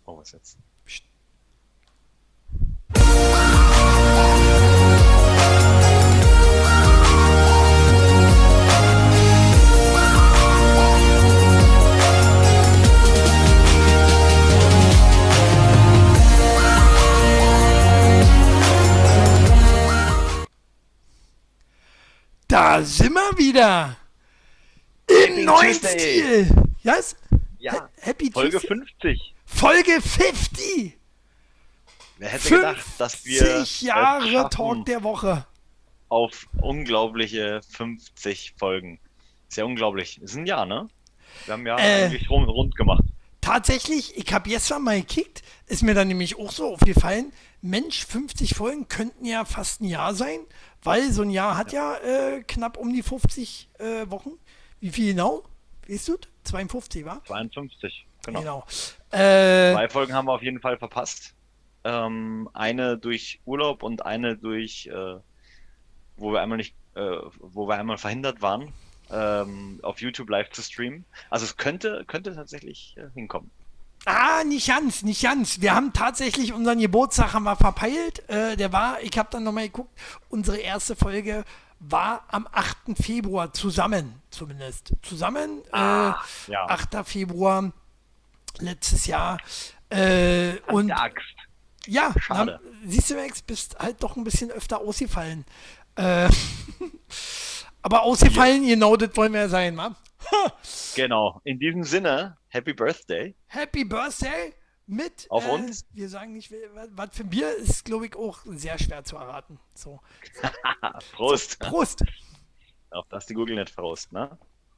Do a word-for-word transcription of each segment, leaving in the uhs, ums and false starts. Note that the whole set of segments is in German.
Oh, was jetzt? Psst. Da sind wir wieder. Im neuen Stil. Yes? Ja, Happy Folge Tuesday. fünfzig. Folge fünfzig. Wer hätte gedacht, dass wir fünfzig es Jahre schaffen Talk der Woche. auf unglaubliche fünfzig Folgen. Ist ja unglaublich. Ist ein Jahr, ne? Wir haben ja Äh. eigentlich rund, rund gemacht. Tatsächlich, ich habe gestern mal gekickt, ist mir dann nämlich auch so aufgefallen, Mensch, fünfzig Folgen könnten ja fast ein Jahr sein, weil so ein Jahr hat ja, äh, knapp um die fünfzig äh, Wochen. Wie viel genau? Weißt du? zweiundfünfzig, wa? zweiundfünfzig, genau. Genau. Äh, Zwei Folgen haben wir auf jeden Fall verpasst. Ähm, eine durch Urlaub und eine durch, äh, wo wir einmal nicht, äh, wo wir einmal verhindert waren, ähm, auf YouTube live zu streamen. Also es könnte, könnte tatsächlich äh, hinkommen. Ah, nicht ganz, nicht ganz. Wir haben tatsächlich unseren Geburtstag haben wir verpeilt. Äh, der war, ich habe dann nochmal geguckt, unsere erste Folge war am achten Februar zusammen, zumindest. Zusammen, Ah, äh, ja. achten Februar letztes Jahr. Äh, und Der Axt. ja, Schade. na, siehst du, Max, bist halt doch ein bisschen öfter ausgefallen. Äh, aber ausgefallen, genau das wollen wir ja sein, wa? Genau. In diesem Sinne, Happy Birthday. Happy Birthday mit Auf äh, uns. Wir sagen nicht, was- was für ein Bier ist, glaube ich, auch sehr schwer zu erraten. So. Prost. Prost! Auf das die Google nicht verrost, ne?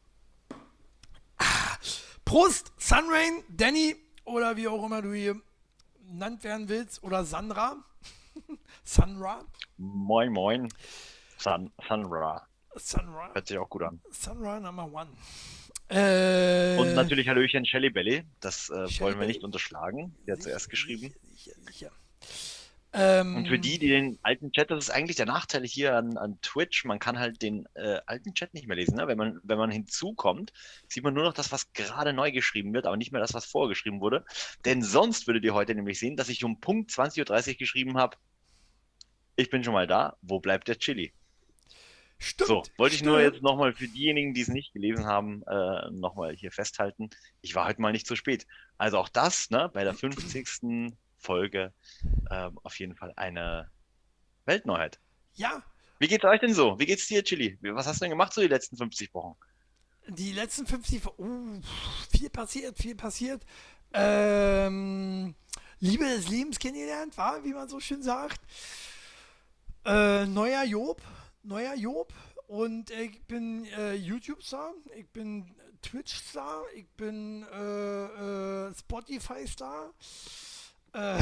Prost, Sunrain, Danny oder wie auch immer du hier genannt werden willst oder Sandra. Sunra. Moin, moin. Sun, Sunra. Sunra. Hört sich auch gut an. Sunra Number One. Äh, Und natürlich Hallöchen Shelly Belly. Das äh, Shelly wollen wir Belly. nicht unterschlagen. Die hat zuerst geschrieben. Sicher, sicher, sicher. Ähm, Und für die, die den alten Chat, das ist eigentlich der Nachteil hier an, an Twitch, man kann halt den äh, alten Chat nicht mehr lesen. Ne? Wenn man, wenn man hinzukommt, sieht man nur noch das, was gerade neu geschrieben wird, aber nicht mehr das, was vorgeschrieben wurde. Denn sonst würdet ihr heute nämlich sehen, dass ich um Punkt zwanzig Uhr dreißig geschrieben habe, ich bin schon mal da, wo bleibt der Chili? Stimmt. So, wollte ich nur stimmt. jetzt nochmal für diejenigen, die es nicht gelesen haben, äh, nochmal hier festhalten. Ich war heute mal nicht zu spät. Also auch das, ne, bei der fünfzigsten Folge ähm, auf jeden Fall eine Weltneuheit. Ja, Wie geht's euch denn so? Wie geht's dir, Chili? Was hast du denn gemacht so die letzten fünfzig Wochen? die letzten fünfzig, Wo- uh, viel passiert, viel passiert. Ähm, Liebe des Lebens kennengelernt, war, wie man so schön sagt. Äh, neuer Job, neuer Job. Und ich bin äh, YouTube-Star, ich bin Twitch-Star, ich bin äh, äh, Spotify-Star. Äh,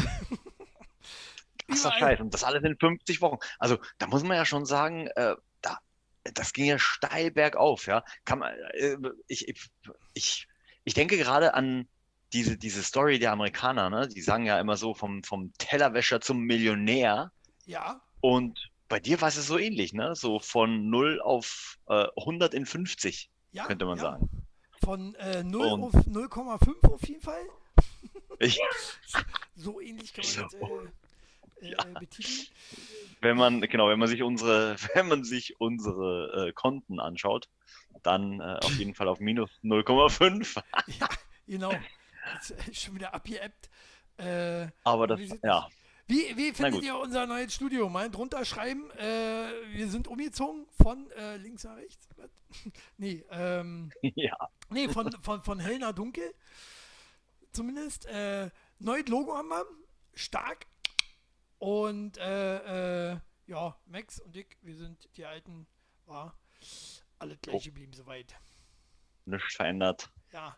Ach so, überall- Scheiße. Und das alles in fünfzig Wochen. Also da muss man ja schon sagen, äh, da, das ging ja steil bergauf, ja. Kann man, äh, ich, ich, ich, ich denke gerade an diese, diese Story der Amerikaner, ne? Die sagen ja immer so vom, vom Tellerwäscher zum Millionär. Ja, Und bei dir war es so ähnlich, ne? So von null auf äh, hundert in fünfzig, ja, könnte man ja. sagen. Von äh, null Und- auf null Komma fünf auf jeden Fall. Ich, So ähnlich kann man das So. äh, äh, Ja. betiteln. wenn man, genau, wenn man sich unsere, wenn man sich unsere äh, Konten anschaut, dann äh, auf jeden Fall auf minus null Komma fünf. Ja, genau. Jetzt, äh, schon wieder abgeappt. Äh, Aber das, Wie sieht ja, wie, wie findet gut. ihr unser neues Studio? Mal drunter schreiben. Äh, wir sind umgezogen von äh, links nach rechts. Was? Nee, ähm, ja, nee von, von, von hell nach dunkel. Zumindest. Äh, neues Logo haben wir. Stark. Und äh, äh, ja, Max und ich, wir sind die Alten. War alle gleich Oh. geblieben soweit. nichts verändert. Ja.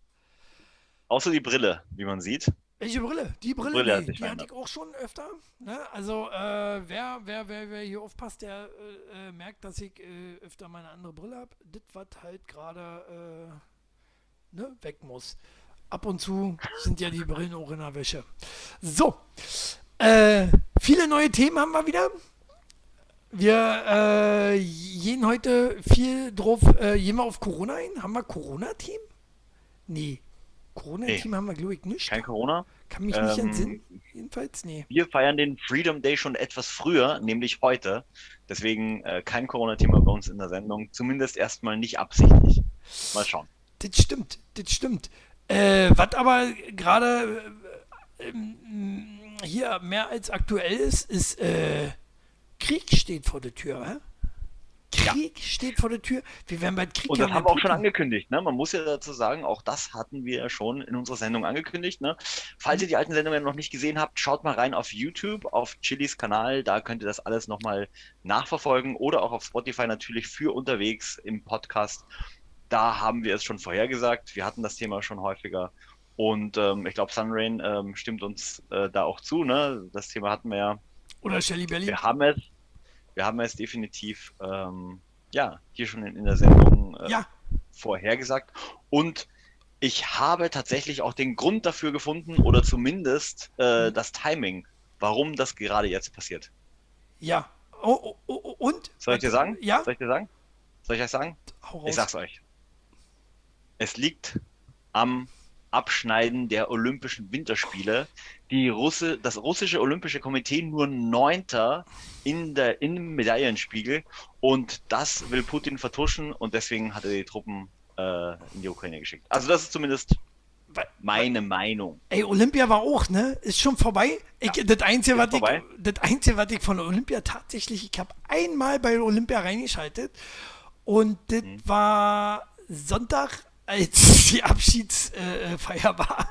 Außer die Brille, wie man sieht. Welche Brille? Die Brille, Brille hat nee, sich die hatte verändert. ich auch schon öfter. Ne? Also äh, wer, wer, wer, wer hier aufpasst, der äh, äh, merkt, dass ich äh, öfter mal eine andere Brille habe. Das, was halt gerade äh, ne, weg muss. Ab und zu sind ja die Brillen auch in der Wäsche. So, äh, viele neue Themen haben wir wieder. Wir äh, gehen heute viel drauf, äh, gehen wir auf Corona ein. Haben wir Corona-Team? Nee. Corona-Team haben wir, glaube ich, nicht. Kein Corona? Kann mich nicht entsinnen. Ähm, Jedenfalls, nee. wir feiern den Freedom Day schon etwas früher, nämlich heute. Deswegen äh, kein Corona-Thema bei uns in der Sendung. Zumindest erstmal nicht absichtlich. Mal schauen. Das stimmt, das stimmt. Äh, was aber gerade äh, ähm, hier mehr als aktuell ist, ist äh, Krieg steht vor der Tür, hä? Ja. Krieg steht vor der Tür. Wir werden bald Krieg Und das haben haben mit wir auch schon Putin. angekündigt. Ne? Man muss ja dazu sagen, auch das hatten wir ja schon in unserer Sendung angekündigt. Ne? Falls ihr die alten Sendungen noch nicht gesehen habt, schaut mal rein auf YouTube, auf Chilis Kanal. Da könnt ihr das alles nochmal nachverfolgen oder auch auf Spotify natürlich für unterwegs im Podcast. Da haben wir es schon vorhergesagt. Wir hatten das Thema schon häufiger. Und ähm, ich glaube, Sunrain ähm, stimmt uns äh, da auch zu. Ne? Das Thema hatten wir ja. Oder Shelly Belly. Wir haben es, wir haben es definitiv ähm, ja, hier schon in, in der Sendung äh, Ja, vorhergesagt. Und ich habe tatsächlich auch den Grund dafür gefunden oder zumindest äh, das Timing, warum das gerade jetzt passiert. ja. Oh, oh, oh, oh, und? Soll ich dir sagen? Ja, Soll ich dir sagen? Soll ich euch sagen? hau Ich raus. sag's euch. Es liegt am Abschneiden der Olympischen Winterspiele. Die Russe, das russische Olympische Komitee nur Neunter in der, im Medaillenspiegel und das will Putin vertuschen und deswegen hat er die Truppen äh, in die Ukraine geschickt. Also das ist zumindest Weil- meine Meinung. Ey, Olympia war auch, ne? Ist schon vorbei. Ich, das, Einzige, ist was ich, vorbei. das Einzige, was ich von Olympia tatsächlich, ich habe einmal bei Olympia reingeschaltet und das Hm. war Sonntag, als die Abschiedsfeier war.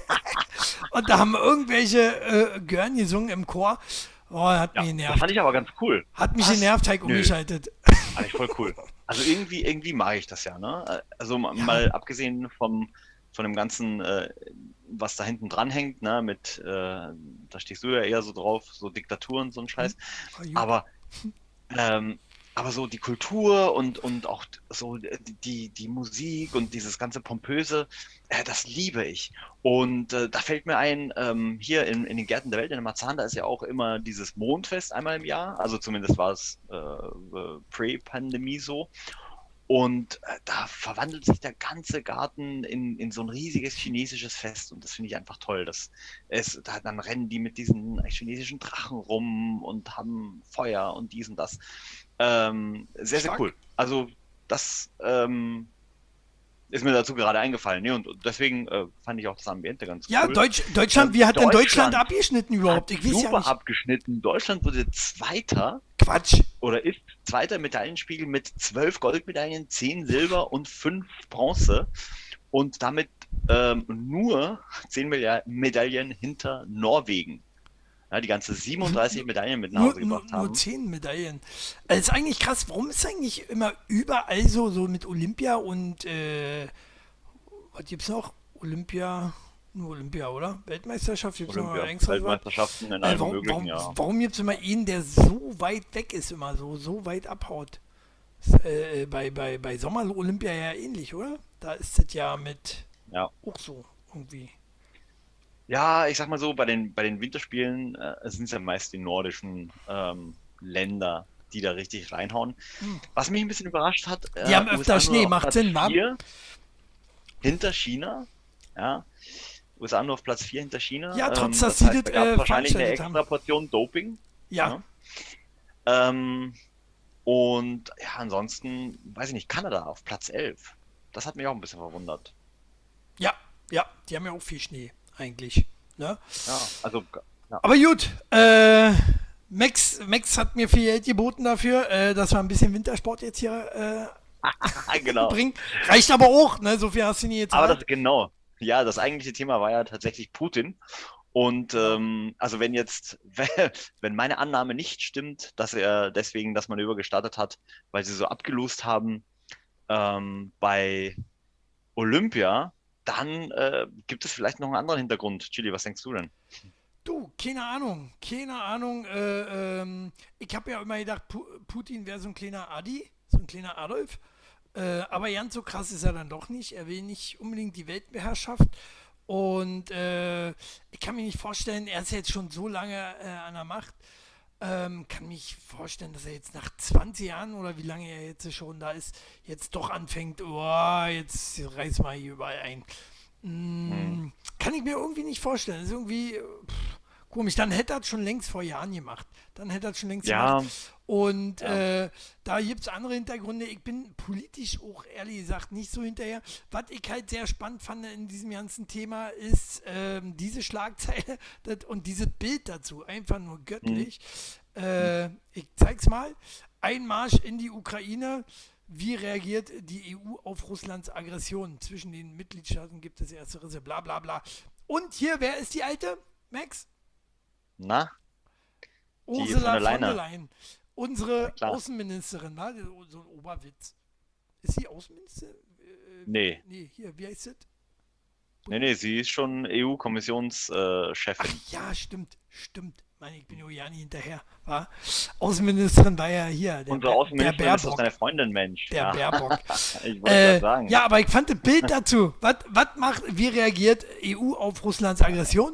Und da haben irgendwelche äh, Gören gesungen im Chor. Oh, hat Ja, mich das genervt. fand ich aber ganz cool. Hat mich Was? genervt, Heik Nö. umgeschaltet. Fand ich voll cool. Also irgendwie, irgendwie mag ich das ja, ne? Also ma- Ja. mal abgesehen vom, von dem ganzen, äh, was da hinten dran hängt, ne? Mit, äh, da stehst du ja eher so drauf, so Diktaturen, so ein Scheiß. Oh, gut. Aber, ähm, aber so die Kultur und, und auch so die, die Musik und dieses ganze Pompöse, äh, das liebe ich. Und äh, da fällt mir ein, ähm, hier in, in den Gärten der Welt, in der Marzahn, da ist ja auch immer dieses Mondfest einmal im Jahr. Also zumindest war es äh, äh, Pre-Pandemie so. Und äh, da verwandelt sich der ganze Garten in, in so ein riesiges chinesisches Fest. Und das finde ich einfach toll. Das ist, da, dann rennen die mit diesen chinesischen Drachen rum und haben Feuer und dies und das. Ähm, sehr, sehr Stark. cool. Also das ähm, ist mir dazu gerade eingefallen. Ne? Und und deswegen äh, fand ich auch das Ambiente ganz Ja, cool. Deutsch, Deutschland, Ähm, wie hat denn Deutschland Deutschland abgeschnitten überhaupt? Hat Ich weiß ja super nicht. abgeschnitten. Deutschland wurde Zweiter Quatsch. oder ist Zweiter im Medaillenspiegel mit zwölf Goldmedaillen, zehn Silber und fünf Bronze und damit ähm, nur zehn Meda- Medaillen hinter Norwegen. Ja, die ganze siebenunddreißig Medaillen mit nach Nur, Hause nur, gebracht nur haben. zehn Medaillen. Das ist eigentlich krass. Warum ist eigentlich immer überall so, so mit Olympia und äh, was gibt's noch? Olympia, nur Olympia, oder? Weltmeisterschaft gibt's noch Olympia, extra was? Weltmeisterschaften in Äh, allem warum, möglichen, warum, ja. warum gibt's immer einen, der so weit weg ist, immer so, so weit abhaut? Ist, äh, bei, bei, bei Sommer-Olympia ja ähnlich, oder? Da ist das ja mit Ja. auch so irgendwie. Ja, ich sag mal so, bei den, bei den Winterspielen äh, sind es ja meist die nordischen ähm, Länder, die da richtig reinhauen. Hm. Was mich ein bisschen überrascht hat, äh, Die haben öfter U S A nur Schnee, auf macht Platz Sinn, wa? vier hinter China. Ja, U S A nur auf Platz vier hinter China. Ja, trotz, Ähm, dass das sie heißt, das, da gab äh, es wahrscheinlich eine veranstaltet extra haben. Portion Doping. Ja, Ja. Ähm, und ja, ansonsten, weiß ich nicht, Kanada auf Platz elf. Das hat mich auch ein bisschen verwundert. ja, ja, die haben ja auch viel Schnee, eigentlich. Ne? Ja, also, ja. Aber gut, äh, Max, Max hat mir viel Geld geboten dafür, äh, dass wir ein bisschen Wintersport jetzt hier äh, genau. bringen. Reicht aber auch, ne? So viel hast du nie jetzt. Aber das, genau. Ja, das eigentliche Thema war ja tatsächlich Putin. Und ähm, also wenn jetzt, wenn meine Annahme nicht stimmt, dass er deswegen das Manöver gestartet hat, weil sie so abgelost haben ähm, bei Olympia, dann äh, gibt es vielleicht noch einen anderen Hintergrund. Chili, was denkst du denn? Du, keine Ahnung, keine Ahnung. Äh, ähm, ich habe ja immer gedacht, Pu Putin wäre so ein kleiner Adi, so ein kleiner Adolf. Äh, aber ganz so krass ist er dann doch nicht. Er will nicht unbedingt die Weltbeherrschaft. Und äh, ich kann mir nicht vorstellen, er ist jetzt schon so lange äh, an der Macht. Ähm, kann mich vorstellen, dass er jetzt nach zwanzig Jahren oder wie lange er jetzt schon da ist, jetzt doch anfängt, oh, jetzt reiß mal hier überall ein. Hm. Mm, kann ich mir irgendwie nicht vorstellen. Das ist irgendwie äh, pff, komisch. Dann hätte er es schon längst vor Jahren gemacht. Dann hätte er es schon längst gemacht. Ja, Und ja. äh, da gibt es andere Hintergründe. Ich bin politisch auch ehrlich gesagt nicht so hinterher. Was ich halt sehr spannend fand in diesem ganzen Thema ist ähm, diese Schlagzeile das, und dieses Bild dazu. Einfach nur Hm. göttlich. Äh, ich zeig's mal. Einmarsch in die Ukraine. Wie reagiert die E U auf Russlands Aggression? Zwischen den Mitgliedstaaten gibt es erste Risse, bla bla bla. Und hier, wer ist die alte? Max? Na, die von Ursula der von der Leine. Leyen. Ja, Unsere klar. Hm. Außenministerin, war so ein Oberwitz. Ist sie Außenministerin? Äh, Nee. nee, hier, wie heißt das? Nee, nee, Bundes. sie ist schon E U-Kommissionschefin. Äh, Ach Chefin. ja, stimmt, stimmt. Mann, ich bin ja ja nicht hinterher. War. Außenministerin war ja hier, der, Unsere Ber der Außenministerin ist doch Baerbock. seine Freundin, Mensch. Der Ja, Baerbock. ich wollte gerade Äh, sagen. ja, aber ich fand das Bild dazu. Was was macht, wie reagiert E U auf Russlands Aggression?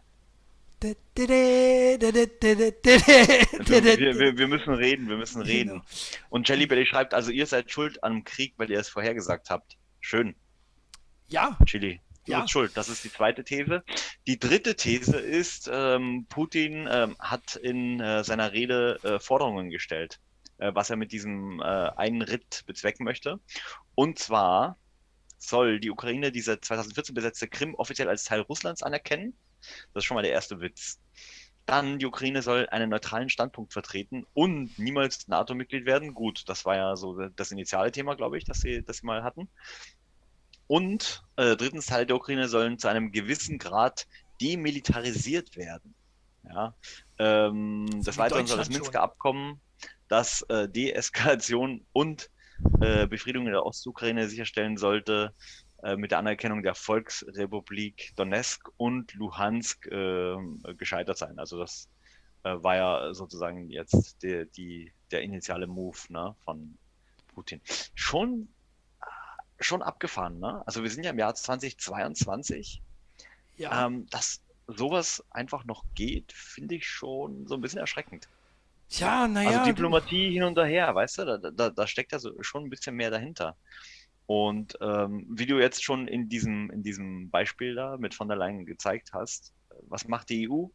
Wir, wir, wir wir müssen reden, wir müssen Genau. reden. Und Jelly Belly schreibt, also ihr seid schuld am Krieg, weil ihr es vorhergesagt habt. Schön, Ja, Chili. Du ja. bist schuld. Das ist die zweite These. Die dritte These ist, ähm, Putin ähm, hat in äh, seiner Rede äh, Forderungen gestellt, äh, was er mit diesem äh, einen Ritt bezwecken möchte. Und zwar soll die Ukraine diese zweitausendvierzehn besetzte Krim offiziell als Teil Russlands anerkennen. Das ist schon mal der erste Witz. Dann, die Ukraine soll einen neutralen Standpunkt vertreten und niemals NATO-Mitglied werden. Gut, das war ja so das initiale Thema, glaube ich, das sie, das sie mal hatten. Und äh, drittens, Teile der Ukraine sollen zu einem gewissen Grad demilitarisiert werden. Ja. Ähm, So des wie Weiteren soll das Deutschland schon. Minsker Abkommen, das äh, Deeskalation und äh, Befriedung in der Ostukraine sicherstellen sollte, äh, mit der Anerkennung der Volksrepublik Donetsk und Luhansk äh, gescheitert sein. Also das äh, war ja sozusagen jetzt die, die, der initiale Move, ne, von Putin. Schon, schon abgefahren, ne? Also wir sind ja im Jahr zweitausendzweiundzwanzig. Ja. Ähm, dass sowas einfach noch geht, finde ich schon so ein bisschen erschreckend. Tja, Also naja, du. Diplomatie hin und her, weißt du, da, da, da steckt ja so schon ein bisschen mehr dahinter. Und ähm, wie du jetzt schon in diesem, in diesem Beispiel da mit von der Leyen gezeigt hast, was macht die E U?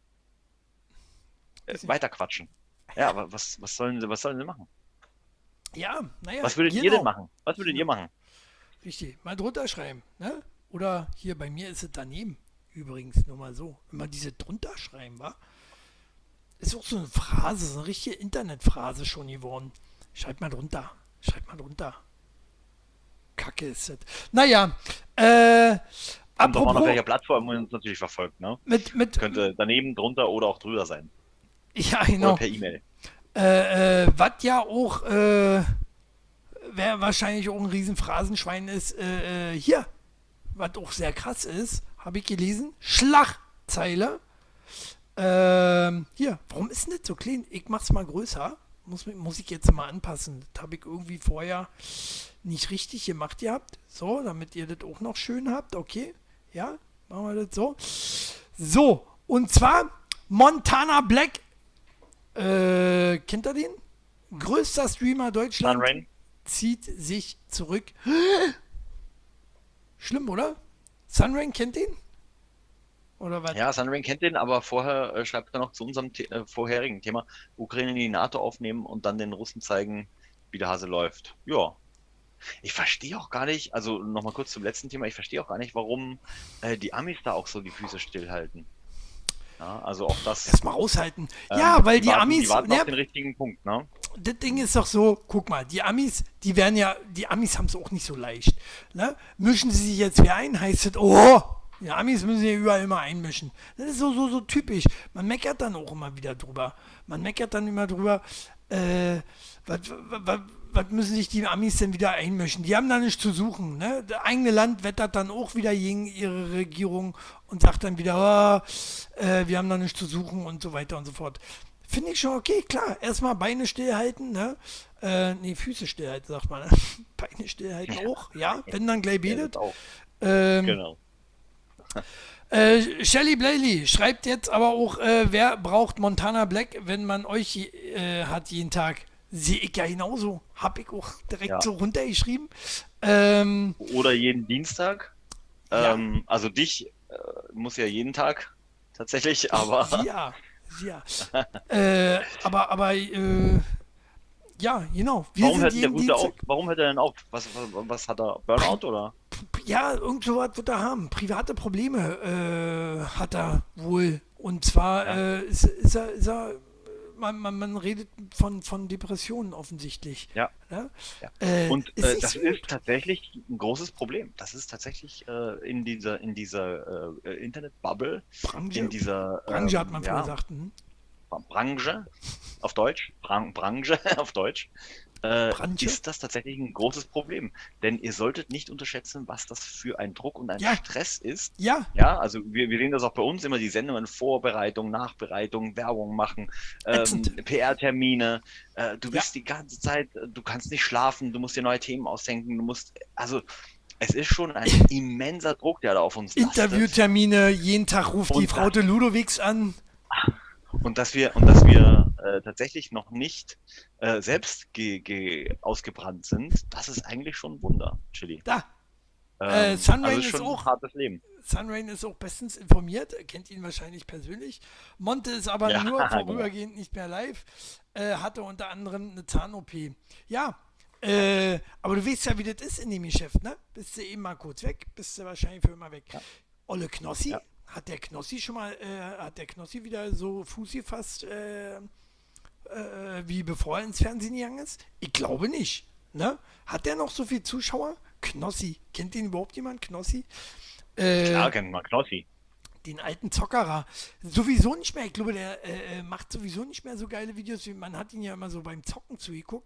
Äh, Weiß nicht. weiterquatschen. Ja, aber was, was sollen sie, was sollen sie machen? Ja, naja, Was würdet ihr denn genau. machen? Was würdet ihr Genau. machen? Richtig. Mal drunter schreiben. Ne? Oder hier bei mir ist es daneben. Übrigens, nur mal so. Wenn man diese drunter schreiben war, ist auch so eine Phrase, so eine richtige Internetphrase schon geworden. Schreibt mal drunter. Schreibt mal drunter. Kacke ist das. Naja, äh, Kommt drauf an, auf apropos welcher Plattform man uns natürlich verfolgt, ne? mit, mit, Könnte daneben, drunter oder auch drüber sein. ja, Oder genau. per E-Mail. Äh, äh, was ja auch, äh, wer wahrscheinlich auch ein Riesenphrasenschwein ist, äh, äh, hier, was auch sehr krass ist, habe ich gelesen, Schlagzeile. Ähm, hier, warum ist denn das so klein? Ich mach's mal größer. Muss, muss ich jetzt mal anpassen. Das habe ich irgendwie vorher nicht richtig gemacht gehabt. So, damit ihr das auch noch schön habt. Okay, ja, machen wir das so. So, und zwar Montana Black. Äh, kennt ihr den? Größter Streamer Deutschland Sunrain? zieht sich zurück. Schlimm, oder? Sunrain kennt den? Oder was? Ja, Sunrain kennt den, aber vorher äh, schreibt er noch zu unserem The äh, vorherigen Thema, Ukraine in die NATO aufnehmen und dann den Russen zeigen, wie der Hase läuft. Ja. Ich verstehe auch gar nicht, also nochmal kurz zum letzten Thema, ich verstehe auch gar nicht, warum äh, die Amis da auch so die Füße stillhalten. Ja, also auch das, Erstmal aushalten. ähm, Ja, weil die die warten, Amis, die warten ne, auf den richtigen Punkt, ne? das Ding ist doch so, guck mal, die Amis, die werden ja, die Amis haben es auch nicht so leicht. Ne? Mischen sie sich jetzt wieder ein, heißt es, oh, die Amis müssen sich überall immer einmischen. Das ist so, so, so typisch. Man meckert dann auch immer wieder drüber. Man meckert dann immer drüber, äh, was, was, was müssen sich die Amis denn wieder einmischen? Die haben da nichts zu suchen. Ne? Das eigene Land wettert dann auch wieder gegen ihre Regierung und sagt dann wieder, oh, äh, wir haben da nichts zu suchen und so weiter und so fort. Finde ich schon okay, klar. Erstmal Beine stillhalten, ne? Äh, nee, Füße stillhalten, sagt man. Beine stillhalten auch, ja. Wenn dann gleich Ja, das betet. auch. Ähm, Genau. äh, Shelly Blayley schreibt jetzt aber auch, äh, wer braucht Montana Black, wenn man euch äh, hat jeden Tag? Sehe ich ja genauso. Hab ich auch direkt Ja. so runtergeschrieben. Ähm, Oder jeden Dienstag. Ja. Ähm, also dich äh, muss ja jeden Tag tatsächlich, aber Ja, ja. äh, aber, aber, äh, ja, genau. Wir warum sind hört denn der jeden Gute auf? Dienstag. Warum hört er denn auf? Was, was, was hat er? Burnout oder? Ja, irgend so was wird er haben. Private Probleme äh, hat er wohl. Und zwar Ja. äh, ist, ist er, ist er man, man, man redet von, von Depressionen offensichtlich. Ja. Ja? Ja. Äh, Und ist äh, nicht das so ist gut. tatsächlich ein großes Problem. Das ist tatsächlich äh, in dieser, in dieser äh, Internet-Bubble, in Branche, dieser Branche hat ähm, man früher ja, gesagt. Hm? Branche auf Deutsch, Bran Branche auf Deutsch, äh, Branche? ist das tatsächlich ein großes Problem. Denn ihr solltet nicht unterschätzen, was das für ein Druck und ein Ja, Stress ist. ja, Ja, also wir, wir sehen das auch bei uns immer, die Sendungen, Vorbereitung, Nachbereitung, Werbung machen, ätzend. ähm, P R-Termine. Äh, du Ja, bist die ganze Zeit, äh, du kannst nicht schlafen, du musst dir neue Themen ausdenken, du musst, also es ist schon ein immenser Druck, der da auf uns lastet. Interviewtermine, jeden Tag ruft die Und Frau das de Ludovics an. Und dass wir, und dass wir äh, tatsächlich noch nicht äh, selbst ge ge ausgebrannt sind, das ist eigentlich schon ein Wunder, Chili. Da, äh, Ähm, also Sunrain ist ist schon ein auch hartes Leben. Sunrain ist auch bestens informiert, kennt ihn wahrscheinlich persönlich. Monte ist aber Ja, nur genau. vorübergehend nicht mehr live, äh, hatte unter anderem eine Zahn-O P. Ja, äh, aber du weißt ja, wie das ist in dem Geschäft, ne? Bist du eben mal kurz weg, bist du wahrscheinlich für immer weg. Ja, Olle Knossi, ja. hat der Knossi schon mal, äh, hat der Knossi wieder so Fuß gefasst, äh, äh, wie bevor er ins Fernsehen gegangen ist? Ich glaube nicht. Ne? Hat der noch so viele Zuschauer? Knossi, kennt den überhaupt jemand? Knossi? Äh, Klar kennt man Knossi. den alten Zockerer. Sowieso nicht mehr. Ich glaube, der äh, äh, macht sowieso nicht mehr so geile Videos. Wie man hat ihn ja immer so beim Zocken zugeguckt.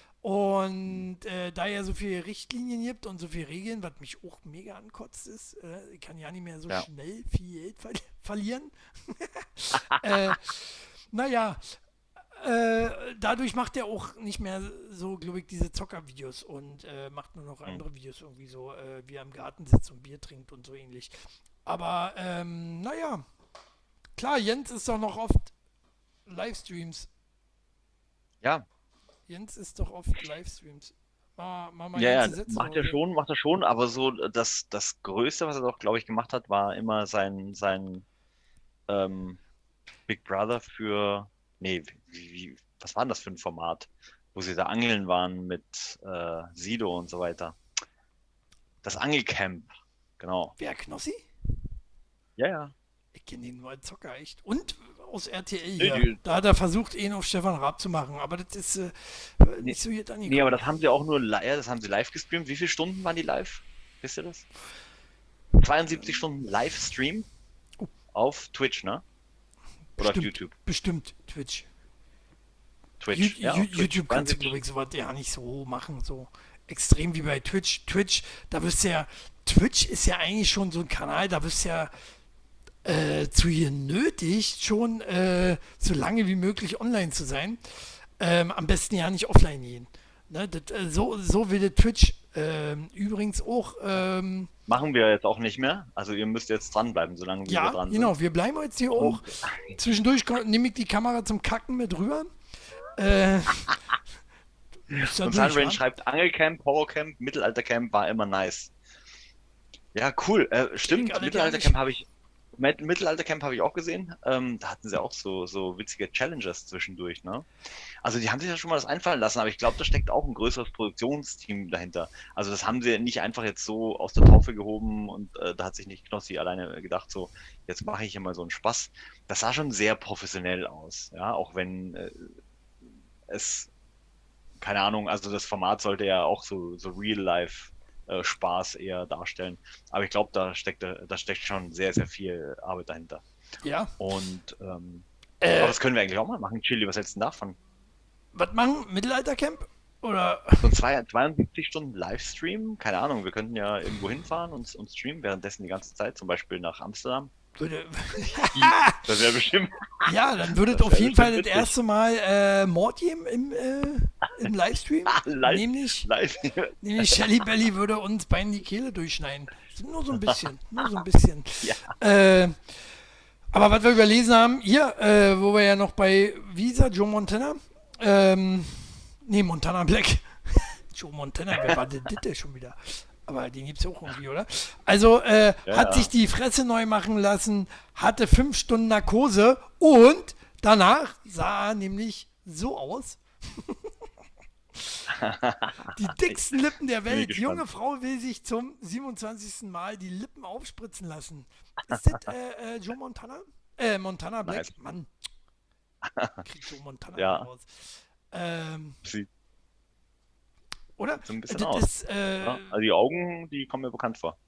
Und äh, da er so viele Richtlinien gibt und so viele Regeln, was mich auch mega ankotzt ist, äh, ich kann ja nicht mehr so Ja. schnell viel Geld ver verlieren. äh, naja, äh, dadurch macht er auch nicht mehr so, glaube ich, diese Zockervideos und äh, macht nur noch Hm. andere Videos irgendwie so, äh, wie er im Garten sitzt und Bier trinkt und so ähnlich. Aber ähm, naja, klar, Jens ist doch noch oft Livestreams. Ja, Jens ist doch oft Livestreams. Mal, mal, mal ja, ja, ganze Sätze macht er heute. schon, macht er schon, aber so das, das Größte, was er doch, glaube ich, gemacht hat, war immer sein, sein ähm, Big Brother für, nee, wie, wie, was war denn das für ein Format, wo sie da angeln waren mit äh, Sido und so weiter. Das Angelcamp, genau. Wer, Knossi? Ja, ja. Ich kenne den nur als Zocker, echt. Und aus R T L Nee, hier. die, Da hat er versucht, ihn auf Stefan Raab zu machen, aber das ist äh, nee, nicht so jetzt nee, aber angekommen. das haben sie auch nur, li- ja, das haben sie live gestreamt. Wie viele Stunden waren die live? Wisst ihr das? zweiundsiebzig Stunden Livestream Oh, auf Twitch, ne? Oder auf bestimmt, YouTube. bestimmt, Twitch. Ju Twitch, ja, Ju auf Twitch. YouTube kannst du, glaube zweiundsiebzig. ich, sowas ja nicht so machen, so extrem wie bei Twitch. Twitch, da wirst du ja, Twitch ist ja eigentlich schon so ein Kanal, da wirst du ja äh, zu hier nötig, schon äh, so lange wie möglich online zu sein. Ähm, am besten ja nicht offline gehen. Ne, das, äh, so, so will der Twitch ähm, übrigens auch. Ähm, Machen wir jetzt auch nicht mehr. Also ihr müsst jetzt dranbleiben, solange wie wir ja, dran sind. genau, wir bleiben jetzt hier auch. Und, Zwischendurch ko- nehme ich die Kamera zum Kacken mit rüber. Äh, ist ja und durch, Sunrain wa? schreibt, Angelcamp, Horrorcamp, Mittelaltercamp war immer nice. Ja, cool. Äh, Kenn ich stimmt, alle gar Mittelaltercamp nicht. habe ich, Mit- Mittelaltercamp habe ich auch gesehen. Ähm, da hatten sie auch so, so witzige Challenges zwischendurch, ne? Also die haben sich ja schon mal das einfallen lassen, aber ich glaube, da steckt auch ein größeres Produktionsteam dahinter. Also das haben sie nicht einfach jetzt so aus der Taufe gehoben und äh, da hat sich nicht Knossi alleine gedacht, so, jetzt mache ich hier mal so einen Spaß. Das sah schon sehr professionell aus, ja, auch wenn äh, es, keine Ahnung, also das Format sollte ja auch so, so Real-Life äh, Spaß eher darstellen. Aber ich glaube, da steckt, da steckt schon sehr, sehr viel Arbeit dahinter. Ja. Und ähm, aber Äh, das können wir eigentlich auch mal machen. Chili, was hältst du denn davon? was machen? Mittelaltercamp? Oder? So ein zwei- zweiundsiebzig Stunden Livestream? Keine Ahnung, wir könnten ja irgendwo hinfahren und, und streamen währenddessen die ganze Zeit, zum Beispiel nach Amsterdam. Würde, Das wäre bestimmt, ja, dann würde es das auf wäre jeden Fall bestimmt das witzig. erste Mal äh, Mord geben im, äh, im Livestream. Live, Nämlich, live. nämlich Shelly Belly würde uns beiden die Kehle durchschneiden. Nur so ein bisschen. Nur so ein bisschen. Ja, Äh, aber was wir überlesen haben, hier, äh, wo wir ja noch bei Visa, Joe Montana, ähm, nee, Montana Black. Joe Montana, wer war denn das denn schon wieder? Aber den gibt's ja auch irgendwie, oder? Also äh, Ja, hat ja. sich die Fresse neu machen lassen, hatte fünf Stunden Narkose und danach sah er nämlich so aus. Die dicksten Lippen der Bin ich Welt. gespannt. Junge Frau will sich zum siebenundzwanzigsten Mal die Lippen aufspritzen lassen. Ist das äh, äh, Joe Montana? Äh, Montana Black? Nice. Mann. Krieg Joe Montana Ja. raus. Ähm, Sieht oder? so ein bisschen Das aus. ist, äh, Ja? Also die Augen, die kommen mir bekannt vor.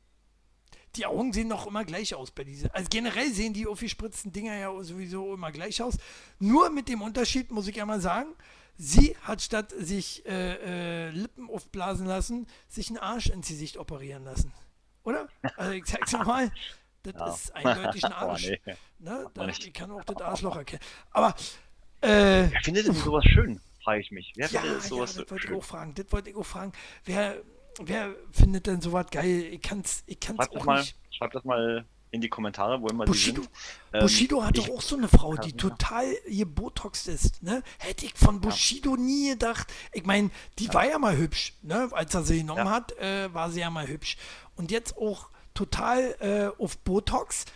Die Augen sehen doch immer gleich aus bei diesen. Also generell sehen die aufgespritzten Dinger ja sowieso immer gleich aus. Nur mit dem Unterschied, muss ich ja mal sagen, sie hat statt sich äh, äh, Lippen aufblasen lassen, sich einen Arsch ins Gesicht operieren lassen. Oder? Also ich sag's nochmal, das Ja. ist eindeutig ein Oh, Arsch. nee. Ne? man Da, nicht. ich kann auch das Arschloch erkennen. Aber äh, Wer findet denn sowas schön, frage ich mich. Wer ja, findet ja, sowas das wollte ich schön? auch fragen. Das wollte ich auch fragen. Wer, wer findet denn sowas geil? Ich kann's, ich kann's Schreibt das, auch mal, nicht. schreibt das mal in die Kommentare, wo immer Bushido, sie sind. Ähm, Bushido hat ich- doch auch so eine Frau, die Ja. total gebotoxt ist. Ne? Hätte ich von Bushido nie gedacht. Ich meine, die war ja mal hübsch. Ne? Als er sie genommen Ja. hat, äh, war sie ja mal hübsch. Und jetzt auch total äh, auf Botox.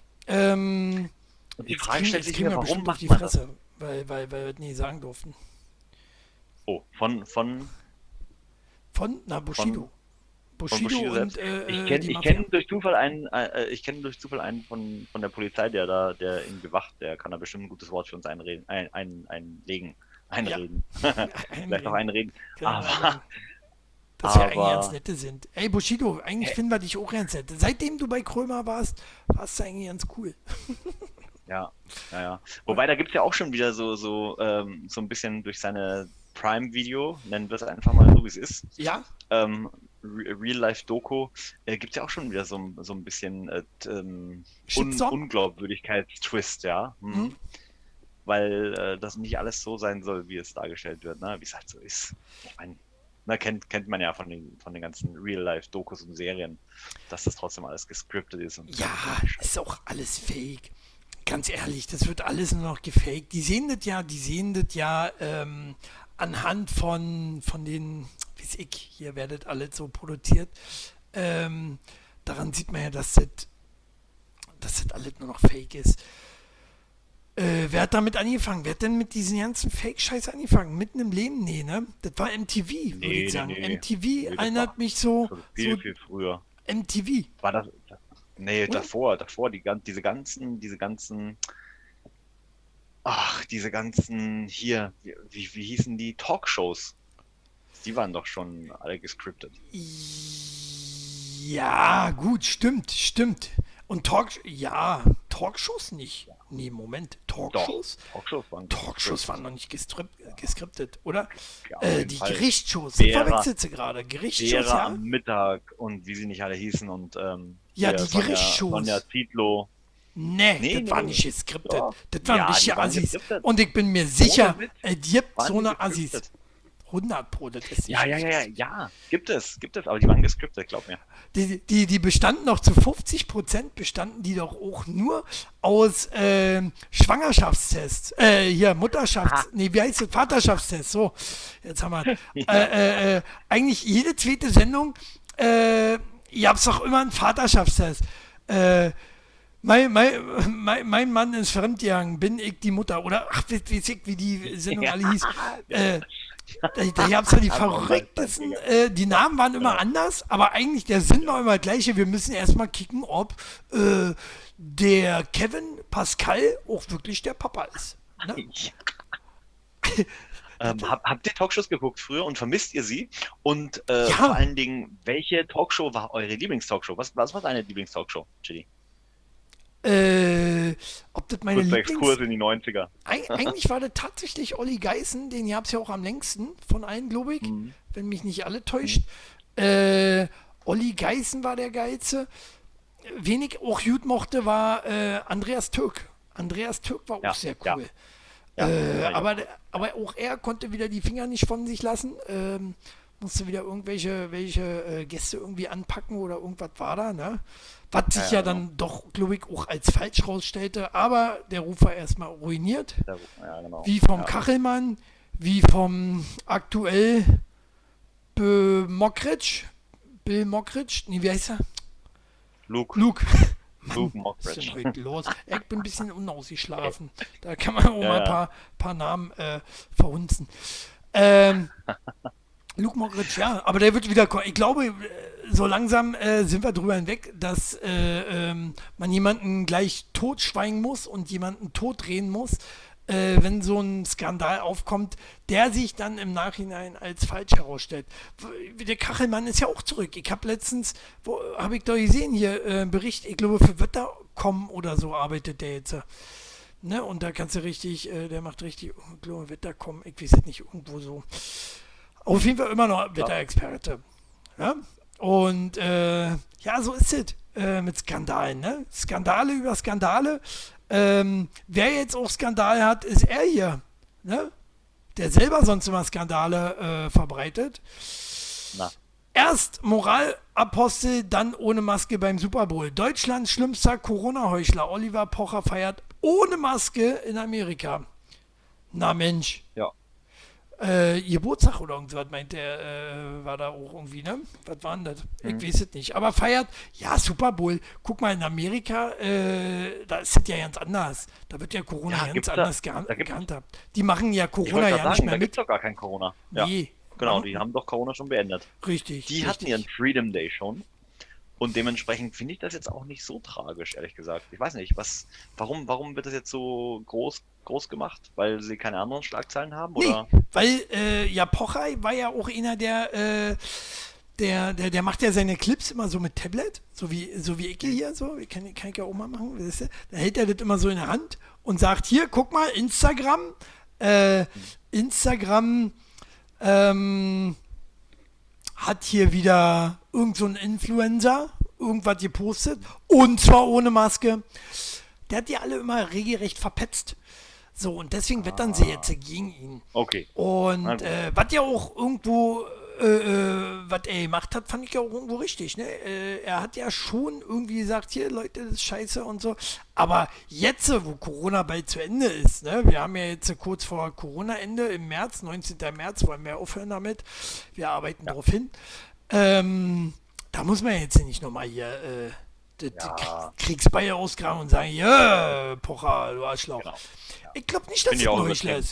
Ähm, Und die jetzt Frage kriegen- stellt jetzt sich kriegen mir, wir warum bestimmt auf macht die man das? Fresse, weil, weil, weil wir das nie sagen durften. Oh, von, von, Von, na, Bushido. von Bushido, Bushido und selbst. äh, Ich äh, kenne die ich Mafia. kenn durch Zufall einen, äh, ich kenne durch Zufall einen von, von der Polizei, der da, der ihn bewacht, der kann da bestimmt ein gutes Wort für uns einreden, ein, ein, einlegen, einreden. Vielleicht auch einreden. Aber, Dass wir eigentlich aber- ganz nette sind. Ey, Bushido, eigentlich finden wir dich auch ganz nett. Seitdem du bei Krömer warst, warst du eigentlich ganz cool. ja, ja, ja. Wobei, da gibt es ja auch schon wieder so, so, ähm, so ein bisschen durch seine Prime-Video, nennen wir es einfach mal so, wie es ist, Ja? ähm, Re- Real-Life-Doku, äh, gibt es ja auch schon wieder so, ein- so ein bisschen äh, t- ähm, Un Shitstorm? Unglaubwürdigkeitstwist, ja. Hm. Mhm. Weil äh, das nicht alles so sein soll, wie es dargestellt wird, ne? Wie es halt so ist. Ich meine, na, kennt, kennt man ja von den, von den ganzen Real-Life-Dokus und Serien, dass das trotzdem alles gescriptet ist. Und Ja, ist auch alles fake. Ganz ehrlich, das wird alles nur noch gefaked. Die sehen das ja, die sehen das ja ähm, anhand von, von den, wie weiß ich, hier werdet alles so produziert. Ähm, daran sieht man ja, dass das, dass das alles nur noch fake ist. Äh, wer hat damit angefangen? Wer hat denn mit diesen ganzen Fake-Scheiß angefangen? Mitten im Leben? Nee, ne? Das war M T V, würde Nee, ich sagen. nee, nee. M T V Nee, das erinnert war mich so, schon viel, so viel früher. M T V. War das. Nee, Oder? davor, davor, die, gan- diese ganzen, diese ganzen. Ach, diese ganzen hier, wie, wie, wie hießen die Talkshows? Die waren doch schon alle gescriptet. Ja, gut, stimmt, stimmt. Und Talk, ja, Talkshows nicht. Nee, Moment, Talkshows? Talkshows waren Talkshows waren noch nicht gestrip, geskriptet, oder? Ja, auf Äh, jeden die Fall. Gerichtsshows, das Vera- verwechselt sie gerade. Gerichtsshows, Vera ja? am Mittag und wie sie nicht alle hießen und ähm, Ja, hier die Sonja, Gerichtsshows. Sonja Zietlow. Nee, Nee, das war nee. nicht geskriptet. Doch. Das waren Ja, die richtige waren Assis. geskriptet. Und ich bin mir sicher, Witz. äh, die gibt Waren so die eine Assis. gescriptet? hundert Pro, das ist Ja, nicht ja, ja, ja, ja, gibt es, gibt es, aber die waren gescriptet, glaub mir. Die, die, die bestanden noch zu fünfzig Prozent bestanden die doch auch nur aus ähm, Schwangerschaftstests. Äh, hier, Mutterschafts... Nee, wie heißt das? Vaterschaftstests. So, jetzt haben wir... Ja. Äh, äh, eigentlich jede zweite Sendung, äh, ihr habt doch immer einen Vaterschaftstest. Äh, mein, mein, mein, mein Mann ist fremdgegangen, bin ich die Mutter? Oder, ach, wie, wie, wie die Sendung alle hieß. Äh, da, da gab es ja die verrücktesten, äh, die Namen waren immer anders, aber eigentlich der Sinn war immer der gleiche. Wir müssen erstmal kicken, ob äh, der Kevin Pascal auch wirklich der Papa ist. Ne? Ähm, hab, habt ihr Talkshows geguckt früher und vermisst ihr sie? Und äh, Ja. vor allen Dingen, welche Talkshow war eure Lieblingstalkshow? Was, was war deine Lieblingstalkshow, Chili? Äh, ob das meine Kurzer Lieblings... Exkurs in die neunziger. Eig eigentlich war das tatsächlich Olli Geißen, den gab es ja auch am längsten von allen, glaube ich, Mhm. wenn mich nicht alle täuscht. Äh, Olli Geißen war der Geilste. Wen ich auch gut mochte, war äh, Andreas Türk. Andreas Türk war auch Ja, sehr ja. cool. Ja, Äh, ja, ja. aber, aber auch er konnte wieder die Finger nicht von sich lassen. Ähm, musste wieder irgendwelche welche, äh, Gäste irgendwie anpacken oder irgendwas war da, ne? Was sich Ja, ja, ja, dann doch, glaube ich, auch als falsch rausstellte. Aber der Ruf war erstmal ruiniert. Ja, ja, genau. Wie vom ja. Kachelmann, wie vom aktuell Be Mockridge, Bill Mockridge, nee, wie heißt er? Luke. Luke. Luke Was ist denn Mockridge. heute los? Ich bin ein bisschen unausgeschlafen. Da kann man auch Ja, mal ein ja. paar, paar Namen äh, verhunzen. Ähm, Luke Mockridge, ja, aber der wird wieder kommen. Ich glaube, äh, so langsam äh, sind wir drüber hinweg, dass äh, ähm, man jemanden gleich totschweigen muss und jemanden totdrehen muss, äh, wenn so ein Skandal aufkommt, der sich dann im Nachhinein als falsch herausstellt. W- Der Kachelmann ist ja auch zurück. Ich habe letztens, wo habe ich doch gesehen hier, äh, einen Bericht, ich glaube für Wettercom oder so arbeitet der jetzt. Ne? Und da kannst du richtig, äh, der macht richtig, ich glaube Wettercom, ich weiß es nicht, irgendwo so. Auf jeden Fall immer noch Wetterexperte. Ja? Und äh, ja, so ist es äh, mit Skandalen. Ne? Skandale über Skandale. Ähm, wer jetzt auch Skandal hat, ist er hier. Ne? Der selber sonst immer Skandale äh, verbreitet. Na, Erst Moralapostel, dann ohne Maske beim Super Bowl. Deutschlands schlimmster Corona-Heuchler. Oliver Pocher feiert ohne Maske in Amerika. Na Mensch. ja. Äh, Geburtstag oder irgendwas, meint der, äh, war da auch irgendwie, ne? Was war denn das? Ich Hm. weiß es nicht. Aber feiert, ja, Super Bowl. Guck mal, in Amerika, äh, da ist es ja ganz anders. Da wird ja Corona Ja, ganz gibt's da- anders gehan- da gibt's- gehandhabt. Die machen ja Ich Corona wollte ja gerade nicht sagen, mehr da mit. gibt es doch gar kein Corona. Ja, Nee. genau, Machen- die haben doch Corona schon beendet. Richtig. Die richtig. hatten ihren Freedom Day schon. Und dementsprechend finde ich das jetzt auch nicht so tragisch, ehrlich gesagt. Ich weiß nicht, was, warum, warum wird das jetzt so groß, groß gemacht? Weil sie keine anderen Schlagzeilen haben? Nee, Oder? weil äh, ja, Pocher war ja auch einer, der, äh, der, der, der macht ja seine Clips immer so mit Tablet, so wie, so wie ich hier, so, kann, kann ich ja auch mal machen, weißt du? Da hält er das immer so in der Hand und sagt, hier, guck mal, Instagram, äh, Instagram, ähm, hat hier wieder irgend so ein Influencer irgendwas gepostet und zwar ohne Maske. Der hat die alle immer regelrecht verpetzt. So, und deswegen wettern sie jetzt gegen ihn. Okay. Na Und gut. äh, was ja auch irgendwo, äh, äh, was er gemacht hat, fand ich ja auch irgendwo richtig. Ne? Äh, er hat ja schon irgendwie gesagt, hier Leute, das ist scheiße und so. Aber jetzt, wo Corona bald zu Ende ist, ne? Wir haben ja jetzt kurz vor Corona-Ende im März, neunzehnten März, wollen wir aufhören damit. Wir arbeiten darauf hin. Ähm, da muss man jetzt nicht nochmal hier äh, das Ja. Kriegsbeil ausgraben und sagen, ja, Pocher, du Arschloch. Genau. Ich glaube nicht, dass Finde es ich auch ein Heuchler übertrieben. ist.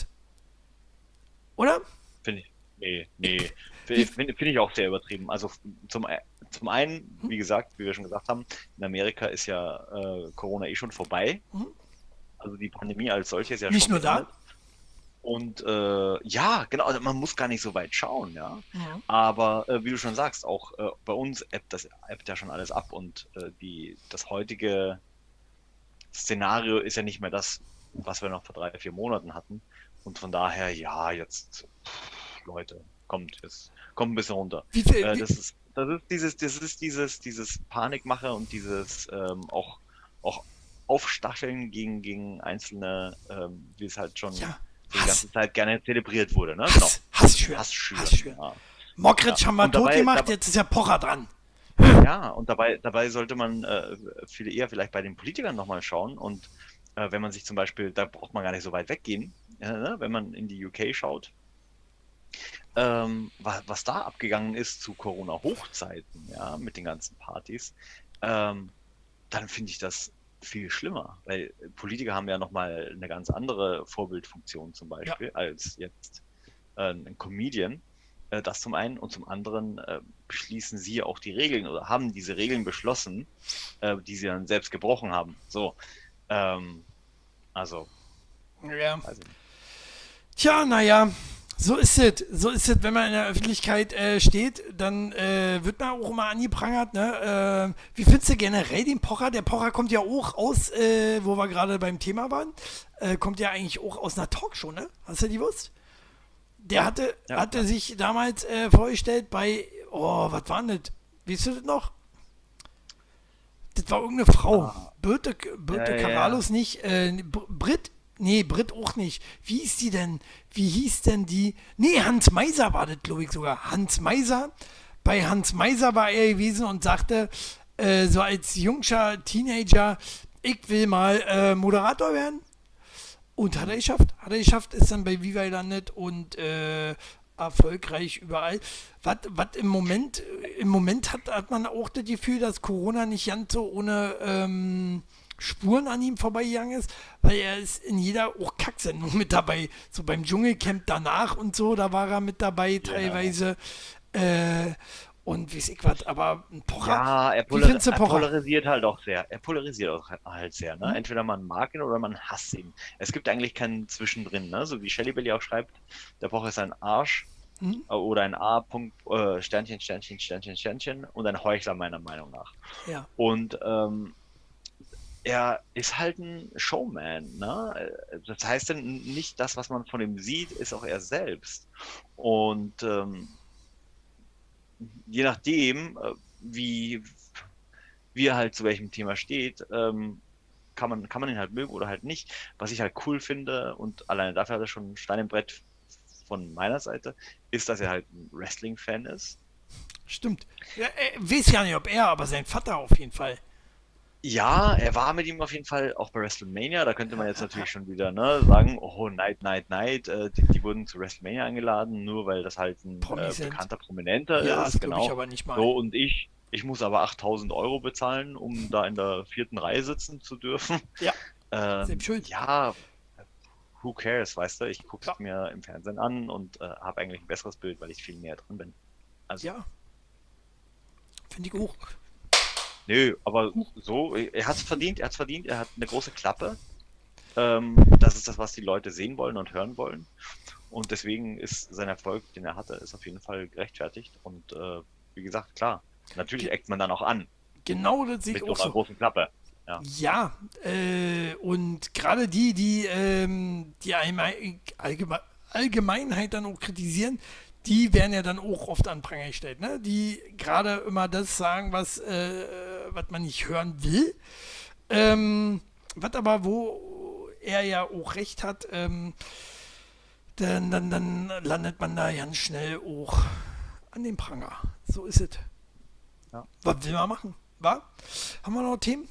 Oder? Finde ich. Nee, nee. Finde find find ich auch sehr übertrieben. Also zum, ein- zum einen, Hm? wie gesagt, wie wir schon gesagt haben, in Amerika ist ja äh, Corona eh schon vorbei. Mhm. Also die Pandemie als solche ist ja Nicht schon nur da. beendet. Und äh, ja, genau, also man muss gar nicht so weit schauen, ja. Ja. Aber äh, wie du schon sagst, auch äh, bei uns ebbt das ebbt ja schon alles ab und äh, die, das heutige Szenario ist ja nicht mehr das, was wir noch vor drei, vier Monaten hatten. Und von daher, ja, jetzt, pff, Leute, kommt, jetzt, kommt ein bisschen runter. Wie viel, Äh, wie, das ist, das ist dieses, das ist dieses, dieses Panikmache und dieses ähm, auch, auch Aufstacheln gegen, gegen einzelne, ähm, wie es halt schon ja, die Hass, ganze Zeit gerne zelebriert wurde, ne? Genau. Hass, Hassschür, Hassschüren. Hassschür. Ja. Mockridge Ja. haben wir Und tot dabei- gemacht, dabei- jetzt ist ja Pocher dran. Ja, und dabei, dabei sollte man äh, viel eher vielleicht bei den Politikern nochmal schauen. Und äh, wenn man sich zum Beispiel, da braucht man gar nicht so weit weggehen, äh, ne? Wenn man in die U K schaut, ähm, was, was da abgegangen ist zu Corona-Hochzeiten, ja, mit den ganzen Partys, ähm, dann finde ich das viel schlimmer, weil Politiker haben ja nochmal eine ganz andere Vorbildfunktion zum Beispiel als jetzt äh, ein Comedian. Äh, das zum einen und zum anderen äh, beschließen sie auch die Regeln oder haben diese Regeln beschlossen, äh, die sie dann selbst gebrochen haben. So, ähm, also, Ja. weiß ich nicht. Tja, naja, so ist es. So ist es, wenn man in der Öffentlichkeit äh, steht, dann äh, wird man auch immer angeprangert. Ne? Äh, wie findest du generell den Pocher? Der Pocher kommt ja auch aus, äh, wo wir gerade beim Thema waren, äh, kommt ja eigentlich auch aus einer Talkshow, ne? Hast du die gewusst? Der hatte, Ja. hatte sich damals äh, vorgestellt bei, oh, was war denn das? Weißt du das noch? Das war irgendeine Frau. Ah. Birte, Birte Ja, ja, ja. Karalos nicht. Äh, Br- Brit? Nee, Brit auch nicht. Wie hieß die denn? Wie hieß denn die? Nee, Hans Meiser war das, glaube ich sogar. Hans Meiser. Bei Hans Meiser war er gewesen und sagte, äh, so als junger Teenager, ich will mal äh, Moderator werden. Und hat er geschafft. Hat er geschafft, ist dann bei Viva gelandet und äh, erfolgreich überall. Was im Moment, im Moment hat, hat man auch das Gefühl, dass Corona nicht ganz so ohne ähm, Spuren an ihm vorbeigegangen ist, weil er ist in jeder auch Kacksendung mit dabei. So beim Dschungelcamp danach und so, da war er mit dabei Ja. teilweise. Äh, und wie ich was, aber ein Pocher, Ja, er, wie polar findest du er Pocher? polarisiert halt auch sehr. Er polarisiert auch halt sehr, ne? Hm? Entweder man mag ihn oder man hasst ihn. Es gibt eigentlich keinen Zwischendrin, ne? So wie Shelly Belly auch schreibt, der Pocher ist ein Arsch Hm? äh, oder ein A. Punkt, äh, Sternchen, Sternchen, Sternchen, Sternchen und ein Heuchler meiner Meinung nach. Ja, Und ähm, er ist halt ein Showman, ne? Das heißt dann nicht das, was man von ihm sieht, ist auch er selbst. Und ähm, je nachdem, äh, wie, wie er halt zu welchem Thema steht, ähm, kann man, kann man ihn halt mögen oder halt nicht. Was ich halt cool finde, und alleine dafür hat er schon ein Stein im Brett von meiner Seite, ist, dass er halt ein Wrestling-Fan ist. stimmt. Ja, äh, weiß ja nicht, ob er, aber sein Vater auf jeden Fall. Ja, er war mit ihm auf jeden Fall auch bei WrestleMania. Da könnte man jetzt natürlich schon wieder ne, sagen, oh, Night, Night, Night. Äh, die, die wurden zu WrestleMania eingeladen, nur weil das halt ein äh, Promis sind. bekannter Prominenter Ja, ist. das glaube ich Genau. aber nicht mal. So, und ich, ich muss aber achttausend Euro bezahlen, um da in der vierten Reihe sitzen zu dürfen. Ja, Ähm, selbst schuld. ja, who cares, weißt du? Ich gucke Ja, es mir im Fernsehen an und äh, habe eigentlich ein besseres Bild, weil ich viel näher drin bin. Also, ja, finde ich auch. nö, aber so, er hat es verdient, er hat es verdient, er hat eine große Klappe. Ähm, das ist das, was die Leute sehen wollen und hören wollen. Und deswegen ist sein Erfolg, den er hatte, ist auf jeden Fall gerechtfertigt. Und äh, wie gesagt, klar, natürlich Ge eckt man dann auch an genau das sehe ich mit so auch einer so. großen Klappe. Ja, Ja, äh, und gerade die, die ähm, die Allgeme- Allgeme Allgemeinheit dann auch kritisieren, die werden ja dann auch oft an Pranger gestellt, ne? Die gerade immer das sagen, was, äh, was man nicht hören will. Ähm, was aber, wo er ja auch recht hat, ähm, dann, dann, dann landet man da ganz schnell auch an den Pranger. So ist es. ja. Was will man machen? Wa? Haben wir noch Themen?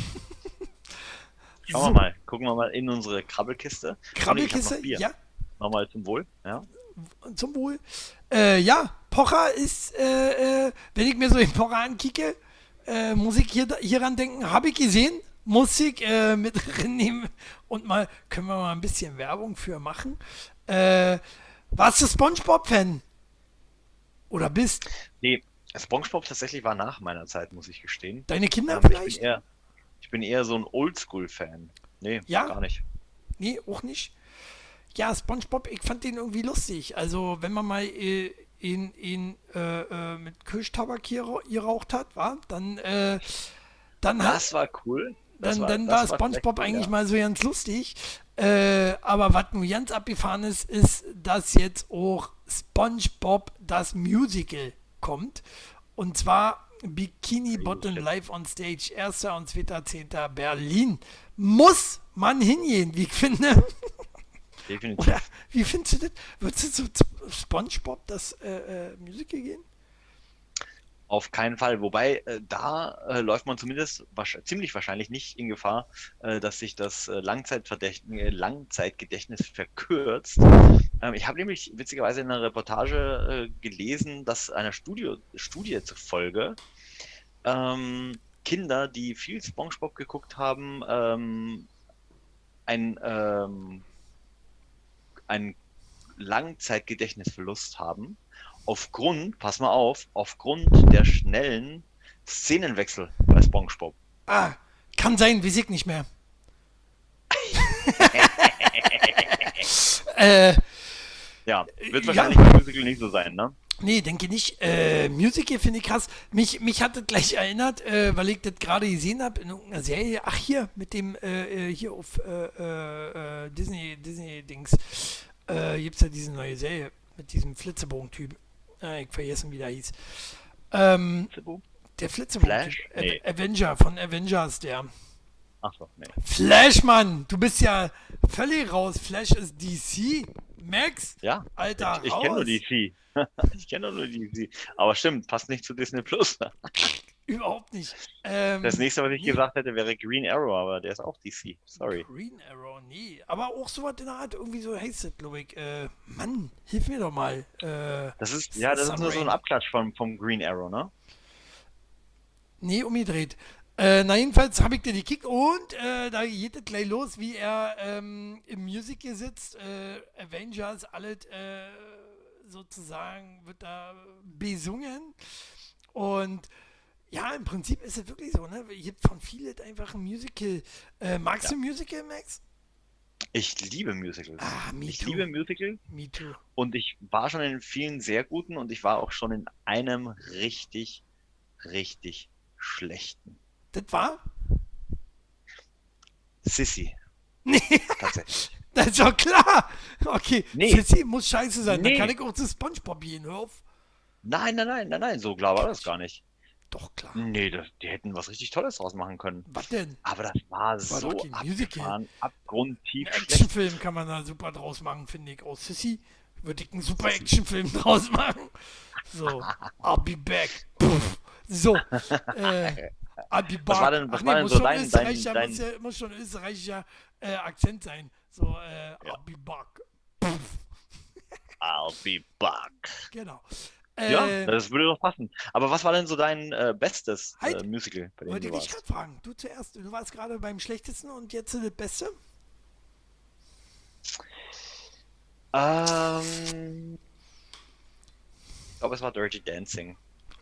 Schauen wir So, mal, gucken wir mal in unsere Krabbelkiste. Toni, ich habe noch Krabbelkiste, Bier. ja, Nochmal zum Wohl. Ja. zum Wohl. Äh, ja, Pocher ist, äh, äh, wenn ich mir so den Pocher ankicke, äh, muss ich hier, hieran denken, habe ich gesehen, muss ich äh, mit reinnehmen und mal, können wir mal ein bisschen Werbung für machen. Äh, warst du SpongeBob-Fan? Oder bist? Nee, SpongeBob tatsächlich war nach meiner Zeit, muss ich gestehen. Deine Kinder Ähm, ich bin vielleicht? eher, ich bin eher so ein Oldschool-Fan. Nee, Ja? gar nicht. Nee, auch nicht. Ja, SpongeBob, ich fand den irgendwie lustig. Also, wenn man mal äh, ihn, ihn äh, äh, mit Kirschtabak hier geraucht hat, war, dann, äh, dann hat, Das war cool. Das dann, war, dann war das war vielleicht SpongeBob cool, eigentlich ja. mal so ganz lustig. Äh, aber was nun ganz abgefahren ist, ist, dass jetzt auch SpongeBob das Musical kommt. Und zwar Bikini Oh, Bottom shit. live on Stage, erster und zweiter zehnter Berlin. Muss man hingehen, wie ich finde. Definitiv. Oder wie findest du das? Würdest du zu zu SpongeBob das äh, äh, Musical gehen? Auf keinen Fall. Wobei, äh, da äh, läuft man zumindest wahrsch- ziemlich wahrscheinlich nicht in Gefahr, äh, dass sich das äh, Langzeitverdächt- äh, Langzeitgedächtnis verkürzt. Ähm, ich habe nämlich witzigerweise in einer Reportage äh, gelesen, dass einer Studio, Studie zufolge ähm, Kinder, die viel SpongeBob geguckt haben, ähm, ein, ähm, einen Langzeitgedächtnisverlust haben. Aufgrund, pass mal auf, aufgrund der schnellen Szenenwechsel bei SpongeBob. Ah, kann sein, weiß ich nicht mehr. äh, Ja, wird ja, wahrscheinlich im Musical nicht so sein, ne? nee, denke nicht. Äh, Musical finde ich krass. Mich, mich hat das gleich erinnert, äh, weil ich das gerade gesehen habe in irgendeiner Serie. Ach, hier, mit dem, äh, äh, hier auf äh, äh, äh, Disney, Disney-Dings. Äh, gibt's ja diese neue Serie mit diesem Flitzebogen-Typ. Äh, ich vergessen, wie der hieß. Ähm, Cebu? der Flitzebogen-Typ. Flash? Ave- Nee. Avenger, von Avengers, der. Ach so, nee. Flash, Mann, du bist ja völlig raus. Flash ist D C. Max, Ja, Alter, ich, ich kenne nur raus. D C. Ich kenne nur D C. Aber stimmt, passt nicht zu Disney Plus. Überhaupt nicht. Das Ähm, nächste, was ich nee, gesagt hätte, wäre Green Arrow, aber der ist auch D C. Sorry. Green Arrow, nee. Aber auch sowas in der Art, irgendwie so heißt es, glaube ich. Äh, Mann, hilf mir doch mal. Äh, Das ist, S- ja, das ist Sam nur so ein Raimi. Abklatsch vom, vom Green Arrow, ne? Nee, umgedreht. Äh, na, jedenfalls habe ich dir die Kick und äh, da geht es gleich los, wie er ähm, im Musical sitzt. Äh, Avengers, alles äh, sozusagen wird da besungen. Und ja, im Prinzip ist es wirklich so, ne? Es gibt von vielen einfach ein Musical. Äh, magst Ja. du Musical, Max? Ich liebe Musicals. Ah, me Ich too. liebe Musicals Me too. und ich war schon in vielen sehr guten und ich war auch schon in einem richtig, richtig schlechten. Das war? Sissy, Nee, tatsächlich. das ist doch klar. Okay, Nee, Sissy muss scheiße sein. Dann kann nee. ich auch zu Spongebob gehen. Hör auf. Nein, nein, nein, nein, nein, so klar war das Quatsch. gar nicht. Doch, klar. Nee, das, die hätten was richtig Tolles draus machen können. Was denn? Aber das war War doch so kein Musical. abgefahren, Ein abgrundtief schlecht. Actionfilm kann man da super draus machen, finde ich. Aus Sissy würde ich einen super Actionfilm draus machen. So, I'll be back. Puff. So, äh, I'll be Was war back. denn, Ach was nee, war denn muss so schon dein, dein, österreichischer, muss, dein, ja, muss schon österreichischer äh, Akzent sein. So, äh, ja, I'll be back. Puff. I'll be back. Genau. Ja, Äh, das würde doch passen. Aber was war denn so dein äh, bestes äh, halt, Musical, bei dem wollte du ich dich gerade warst? fragen. Du zuerst. Du warst gerade beim schlechtesten und jetzt das Beste? Ähm, ich glaube, es war Dirty Dancing.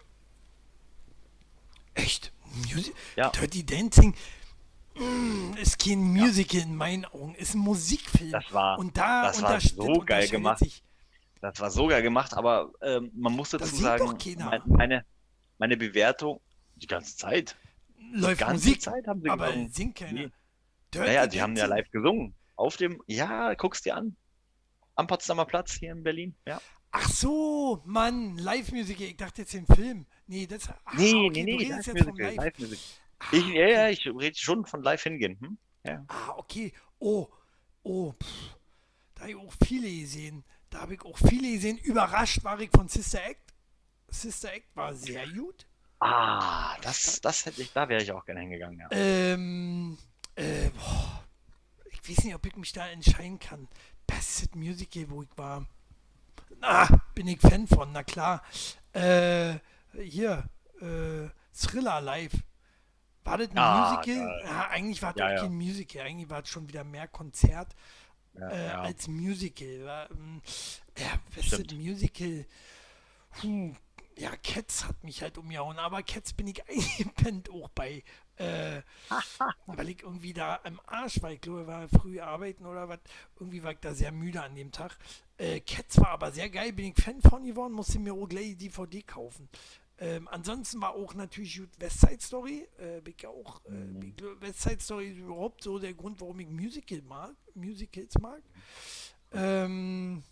Echt? Musi Ja, Dirty Dancing mm, ist kein ja, Musical in meinen Augen, ist ein Musikfilm. das war, Und da das war untersch- das so geil unterscheidet gemacht. sich. Das war so geil gemacht, aber ähm, man muss Da dazu singt doch sagen, mein, keiner. meine, meine Bewertung, die ganze Zeit, die Läuft ganze Musik, Zeit haben sie aber gesungen. singt keiner. Nee. Naja, Dirty die haben ja Dancing. live gesungen. Auf dem, ja, guck's dir an. Am Potsdamer Platz hier in Berlin. Ja. Ach so, Mann, Live-Musical. Ich dachte jetzt den Film. Nee, das. Ah, Nee, nee, okay, du nee, redest jetzt vom Live-Musical, Live. Live-Musical. Ich, Ah, ja, ja, okay. ich rede schon von live hingehen. Hm? Ja. Ah, okay. Oh, oh, pff. Da habe ich auch viele gesehen. Da habe ich auch viele gesehen. Überrascht war ich von Sister Act. Sister Act war sehr gut. Ah, War das, stark. das hätte ich, da wäre ich auch gerne hingegangen, ja. Ähm, äh, boah, ich weiß nicht, ob ich mich da entscheiden kann. Bestes Musical, wo ich war. Ah, bin ich Fan von, na klar. Äh, hier, äh, Thriller Live. War das ein Ah, Musical? geil. Ja, eigentlich war es Ja, auch ja, kein Musical. Eigentlich war es schon wieder mehr Konzert ja, äh, ja, als Musical. War, ähm, ja, bestes stimmt. Musical. Puh, ja, Cats hat mich halt umgehauen, aber Cats bin ich eingepennt auch bei. Äh, weil ich irgendwie da am Arsch war. Ich glaube, war früh arbeiten oder was. Irgendwie war ich da sehr müde an dem Tag. Äh, Cats war aber sehr geil, bin ich Fan von geworden, musste mir auch gleich die D V D kaufen. Ähm, ansonsten war auch natürlich gut West Side Story. Äh, bin ich auch, äh, bin Mhm. ich, West Side Story ist überhaupt so der Grund, warum ich Musical mag, Musicals mag. Ähm,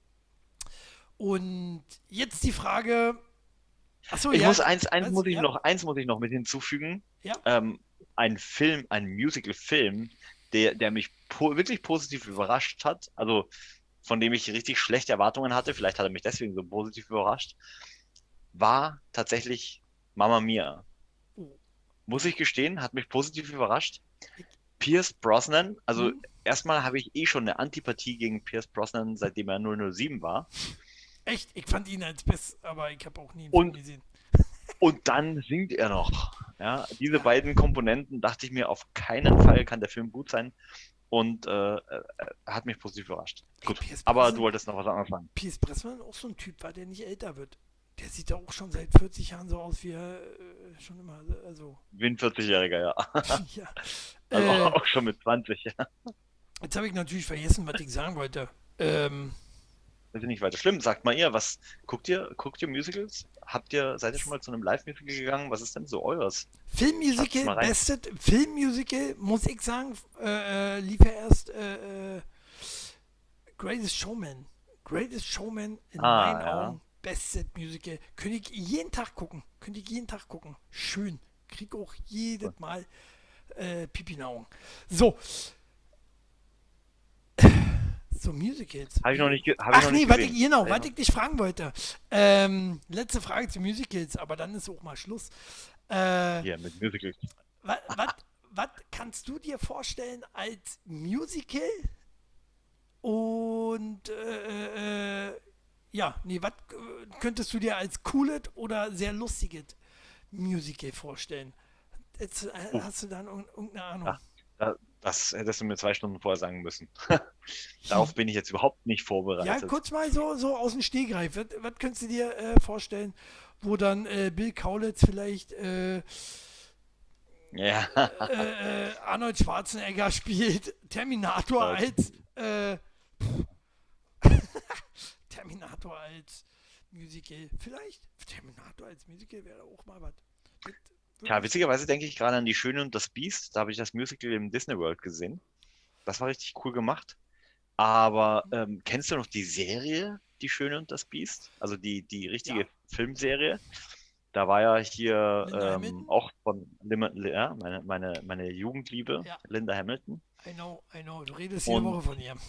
und jetzt die Frage. Achso, Ich ja, muss eins, eins was? muss ich Ja, noch, eins muss ich noch mit hinzufügen. ja. Ähm, ein Film, ein Musical-Film, der, der mich po wirklich positiv überrascht hat, also von dem ich richtig schlechte Erwartungen hatte, vielleicht hat er mich deswegen so positiv überrascht, war tatsächlich Mamma Mia. Oh, Muss ja. ich gestehen, hat mich positiv überrascht. Ich, Pierce Brosnan, also hm? erstmal habe ich eh schon eine Antipathie gegen Pierce Brosnan, seitdem er null null sieben war. Echt, ich fand ihn als best, aber ich habe auch nie einen Film Und, gesehen. und dann singt er noch. Ja, diese Ja, beiden Komponenten dachte ich mir, auf keinen Fall kann der Film gut sein. Und äh, äh, hat mich positiv überrascht. ey, Gut, Pierce aber du Brosnan, wolltest noch was anderes sagen. Pierce Brosnan auch so ein Typ war, der nicht älter wird. Der sieht ja auch schon seit vierzig Jahren so aus, wie er äh, schon immer, also, Wie ein vierzig-Jähriger, ja. ja. Also Äh, auch schon mit zwanzig, ja. jetzt habe ich natürlich vergessen, was ich sagen wollte. Ähm, Das ist nicht weiter schlimm. Sagt mal ihr, was guckt ihr, guckt ihr Musicals? Habt ihr, seid ihr schon s- mal zu einem Live-Musical gegangen? Was ist denn so eures? Schreibt's Filmmusical, mal rein. bestes Filmmusical, muss ich sagen, äh, äh, lief ja erst äh, äh, Greatest Showman. Greatest Showman in Ah, meinen ja. Augen, bestes Musical. Könnte ich jeden Tag gucken. Könnte ich jeden Tag gucken. Schön. Krieg auch Cool. jedes Mal äh, Pipi in den Augen. So, so Musicals. Habe ich noch Wie, nicht, ge- habe ich ach noch nee, nicht was ich, gesehen. genau, Habe ich was noch. ich dich fragen wollte. Ähm, letzte Frage zu Musicals, aber dann ist auch mal Schluss. Äh, Hier mit Musical. was kannst du dir vorstellen als Musical? Und äh, äh, ja, nee, was könntest du dir als cooles oder sehr lustiges Musical vorstellen? Jetzt, äh, Uh, hast du dann irg- irgendeine Ahnung? ja, da, das hättest du mir zwei Stunden vorher sagen müssen. Darauf bin ich jetzt überhaupt nicht Ja, vorbereitet. kurz mal so, so aus dem Stegreif. Was, was könntest du dir äh, vorstellen, wo dann äh, Bill Kaulitz vielleicht äh, äh, Ja, äh, Arnold Schwarzenegger spielt, Terminator äh, als äh, Terminator als Musical. Vielleicht Terminator als Musical wäre auch mal was. Das würde tja, mich. witzigerweise denke ich gerade an Die Schöne und das Biest. Da habe ich das Musical im Disney World gesehen. Das war richtig cool gemacht. Aber ähm, kennst du noch die Serie Die Schöne und das Biest? Also die, die Ja, richtige Filmserie? Da war ja hier Linda ähm, Hamilton? auch von Lim ja, meine, meine, meine Jugendliebe, Ja, Linda Hamilton. I know, I know. Du redest jede Und, Woche von ihr.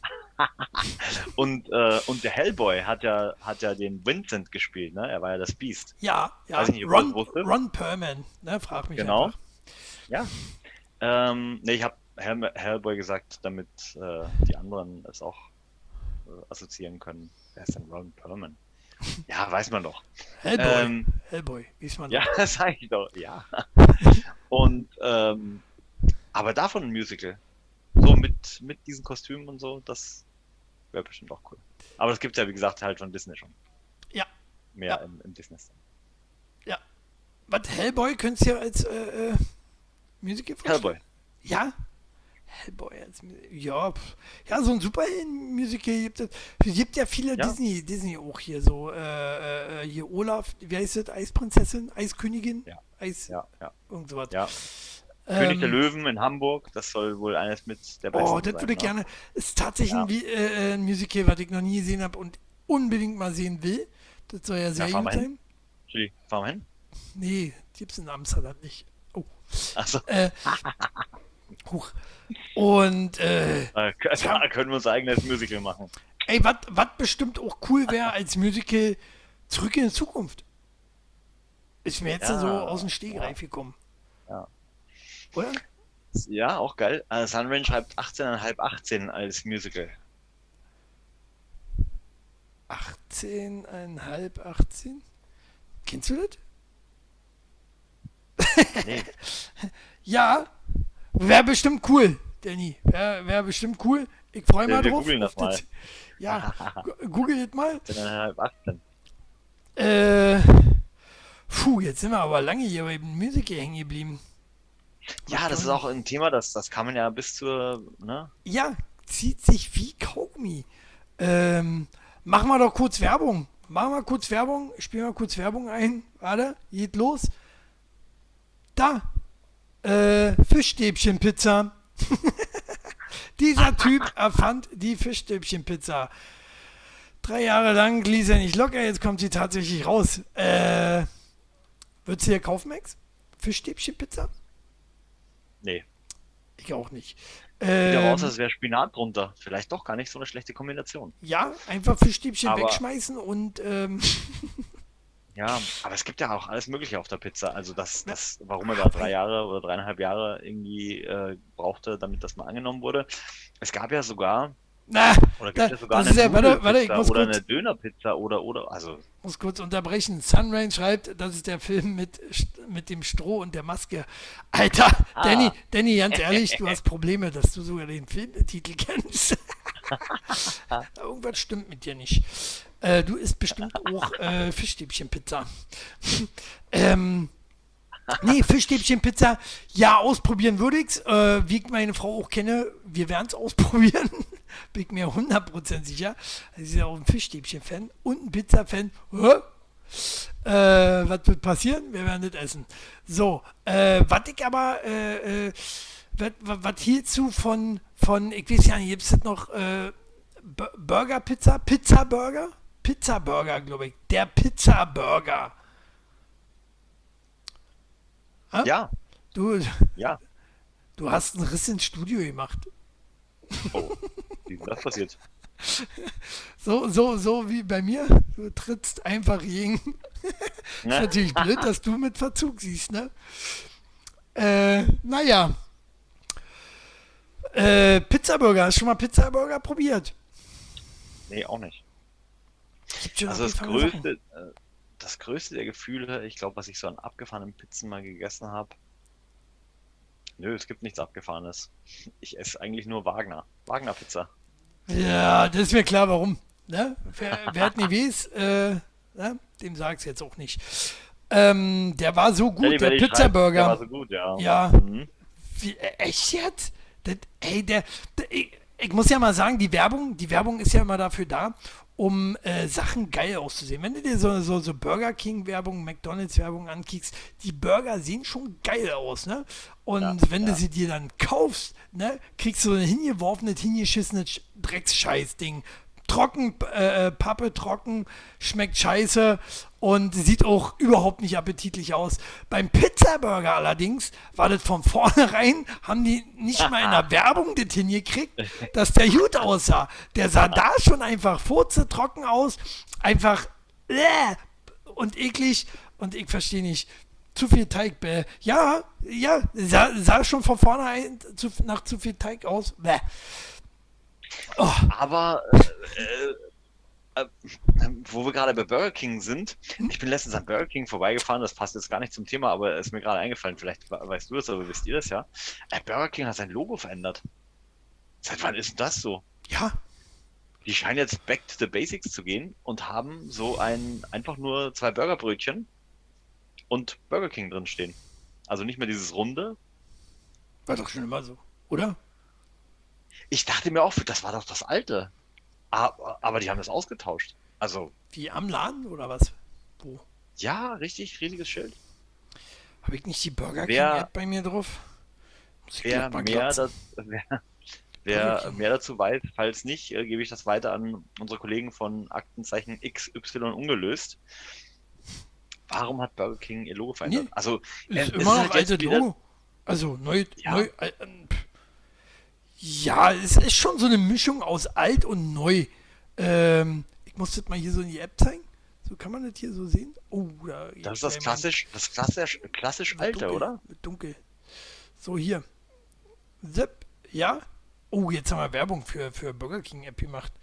und, äh, und der Hellboy hat ja, hat ja den Vincent gespielt, ne? Er war ja das Biest. Ja, Weiß ja, ich nicht, ob du das Ron, wusstest. Ron Perlman, ne? Frag mich Genau. einfach. Ja. Ähm, nee, ich habe Hell Hellboy gesagt, damit äh, die anderen es auch äh, assoziieren können. Wer ist denn Ron Perlman? Ja, weiß man doch. Hellboy, Ähm, Hellboy, wie ist man ja, doch. das sage ich doch, ja. Und ähm, aber davon ein Musical. So mit, mit diesen Kostümen und so, das wäre bestimmt auch cool. Aber das gibt es ja, wie gesagt, halt von Disney schon. Ja, Mehr ja, im, im Disney Store. ja. Was, Hellboy könntest du dir als äh, äh, Musical vorstellen? Hellboy. Ja, Hellboy als Musical. Ja, pf. Ja, so ein Superhelden-Musical gibt es. Es gibt ja viele Ja, Disney, Disney auch hier so. Äh, äh, hier Olaf, wie heißt das? Eisprinzessin? Eiskönigin? ja, Eis, ja, ja, irgend sowas. ja. König der Ähm, Löwen in Hamburg, das soll wohl eines mit der oh, besten das sein, würde ich ne? gerne. Ist tatsächlich ein, Ja. Vi- äh, ein Musical, was ich noch nie gesehen habe und unbedingt mal sehen will. Das soll ja Ja, sehr fahren gut wir hin. sein. Chili, fahren wir hin. Nee, gibt's in Amsterdam nicht. Oh. Achso, Äh, huch. Und, äh, da tja, da können wir unser eigenes Musical machen. ey, was bestimmt auch cool wäre als Musical Zurück in die Zukunft. Ist mir jetzt so aus dem Ja, ja, Stegreif gekommen. ja. Oder? Ja, auch geil. Äh, Sunrain schreibt achtzehn Komma fünf, achtzehn als Musical. achtzehn Komma fünf, achtzehn? Kennst du das? Nee, Ja, wäre bestimmt cool, Danny. Wäre wär bestimmt cool. Ich freue wir, mal wir drauf. googeln Auf das mal. das. Ja, gu- google das mal. achtzehn Komma fünf, achtzehn. Äh, puh, jetzt sind wir aber lange hier bei dem Musical hängen geblieben. Was Ja, das ist kann. auch ein Thema, das, das kann man ja bis zur, ne? Ja, zieht sich wie Kaugummi. Ähm, machen wir doch kurz Werbung. Machen wir kurz Werbung. Spielen wir kurz Werbung ein. Warte, geht los. Da. Äh, Fischstäbchenpizza. Dieser Typ erfand die Fischstäbchenpizza. Drei Jahre lang ließ er nicht locker, jetzt kommt sie tatsächlich raus. Äh, würdest du dir kaufen, Max? Fischstäbchenpizza? Nee. Ich auch nicht. Sieht aber aus, Ähm, als wäre Spinat drunter. Vielleicht doch gar nicht so eine schlechte Kombination. ja, einfach Fischstäbchen Aber wegschmeißen und ähm, ja, aber es gibt ja auch alles Mögliche auf der Pizza. Also das, ja, das, warum er da drei Jahre oder dreieinhalb Jahre irgendwie äh, brauchte, damit das mal angenommen wurde. Es gab ja sogar, na, oder gibt da, ja sogar das eine ist ja, warte, warte, ich Nudelpizza muss oder kurz, eine Dönerpizza oder oder also muss kurz unterbrechen. Sunrain schreibt, das ist der Film mit, mit dem Stroh und der Maske. Alter, Danny, ah, Danny, ganz ehrlich, du hast Probleme, dass du sogar den Filmtitel kennst. Irgendwas stimmt mit dir nicht. Äh, du isst bestimmt auch äh, Fischstäbchenpizza. ähm, nee, Fischstäbchenpizza, ja, ausprobieren würde ich's. Äh, wie ich meine Frau auch kenne, wir werden es ausprobieren. Bin ich mir hundert Prozent sicher. Sie ist ja auch ein Fischstäbchen-Fan und ein Pizza-Fan. Hä? Äh, was wird passieren? Wir werden das essen. So, äh, was ich aber, äh, äh, was hierzu von, von, ich weiß ja nicht, gibt es das noch, äh, Bu- Burger-Pizza? Pizza-Burger? Pizza-Burger, glaube ich. Der Pizza-Burger. Ha? ja, Du, ja. du hast einen Riss ins Studio gemacht. Oh, wie ist denn das passiert? So, so, so wie bei mir. Du trittst einfach gegen. Ist Ne? natürlich blöd, dass du mit Verzug siehst, ne? Äh, naja. Äh, Pizzaburger. Hast du schon mal Pizzaburger probiert? Nee, auch nicht. Gibt schon Also das abgefahrene Sachen. größte, äh, das größte der Gefühle, ich glaube, was ich so an abgefahrenen Pizzen mal gegessen habe. Nö, es gibt nichts Abgefahrenes. Ich esse eigentlich nur Wagner. Wagner-Pizza. Ja, das ist mir klar, warum. Ne? Wer, wer hat nie weiß, äh, ne? Dem sag's jetzt auch nicht. Ähm, der war so Ja, gut, die der werde ich schreiben. Der war Pizzaburger. so gut, ja. Ja, Mhm. wie, äh, echt jetzt? Das, ey, der, der ich, ich muss ja mal sagen, die Werbung, die Werbung ist ja immer dafür da, um äh, Sachen geil auszusehen. Wenn du dir so, so, so Burger King Werbung, McDonalds Werbung ankickst, die Burger sehen schon geil aus, ne? Ja, Und wenn du ja. sie dir dann kaufst, ne, kriegst du ein hingeworfenes, hingeschissenes Drecksscheiß-Ding. Trocken, äh, Pappe trocken, schmeckt scheiße und sieht auch überhaupt nicht appetitlich aus. Beim Pizzaburger allerdings war das von vornherein, haben die nicht mal in der Werbung das hingekriegt, dass der gut aussah. Der sah da schon einfach furzetrocken aus, einfach äh, und eklig und ich verstehe nicht. Zu viel Teig, bäh. Ja, ja, sah, sah schon von vornherein zu, nach zu viel Teig aus. Bäh. Oh, Aber äh, äh, wo wir gerade bei Burger King sind, ich bin letztens an Burger King vorbeigefahren, das passt jetzt gar nicht zum Thema, aber ist mir gerade eingefallen, vielleicht we- weißt du das, aber wisst ihr das ja? Äh, Burger King hat sein Logo verändert. Seit wann ist denn das so? ja, Die scheinen jetzt back to the basics zu gehen und haben so ein, einfach nur zwei Burgerbrötchen und Burger King drin stehen. Also nicht mehr dieses Runde. war doch schon immer so, oder? Ich dachte mir auch, das war doch das alte. Aber, aber die haben das ausgetauscht. Also, Wie am Laden oder was? Wo? ja, richtig, riesiges Schild. Habe ich nicht die Burger King Wer, App bei mir drauf? Muss ich wer gleich mal mehr, glotzen. da, wer, Burger wer King. mehr dazu weiß, falls nicht, äh, gebe ich das weiter an unsere Kollegen von Aktenzeichen X Y ungelöst. Warum hat Burger King ihr Logo Nee, verändert? Also, ist ähm, es immer ist noch halt jetzt altes wieder, Logo. Also neu, ja, neu, äh, äh, pff. Ja, es ist schon so eine Mischung aus alt und neu. Ähm, ich muss das mal hier so in die App zeigen. So kann man das hier so sehen. Oh, da das geht ist das gleich mein, klassisch, das klassisch, klassisch wird alte, dunkel, oder? wird dunkel. So hier. Zip, ja. Oh, jetzt haben wir Werbung für, für Burger King App gemacht.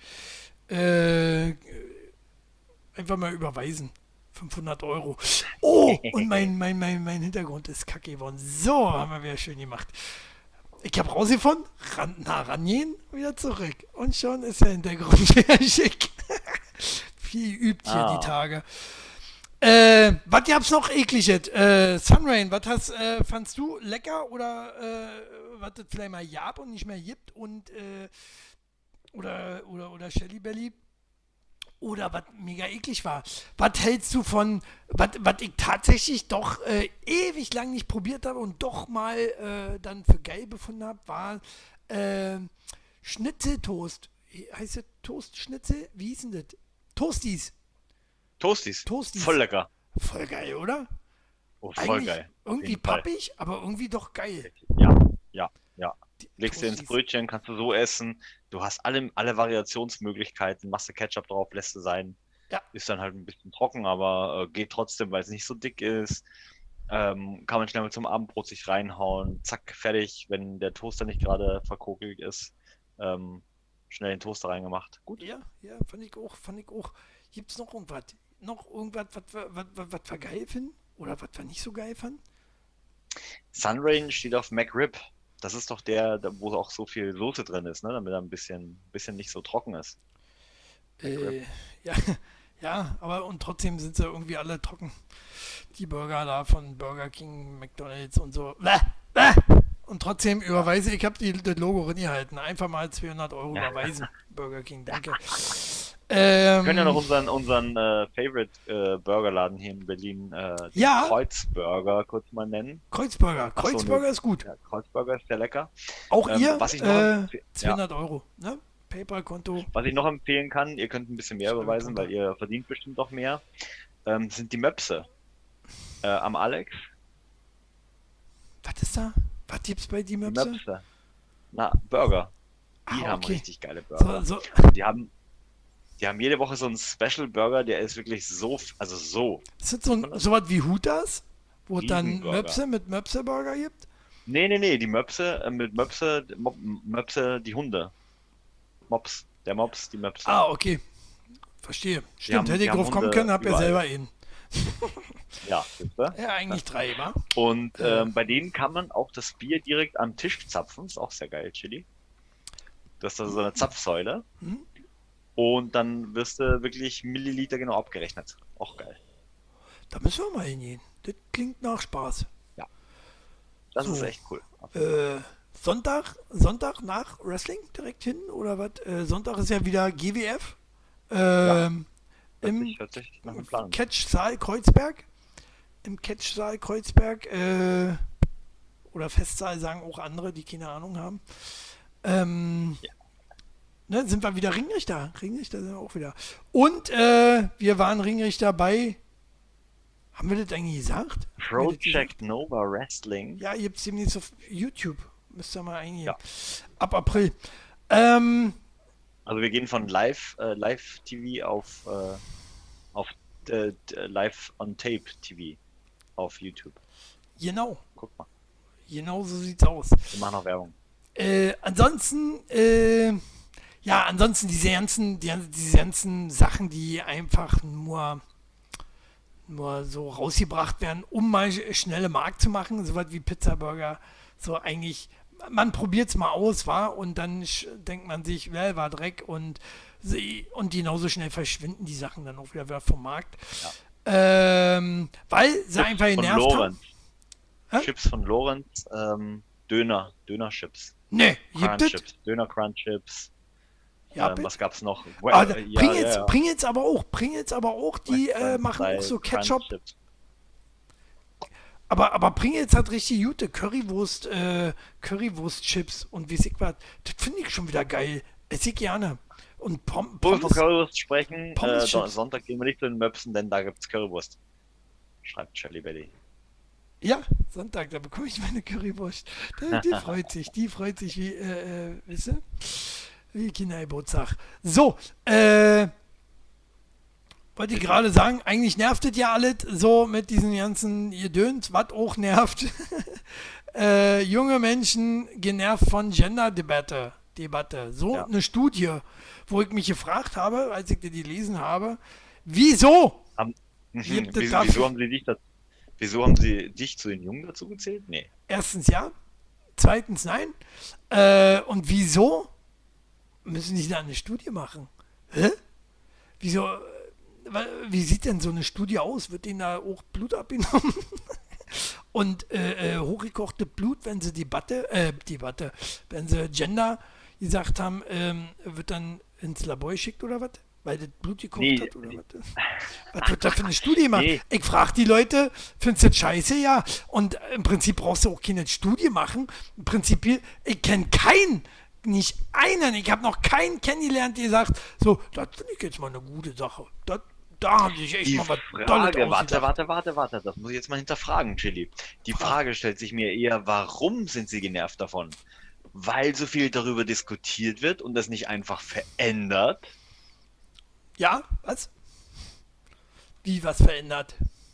Äh, einfach mal überweisen. fünfhundert Euro. Oh, und mein, mein, mein, mein Hintergrund ist kacke geworden. So, haben wir wieder schön gemacht. Ich habe rausgefunden, ran, nah rangehen, wieder zurück. Und schon ist der Hintergrund wieder schick. Viel übt hier die Ah, Tage. Äh, was gab's noch ekliges? Äh, Sunrain, was hast, äh, fandst du lecker oder äh, was das vielleicht mal gab und nicht mehr gibt? Und, äh, oder, oder, oder Shelly Belly? Oder was mega eklig war. Was hältst du von, was was ich tatsächlich doch äh, ewig lang nicht probiert habe und doch mal äh, dann für geil befunden habe, war äh, Schnitzeltoast. Heißt das Toast-Schnitzel? Wie hieß denn das? Toasties. Toasties. Voll Toasties. lecker. Voll geil, oder? Oh, voll Eigentlich geil. Auf irgendwie jeden Fall. pappig, aber irgendwie doch geil. Ja, ja, ja. Die Legst dir ins Toasties. Brötchen, kannst du so essen. Du hast alle, alle Variationsmöglichkeiten. Machst du Ketchup drauf, lässt du sein. Ja, Ist dann halt ein bisschen trocken, aber äh, geht trotzdem, weil es nicht so dick ist. Ähm, kann man schnell mal zum Abendbrot sich reinhauen. Zack, fertig. Wenn der Toaster nicht gerade verkokelt ist, ähm, schnell den Toaster reingemacht. Gut. ja, ja, fand ich auch, fand ich auch. Gibt's noch irgendwas? Noch irgendwas, was wir, was, was, was wir geil finden? Oder was wir nicht so geil fanden? Sunrain steht auf McRib. Das ist doch der, da- wo auch so viel Soße drin ist, ne? Damit er ein bisschen, bisschen nicht so trocken ist. McRib. Äh, ja, ja, aber und trotzdem sind sie irgendwie alle trocken. Die Burger da von Burger King, McDonalds und so. Bäh, bäh. Und trotzdem Ja. überweise, ich habe das Logo reingehalten. Einfach mal zweihundert Euro überweisen. Burger King, danke. Wir können ja noch Ähm, unseren, unseren äh, Favorite äh, Burgerladen hier in Berlin, äh, den ja, Kreuzburger, kurz mal nennen. Kreuzburger. Ach so, ne, Kreuzburger ist gut. ja, Kreuzburger ist sehr lecker. Auch Ähm, ihr was ich noch äh, empfe ja, zweihundert Euro. Ne? PayPal-Konto, was ich noch empfehlen kann, ihr könnt ein bisschen mehr schreibe überweisen, drunter. weil ihr verdient bestimmt noch mehr, ähm, sind die Möpse äh, am Alex. Was ist da? Was gibt's bei die Die Möpse? Möpse. Na, Burger. Die Ah, haben okay. richtig geile So, Burger. so, Die haben, die haben jede Woche so einen Special Burger, der ist wirklich so, f- also so. ist das so, Man ein, das? so was wie Hooters, wo es dann Riesenburger. Möpse mit Möpse-Burger gibt? Nee, nee, nee, die Möpse, äh, mit Möpse, Mop, Möpse, die Hunde. Mops, der Mops, die Möpse. Ah, okay. Verstehe. Die Stimmt, haben, hätte die ich haben drauf kommen Hunde können, hab ja überall. selber einen. Ja, siehst du? Ja, eigentlich drei, wa? Und Ja. ähm, bei denen kann man auch das Bier direkt am Tisch zapfen. Ist auch sehr geil, Chili. Das ist also so eine Zapfsäule. Hm? Und dann wirst du wirklich Milliliter genau abgerechnet. Auch geil. Da müssen wir mal hingehen. Das klingt nach Spaß. Ja, das So. ist echt cool. Äh, Sonntag, Sonntag nach Wrestling direkt hin oder was? Äh, Sonntag ist ja wieder G W F. Ähm, Hört Im sich, hört sich nach einem Plan an. Catch-Saal Kreuzberg. Im Catch-Saal Kreuzberg. Äh, oder Festsaal sagen auch andere, die keine Ahnung haben. Ähm, Ja. ne, sind wir wieder Ringrichter. Ringrichter sind wir auch wieder. Und äh, wir waren Ringrichter bei. Haben wir das eigentlich gesagt? Haben wir das gesagt? Project Nova Wrestling. Ja, ihr habt es demnächst auf YouTube. Müsst ihr mal eingeben. Ja. Ab April. Ähm, Also wir gehen von Live, äh, Live-T V auf, äh, auf äh, d- Live on Tape T V auf YouTube. genau. Guck mal, Genau so sieht's aus. wir machen noch Werbung. Äh, ansonsten, äh, ja, ansonsten diese ganzen, die, diese ganzen Sachen, die einfach nur, nur so rausgebracht werden, um mal sch- schnelle Markt zu machen, sowas wie Pizza Burger, so eigentlich, man probiert's mal aus, war und dann sch- denkt man sich, well, war Dreck und sie, und genauso schnell verschwinden die Sachen dann auch wieder vom Markt. Ähm, weil sie Chips einfach von genervt haben. Lorenz. Hä? Chips von Lorenz. Ähm, Döner. Döner-Chips. Ne, gibt es? Crunch-Chips. Döner-Crunch-Chips. Ja, ähm, bi- was gab's noch? Ah, Well, da- ja, bring ja, jetzt, ja. bring jetzt aber auch, bring jetzt aber auch, die äh, Western machen auch Style so Ketchup, Crunch-Chips. aber, aber bring jetzt hat richtig gute Currywurst, äh, Currywurst-Chips und wie ich was. Das finde ich schon wieder geil. Esse ich gerne. Und Pom Wo wir von Pommes, Currywurst sprechen, äh, Pommes-Chips. Don- Sonntag gehen wir nicht zu den Möpsen, denn da gibt's Currywurst. Schreibt Shelly Belly. ja, Sonntag, da bekomme ich meine Currywurst. Die, die freut sich, die freut sich wie, äh, äh, wisst ihr? Wie Kindergeburtstag. So, äh, wollte ich gerade sagen, eigentlich nervt es ja alles so mit diesen ganzen Gedöns, was auch nervt. äh, junge Menschen genervt von Gender-Debatte. Debatte. So Ja. eine Studie, wo ich mich gefragt habe, als ich die gelesen habe, wieso? Haben, Gibt es wieso, dafür- wieso haben sie dich dazu, wieso haben sie dich zu den Jungen dazu gezählt? Nee. Erstens ja, zweitens nein. Äh, und wieso müssen die da eine Studie machen? Hä? Wieso? äh, wa- Wie sieht denn so eine Studie aus? Wird denen da auch Blut abgenommen? Und äh, äh, hochgekochte Blut, wenn sie Debatte, äh, Debatte, wenn sie Gender gesagt haben, ähm, wird dann ins Labor geschickt oder was? Weil das Blut gekocht Nee. hat oder was? Was wird da für eine Studie gemacht? Nee. Ich frage die Leute, findest du das scheiße? Ja. Und im Prinzip brauchst du auch keine Studie machen. Im Prinzip, ich kenne keinen, nicht einen, ich habe noch keinen kennengelernt, der sagt, so, das finde ich jetzt mal eine gute Sache. Das, da haben sie sich echt Die mal was Frage, Tolles warte, ausgedacht. warte, warte, warte, das muss ich jetzt mal hinterfragen, Chili. Die Frage stellt sich mir eher, warum sind sie genervt davon? Weil so viel darüber diskutiert wird und das nicht einfach verändert? Ja, was? Wie was verändert?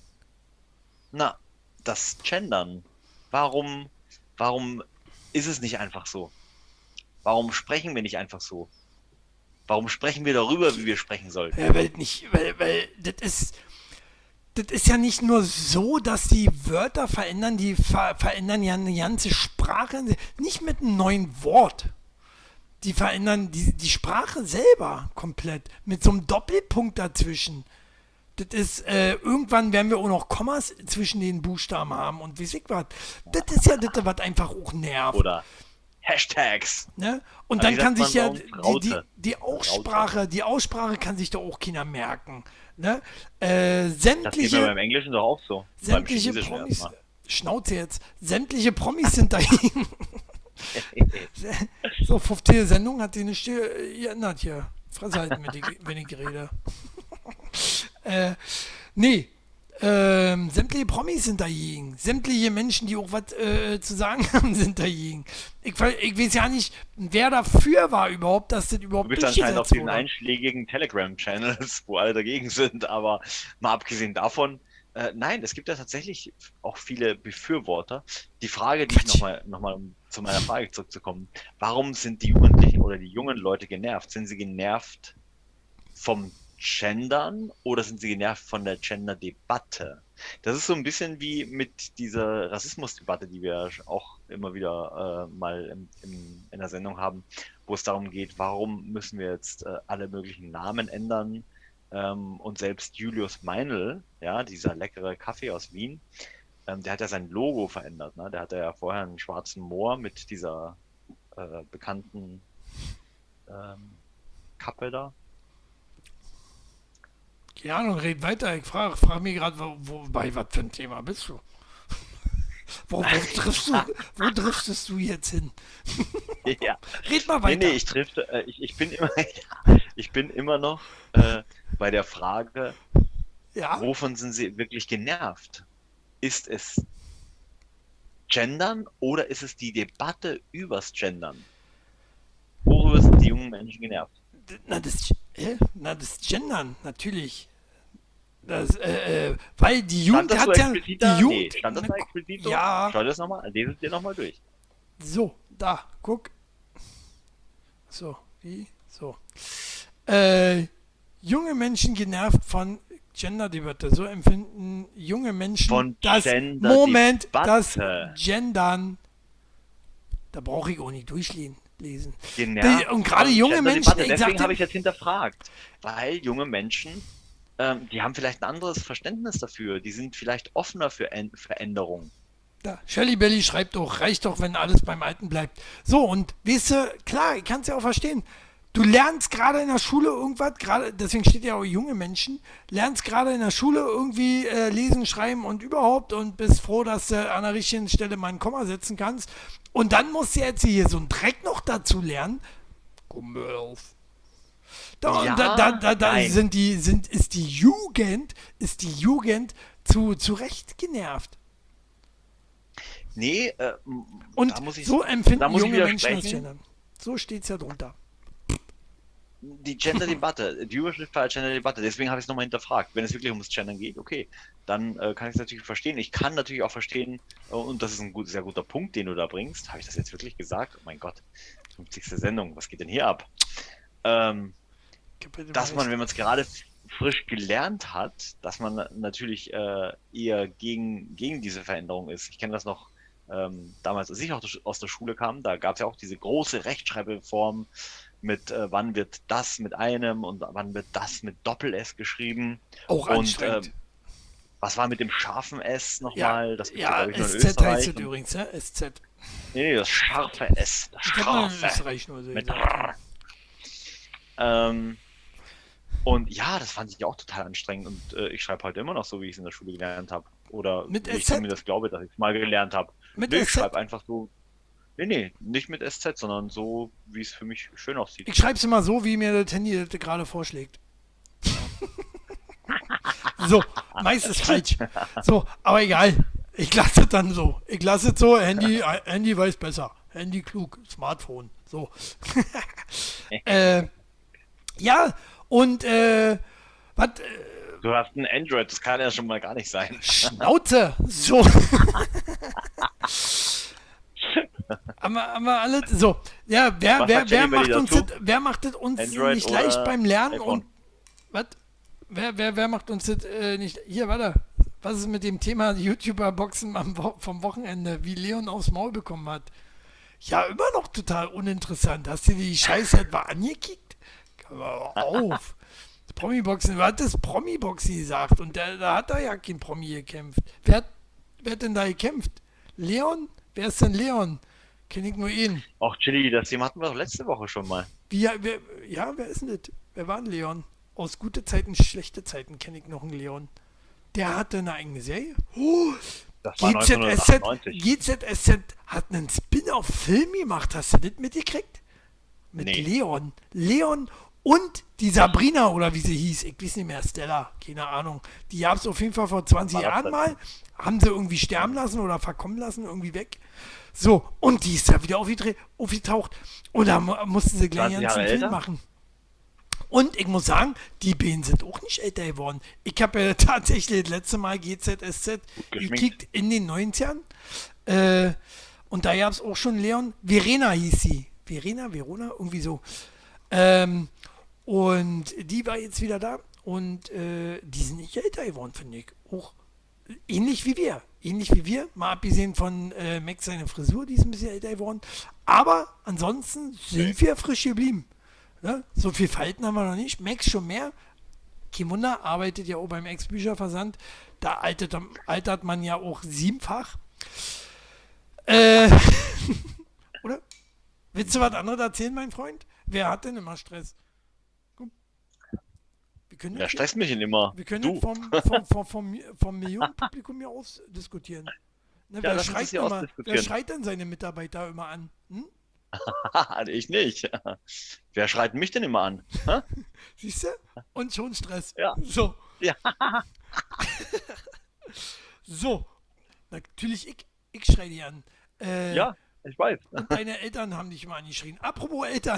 Na, das Gendern. Warum, warum ist es nicht einfach so? Warum sprechen wir nicht einfach so? Warum sprechen wir darüber, wie wir sprechen sollten? Ja, weil nicht, weil, weil das ist, das ist ja nicht nur so, dass die Wörter verändern, die ver verändern ja eine ganze Sprache, nicht mit einem neuen Wort. Die verändern die, die Sprache selber komplett, mit so einem Doppelpunkt dazwischen. Das ist, äh, irgendwann werden wir auch noch Kommas zwischen den Buchstaben haben und wie ich was. Das ist ja das, was einfach auch nervt. Oder Hashtags. Ne? Und Aber dann wie kann sagt sich ja man die, bei uns? die, Raute. die Aussprache, die Aussprache kann sich doch auch keiner merken. Ne? Äh, Das geht mir sämtliche, beim Englischen doch auch so. sämtliche beim Chinesischen Promis, erstmal. Schnauze jetzt, sämtliche Promis sind dahin. So, fünfzehn Sendung hat die nicht äh, geändert hier. Fresse halten, wenn ich, wenn ich rede. äh, nee, Ähm, sämtliche Promis sind dagegen. Sämtliche Menschen, die auch was äh, zu sagen haben, sind dagegen. Ich, ver- ich weiß ja nicht, wer dafür war überhaupt, dass das Du überhaupt bist anscheinend auf durchgesetzt diesen wurde. einschlägigen Telegram-Channels, wo alle dagegen sind, aber mal abgesehen davon, äh, nein, es gibt ja tatsächlich auch viele Befürworter. Die Frage, die ich Quatsch. nochmal, nochmal, um zu meiner Frage zurückzukommen, warum sind die Jugendlichen oder die jungen Leute genervt? Sind sie genervt vom Gendern oder sind sie genervt von der Gender-Debatte? Das ist so ein bisschen wie mit dieser Rassismusdebatte, die wir auch immer wieder äh, mal im, im, in der Sendung haben, wo es darum geht, warum müssen wir jetzt äh, alle möglichen Namen ändern? Ähm, und selbst Julius Meinl, ja, dieser leckere Kaffee aus Wien, ähm, der hat ja sein Logo verändert. Ne? Der hatte ja vorher einen schwarzen Moor mit dieser äh, bekannten ähm, Kappe da. Keine Ahnung, red weiter. Ich frage frag mich gerade, wo, wo, bei was für ein Thema bist du? Wo, wo, triffst du, wo driftest du jetzt hin? Ja. Red mal Nee, nee, weiter. ich trifft, äh, ich, ich bin immer, ich bin immer noch äh, bei der Frage, Ja? wovon sind Sie wirklich genervt? Ist es Gendern oder ist es die Debatte übers Gendern? Worüber sind die jungen Menschen genervt? Na, das, äh, na, das Gendern, natürlich. Das, äh, äh, weil die Stand Jugend das so hat ja. explizit Die da? Nee, Jugend. stand das na, da explizit so? ja, Schau dir das nochmal, lese es dir nochmal durch. so, da, guck. So, wie? So. Äh, junge Menschen genervt von Gender-Debatte. So empfinden junge Menschen Von das. Moment, das Gender-Debatte. Gendern. Da brauche ich auch nicht durchlesen. Lesen. Die, Genervt und gerade von junge Menschen, Gender-Debatte. ich Deswegen sagte, habe ich jetzt hinterfragt. Weil junge Menschen, ähm, die haben vielleicht ein anderes Verständnis dafür. Die sind vielleicht offener für En- Veränderungen. da, Shelly Belly schreibt doch, reicht doch, wenn alles beim Alten bleibt. So, und weißt du, klar, ich kann es ja auch verstehen. Du lernst gerade in der Schule irgendwas, gerade, deswegen steht ja auch junge Menschen, lernst gerade in der Schule irgendwie äh, lesen, schreiben und überhaupt und bist froh, dass du an der richtigen Stelle mal ein Komma setzen kannst. Und dann musst du jetzt hier so einen Dreck noch dazu lernen. Komm hör auf. Da, Ja, da, da, da, da nein. sind die, sind, ist die Jugend, ist die Jugend zu, zu Recht genervt. Nee, äh, m- Und da muss ich, so da empfinden muss ich junge Menschen das widersprechen. Gendern. So steht es ja drunter. Die Gender-Debatte, die Überschrift war Gender-Debatte, deswegen habe ich es nochmal hinterfragt. Wenn es wirklich ums Gendern geht, okay, dann äh, kann ich es natürlich verstehen. Ich kann natürlich auch verstehen, äh, und das ist ein gut, sehr guter Punkt, den du da bringst. Habe ich das jetzt wirklich gesagt? Oh mein Gott, fünfzigste Sendung, was geht denn hier ab? Ähm, Gib bitte dass mal man, recht. wenn man es gerade frisch gelernt hat, dass man na- natürlich äh, eher gegen, gegen diese Veränderung ist. Ich kenne das noch ähm, damals, als ich auch aus der Schule kam, da gab es ja auch diese große Rechtschreibreform mit, äh, wann wird das mit einem und wann wird das mit Doppel-S geschrieben Auch und anstrengend. ähm, was war mit dem scharfen S Ja, nochmal? Das gibt es ja, ja, glaube ich, nur in S Z heißt Österreich. es Und, übrigens, ne? S Z. nee, das scharfe S, das Ich habe mal in scharfe Österreich nur so mit gesagt. ähm, Und ja, das fand ich auch total anstrengend und äh, ich schreibe heute immer noch so, wie ich es in der Schule gelernt habe. Oder Mit wie ich S Z? zumindest glaube, dass ich es mal gelernt habe. Mit Nee, ich S Z? schreibe einfach so. Nee, nee, nicht mit S Z, sondern so, wie es für mich schön aussieht. Ich schreibe es immer so, wie mir das Handy das gerade vorschlägt. So, meist ist falsch. So, aber egal. Ich lasse es dann so. Ich lasse es so. Handy, äh, Handy weiß besser. Handy klug. Smartphone. So. äh, ja, und äh, was? Äh, Du hast ein Android, das kann ja schon mal gar nicht sein. Schnauze. So. haben, wir, haben wir alle. So. Ja, wer, Was wer, sagt wer Jenny macht Belly uns dazu? das, wer macht das uns Android nicht oder leicht beim Lernen iPhone? und was? Wer, wer, wer macht uns das äh, nicht. Hier, warte. Was ist mit dem Thema YouTuber-Boxen am Wo vom Wochenende, wie Leon aufs Maul bekommen hat? Ja, immer noch total uninteressant. Hast du dir die Scheiße etwa angekickt? Komm mal auf. Promi-Boxen, wer hat das Promi-Boxen gesagt? Und da, da hat da ja kein Promi gekämpft. Wer hat, wer hat denn da gekämpft? Leon? Wer ist denn Leon? Kenn ich nur ihn. Auch Chili, das Thema hatten wir doch letzte Woche schon mal. Wie, ja, wer, ja, wer ist denn das? Wer war ein Leon? Aus gute Zeiten, schlechte Zeiten kenne ich noch einen Leon. Der hatte eine eigene Serie. Oh, Das war G Z S Z, neunzehnhundertachtundneunzig. G Z S Z hat einen Spin-off-Film gemacht. Hast du das mitgekriegt? Mit Nee. Leon. Leon Und die Sabrina, oder wie sie hieß, ich weiß nicht mehr, Stella, keine Ahnung, die gab es auf jeden Fall vor zwanzig Jahren mal, haben sie irgendwie sterben lassen oder verkommen lassen, irgendwie weg. So, und die ist da wieder aufgedreht, aufgetaucht. Und da mu- mussten sie gleich einen ganzen Jahre Film älter? machen. Und ich muss sagen, die Bienen sind auch nicht älter geworden. Ich habe ja tatsächlich das letzte Mal G Z S Z geschminkt. gekickt in den neunzigern. Äh, und da gab es auch schon Leon. Verena hieß sie. Verena, Verona, irgendwie so. Ähm, und die war jetzt wieder da. Und äh, die sind nicht älter geworden, finde ich. Auch ähnlich wie wir. Ähnlich wie wir. Mal abgesehen von äh, Max seine Frisur, die ist ein bisschen älter geworden. Aber ansonsten sind wir frisch geblieben. Ne? So viel Falten haben wir noch nicht. Max schon mehr. Kein Wunder, arbeitet ja auch beim Ex-Bücherversand. Da altert, altert man ja auch siebenfach. Äh, oder? Willst du was anderes erzählen, mein Freund? Wer hat denn immer Stress? Komm. Wir können Ja, das, stresst mich nicht immer. wir können Du. das vom, vom, vom, vom, vom Millionenpublikum hier aus diskutieren. Ne, wer, lass uns schreit das hier immer, wer ausdiskutieren. schreit denn seine Mitarbeiter immer an? Hm? Ich nicht. Wer schreit mich denn immer an? Hä? Siehst du? Und schon Stress. Ja. So. Ja. So. Natürlich, ich, ich schreie dich an. Äh, Ja, ich weiß. Und deine Eltern haben dich mal angeschrien. Apropos Eltern.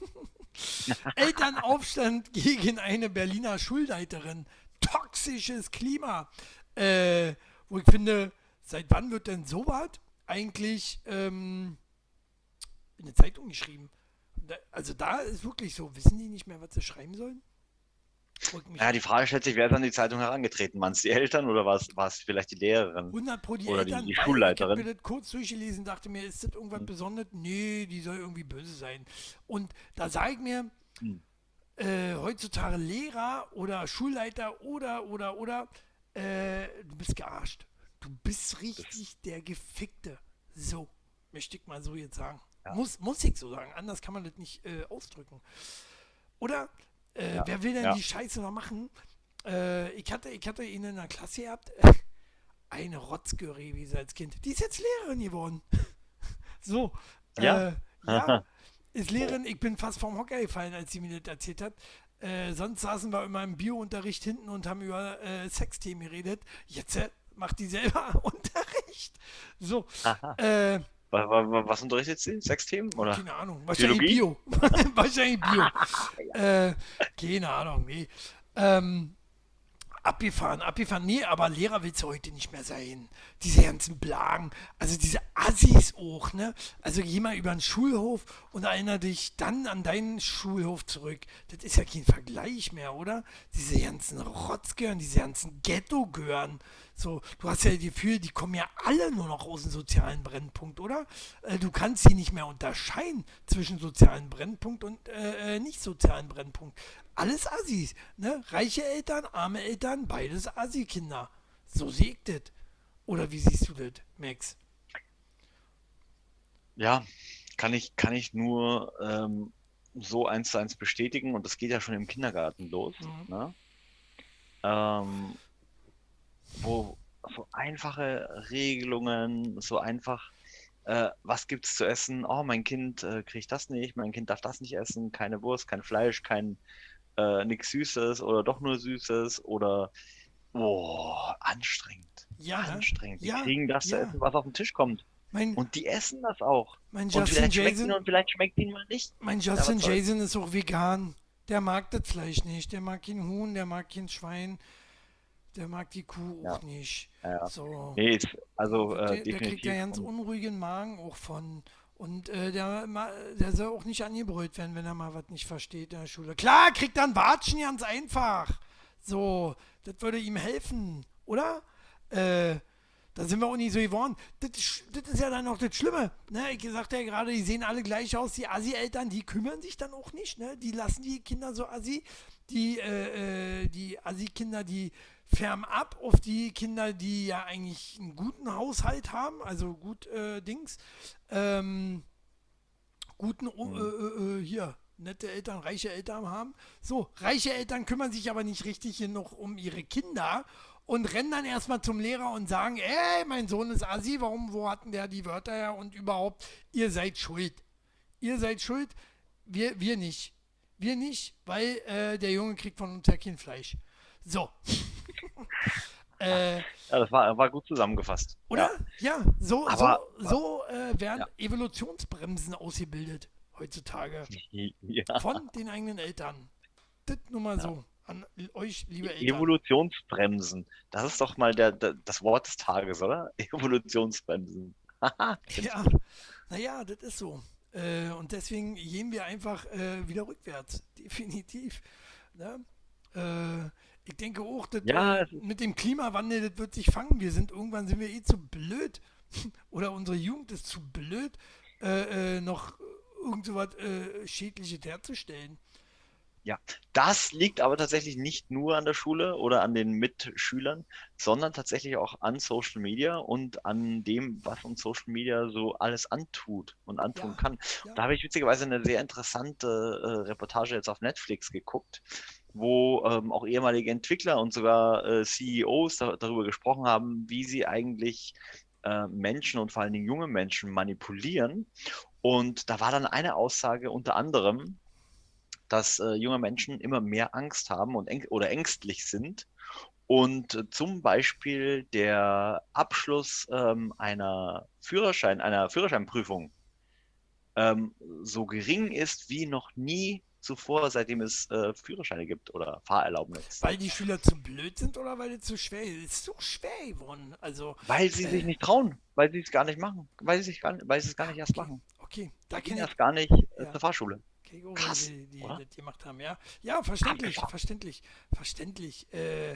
Elternaufstand gegen eine Berliner Schulleiterin. Toxisches Klima. Äh, wo ich finde, seit wann wird denn sowas eigentlich ähm, in der Zeitung geschrieben? Da, also da ist wirklich so, wissen die nicht mehr, was sie schreiben sollen? Wo ich mich Ja, die Frage stellt sich, wer ist an die Zeitung herangetreten? Waren es die Eltern oder war es, war es vielleicht die Lehrerin hundert Pro die oder die, Eltern, die weil ich habe Schulleiterin? mir das kurz durchgelesen, dachte mir, ist das irgendwas Hm. Besonderes? Nee, die soll irgendwie böse sein. Und da sage ich mir, Hm. äh, heutzutage Lehrer oder Schulleiter oder, oder, oder, äh, du bist gearscht. Du bist richtig der Gefickte. So, möchte ich mal so jetzt sagen. Ja. Muss, muss ich so sagen, anders kann man das nicht äh, ausdrücken. Oder, äh, Ja. wer will denn Ja. die Scheiße noch machen? Äh, ich, hatte, ich hatte ihn in der Klasse gehabt, eine Rotzgöre, wie sie als Kind. Die ist jetzt Lehrerin geworden. So, Ja? äh, ja, ist Lehrerin. Ich bin fast vom Hocker gefallen, als sie mir das erzählt hat. Äh, sonst saßen wir immer im Biounterricht hinten und haben über äh, Sexthemen geredet. Jetzt äh, macht die selber Unterricht. So, Aha. äh, Was, was, was unterrichtet sie? Sexthemen? Oder? keine Ahnung. Wahrscheinlich Biologie? Bio. Wahrscheinlich Bio. äh, keine Ahnung, nee. Ähm, abgefahren, abgefahren. Nee, aber Lehrer willst du heute nicht mehr sein. Diese ganzen Blagen, also diese Assis auch, ne? Also geh mal über den Schulhof und erinnere dich dann an deinen Schulhof zurück. Das ist ja kein Vergleich mehr, oder? Diese ganzen Rotzgören, diese ganzen Ghetto-Gören. So, du hast ja das Gefühl, die kommen ja alle nur noch aus dem sozialen Brennpunkt, oder? Äh, du kannst sie nicht mehr unterscheiden zwischen sozialen Brennpunkt und äh, äh, nicht sozialen Brennpunkt. Alles Assis, ne? Reiche Eltern, arme Eltern, beides Assi-Kinder. So sehe ich das. Oder wie siehst du das, Max? Ja, kann ich, kann ich nur ähm, so eins zu eins bestätigen und das geht ja schon im Kindergarten los, Mhm. ne? Ähm, wo so einfache Regelungen, so einfach, äh, was gibt's zu essen? Oh, mein Kind äh, kriegt das nicht, mein Kind darf das nicht essen, keine Wurst, kein Fleisch, kein äh, nichts Süßes oder doch nur Süßes oder oh, anstrengend, Ja, ne? anstrengend. Die Ja, kriegen das zu ja. essen, was auf den Tisch kommt. Mein, Und die essen das auch. mein Und Justin vielleicht schmeckt Jason, ihnen und vielleicht schmeckt ihnen mal nicht. mein Ja, Justin was soll's. Jason ist auch vegan. Der mag das Fleisch nicht. Der mag kein Huhn, der mag kein Schwein, der mag die Kuh Ja. auch nicht. Ja. So. Nee, ist, also der, äh, der kriegt ja definitiv. ganz Und, unruhigen Magen auch von. Und äh, der, ma- der soll auch nicht angebrüllt werden, wenn er mal was nicht versteht in der Schule. Klar, kriegt dann Watschen ganz einfach. So, das würde ihm helfen, oder? Äh, da sind wir auch nicht so geworden. Das, ist- das ist ja dann noch das Schlimme. Ne? Ich sagte ja gerade, die sehen alle gleich aus. Die Assi-Eltern, die kümmern sich dann auch nicht. Ne? Die lassen die Kinder so assi. Die, äh, äh, die Assi-Kinder, die färben ab auf die Kinder, die ja eigentlich einen guten Haushalt haben. Also gut äh, Dings. Ähm, guten, äh, hm. äh, äh, hier, nette Eltern, reiche Eltern haben. So, reiche Eltern kümmern sich aber nicht richtig genug um ihre Kinder und rennen dann erstmal zum Lehrer und sagen, ey, mein Sohn ist Assi, warum, wo hatten der die Wörter her und überhaupt, ihr seid schuld. Ihr seid schuld, wir, wir nicht. Wir nicht, weil äh, der Junge kriegt von uns ja kein Fleisch. So. äh, Ja, das war, war gut zusammengefasst. oder? Ja, Ja, so, aber, so, so äh, werden ja. Evolutionsbremsen ausgebildet heutzutage. Ja. Von den eigenen Eltern. Das nur mal Ja. so. An euch, liebe Eltern. Evolutionsbremsen. Das ist doch mal der, der, das Wort des Tages, oder? Evolutionsbremsen. Haha, finde ich Ja, gut. naja, das ist so. Äh, und deswegen gehen wir einfach äh, wieder rückwärts. Definitiv. Ne? Äh, ich denke auch, das, Ja, äh, es ist, mit dem Klimawandel, das wird sich fangen. Wir sind irgendwann sind wir eh zu blöd. Oder unsere Jugend ist zu blöd, äh, äh, noch irgend so was äh, Schädliches herzustellen. ja. Das liegt aber tatsächlich nicht nur an der Schule oder an den Mitschülern, sondern tatsächlich auch an Social Media und an dem, was uns Social Media so alles antut und antun Ja, kann. ja, Da habe ich witzigerweise eine sehr interessante äh, Reportage jetzt auf Netflix geguckt, wo ähm, auch ehemalige Entwickler und sogar äh, C E Os da, darüber gesprochen haben, wie sie eigentlich äh, Menschen und vor allen Dingen junge Menschen manipulieren. Und da war dann eine Aussage unter anderem, dass äh, junge Menschen immer mehr Angst haben und äng oder ängstlich sind und äh, zum Beispiel der Abschluss ähm, einer Führerschein, einer Führerscheinprüfung ähm, so gering ist wie noch nie zuvor, seitdem es äh, Führerscheine gibt oder Fahrerlaubnis. weil die Schüler zu blöd sind oder weil es zu schwer ist. Es ist so schwer geworden. Also, Weil sie sich äh, nicht trauen, weil sie es gar nicht machen, weil sie sich gar nicht, weil sie es gar nicht erst okay, machen. okay, da Die gehen kenne ich, erst gar nicht äh, ja, zur Fahrschule. okay, oh, weil Krass, sie die oder? das gemacht haben, ja. Ja, verständlich, Abgefahren. verständlich, verständlich. Äh,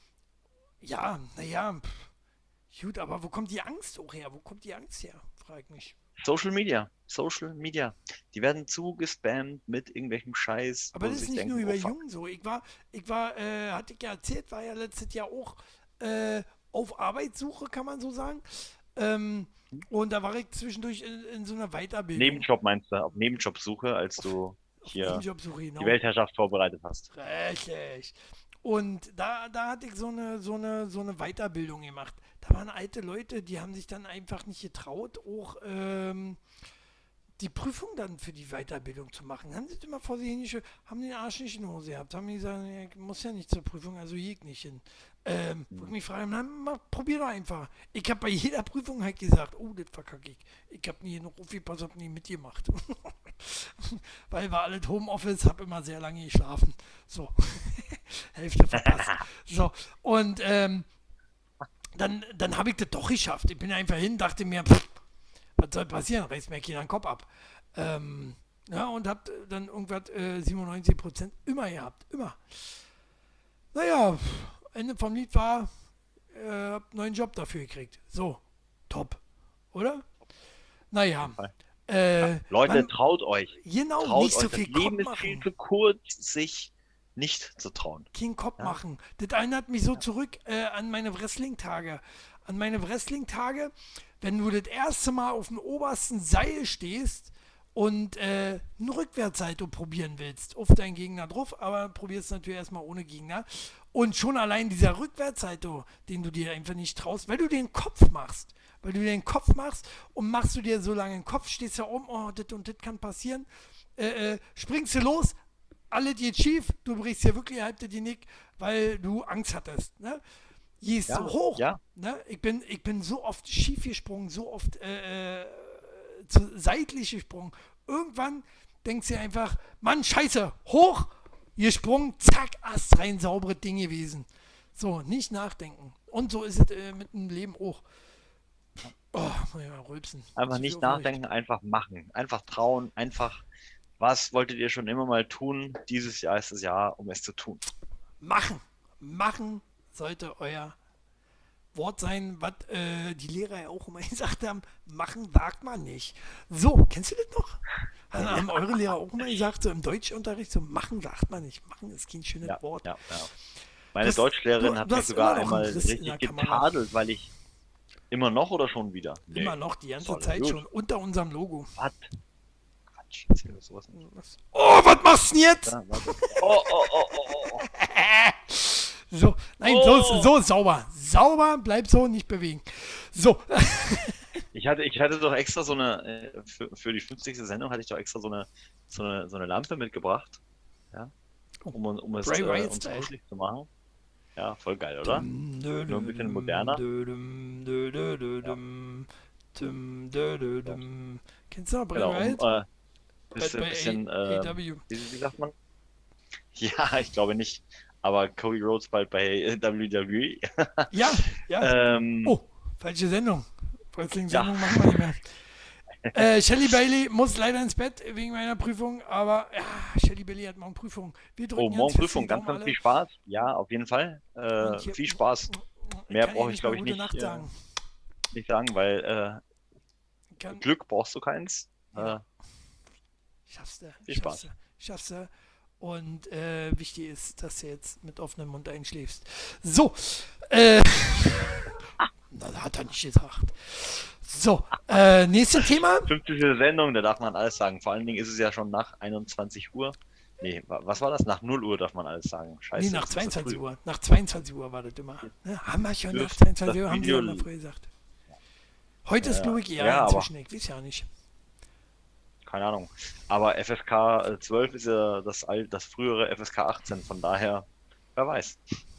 ja, naja, gut, aber wo kommt die Angst auch her? Wo kommt die Angst her? Frag ich mich. Social Media, Social Media. Die werden zugespammt mit irgendwelchem Scheiß, Aber wo das sie ist sich nicht nur denken, oh über fuck. Jungen so. Ich war, ich war, äh, hatte ich ja erzählt, war ja letztes Jahr auch äh, auf Arbeitssuche, kann man so sagen. Ähm, und da war ich zwischendurch in, in so einer Weiterbildung. Nebenjob meinst du, auf Nebenjobsuche, als Auf, du auf hier Nebenjobsuche, die genau. Weltherrschaft vorbereitet hast. Richtig. Und da, da hatte ich so eine, so, eine, so eine Weiterbildung gemacht. Da waren alte Leute, die haben sich dann einfach nicht getraut, auch ähm, die Prüfung dann für die Weiterbildung zu machen. Haben sie immer vor sich hingestellt, haben den Arsch nicht in die Hose gehabt, haben gesagt, ja, ich muss ja nicht zur Prüfung, also gehe ich nicht hin. Ähm, wo ich Hm. mich frage, na, mach, probier doch einfach. Ich habe bei jeder Prüfung halt gesagt, oh, das verkacke ich. Ich habe nie genug aufgepasst, habe nie mitgemacht. Weil war alles Homeoffice, habe immer sehr lange geschlafen. So, Hälfte verpasst. So, und ähm, dann, dann habe ich das doch geschafft. Ich bin einfach hin, dachte mir, pff, was soll passieren? Reißt mir keiner den Kopf ab. Ähm, ja, und hab dann irgendwas äh, siebenundneunzig Prozent immer gehabt. Immer. Naja, Ende vom Lied war, äh, hab einen neuen Job dafür gekriegt. So, top. Oder? Auf Naja, jeden Fall. Ja. äh, Leute, man, traut euch. genau, Traut nicht so euch. Das viel Kopf Leben ist viel machen. zu kurz, sich nicht zu trauen. Keinen Kopf Ja? machen. Das erinnert mich so zurück äh, an meine Wrestling-Tage. An meine Wrestling-Tage, wenn du das erste Mal auf dem obersten Seil stehst und äh, einen Rückwärtssalto probieren willst. Auf deinen Gegner drauf, aber probierst natürlich erstmal ohne Gegner. Und schon allein dieser Rückwärtssalto, den du dir einfach nicht traust, weil du den Kopf machst. Weil du dir den Kopf machst und machst du dir so lange den Kopf, stehst ja um, oh, das und das kann passieren. Äh, äh, springst du los, alles geht schief, du brichst dir wirklich halb das Genick, weil du Angst hattest. Ne? Gehst so Ja, hoch. ja. Ne? Ich, bin, ich bin so oft schief gesprungen, so oft äh, äh, zu, seitlich gesprungen. Irgendwann denkst du einfach, Mann, scheiße, hoch, gesprungen, zack, Ast rein, sauberes Ding gewesen. So, nicht nachdenken. Und so ist es äh, mit dem Leben auch. Oh, ja, rülpsen. Einfach Zu viel nicht aufgeregt. nachdenken, einfach machen. Einfach trauen, einfach, was wolltet ihr schon immer mal tun? Dieses Jahr ist das Jahr, um es zu tun. Machen. Machen sollte euer Wort sein, was äh, die Lehrer ja auch immer gesagt haben, machen sagt man nicht. So, kennst du das noch? Also, haben eure Lehrer auch immer gesagt, so im Deutschunterricht, so machen sagt man nicht. Machen ist kein schönes Ja, Wort. ja, ja. Du Meine hast, Deutschlehrerin du, hat du mich hast sogar immer noch einen einmal Riss in der richtig Kamera. getadelt, weil ich immer noch oder schon wieder? Immer Nee, noch, die ist ganze alles Zeit gut. schon, unter unserem Logo. Was? Quatsch, erzähl mir sowas nicht. Was? Oh, was machst du denn jetzt? Ja, warte. Oh, oh, oh, oh, oh, oh. So, nein, so, ist- Oh! so ist sauber. Sauber, bleib so, nicht bewegen. So, Ich hatte, ich hatte doch extra so eine, äh, für, für die fünfzigste Sendung hatte ich doch extra so eine, so eine, so eine Lampe mitgebracht. Ja? Oh, Um, um es Bray äh, Wyatt uns Style. kuschelig zu machen. Ja, voll geil, oder? Dum, dö, Nur ein dö, bisschen dum, moderner. dö, dum, dö, dö, dö, Ja, dum, dum, dö, dö, ja. dum. Kennst du noch Bray Genau, um Wyatt? äh, Bei, bisschen, bei bisschen A- ähm, AW. wie, wie sagt man? Ja, ich glaube nicht. Aber Cody Rhodes bald bei W W E. Ja, ja. ähm, Oh, falsche Sendung. ja, Wrestling-Sendung machen wir nicht mehr. Äh, Shelly Bailey muss leider ins Bett wegen meiner Prüfung, aber ja, Shelly Bailey hat morgen Prüfung. Wir oh, drücken ganz morgen fest die Prüfung, ganz, Daumen ganz viel alle. Spaß. Ja, auf jeden Fall. Und Äh, hier, viel Spaß. ich Mehr kann ja brauche ich, nicht mal glaube ich, gute nicht, Nacht äh, sagen. nicht sagen, weil Ich äh, kann, Glück brauchst du keins. ja, Äh, schaffst du, viel schaffst du, Spaß. schaffst du. Und äh, wichtig ist, dass du jetzt mit offenem Mund einschläfst. So, äh, na, das hat er nicht gesagt. So, äh, nächstes Thema. fünfzigste Sendung, da darf man alles sagen. Vor allen Dingen ist es ja schon nach einundzwanzig Uhr. Nee, wa- was war das? Nach null Uhr darf man alles sagen. Scheiße, Nee, nach das ist so zweiundzwanzig früh. Uhr. Nach zweiundzwanzig Uhr war das immer. Ne? Haben wir schon nach Das, das zweiundzwanzig Uhr, haben sie Video, ja mal früher gesagt. Heute ist ja, glaube ich eher ja, aber inzwischen, ich weiß ja nicht. keine Ahnung. Aber F S K zwölf ist ja das, al- das frühere F S K achtzehn, von daher, wer weiß.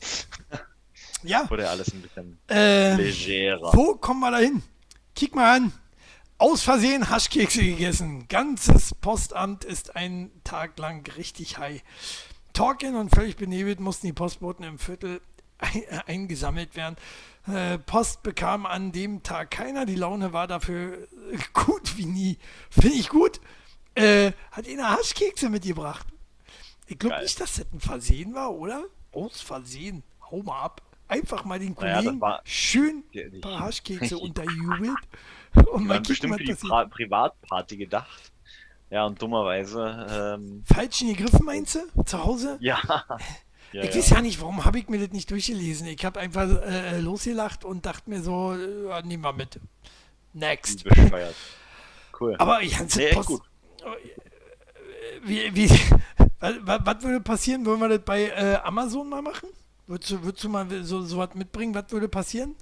Ja, Wurde ja alles ein bisschen äh, legerer. wo kommen wir da hin? Kick mal an. Aus Versehen Haschkekse gegessen. Ganzes Postamt ist einen Tag lang richtig high. Talking und völlig benebelt mussten die Postboten im Viertel ein, äh, eingesammelt werden. Äh, Post bekam an dem Tag keiner. Die Laune war dafür äh, gut wie nie. Finde ich gut. Äh, hat einer Haschkekse mitgebracht. Ich glaube Geil. nicht, dass das ein Versehen war, oder? Aus Versehen. Hau mal ab. Einfach mal den Naja, das Kollegen war schön die, ein die, paar Haschkekse unterjubelt. die Und mal waren kicken, bestimmt was für die passiert. Pri Privatparty gedacht. Ja, und dummerweise, ähm, Falsch in die Griffe meinst du? Zu Hause? ja, ja, Ich ja, weiß ja nicht, warum habe ich mir das nicht durchgelesen. Ich habe einfach äh, losgelacht und dachte mir so, äh, ja, nehmen wir mit. wie Next. bescheuert. Cool. Aber ich ganze Nee, echt Post. gut. Wie, wie, was, was würde passieren? Wollen wir das bei äh, Amazon mal machen? Würdest du, würdest du mal so, so was mitbringen? Was würde passieren?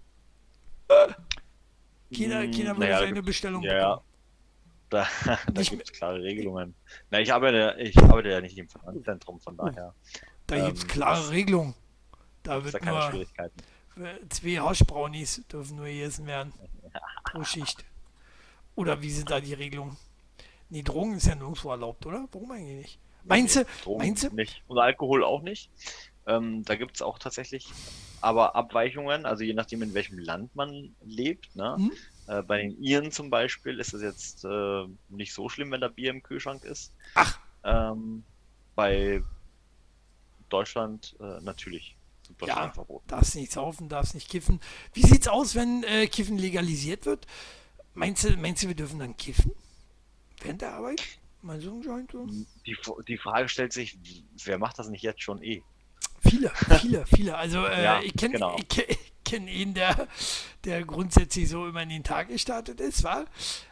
Keiner, Mm, keiner würde naja, da seine gibt's, Bestellung ja, ja, bekommen. da, da Nicht, gibt es klare Regelungen. Na, ich arbeite, ich arbeite ja nicht im Finanzzentrum, von oh, daher da gibt es ähm, klare ist, Regelungen. Da ist da wird keine nur Schwierigkeiten. äh, zwei Haschbrownies dürfen nur gegessen werden pro Schicht. Oder wie sind da die Regelungen? Nee, Drogen ist ja nirgendwo erlaubt, oder? Warum eigentlich nicht? Nee, Meinst nee, du, Drogen meinst du? nicht. Und Alkohol auch nicht. Ähm, da gibt es auch tatsächlich aber Abweichungen, also je nachdem, in welchem Land man lebt. Ne? Hm? Äh, bei den Iren zum Beispiel ist es jetzt äh, nicht so schlimm, wenn da Bier im Kühlschrank ist. Ach, Ähm, bei Deutschland äh, natürlich super streng ja, verboten. darfst nicht saufen, darfst nicht kiffen. Wie sieht's aus, wenn äh, Kiffen legalisiert wird? Meinst du, meinst du, wir dürfen dann kiffen? Während der Arbeit? Mal so ein Joint so? Die, die Frage stellt sich, wer macht das nicht jetzt schon eh? Viele, viele, viele. Also äh, Ja, ich kenne genau. ich, kenn- ich kenn ihn, der, der grundsätzlich so immer in den Tag gestartet ist, war.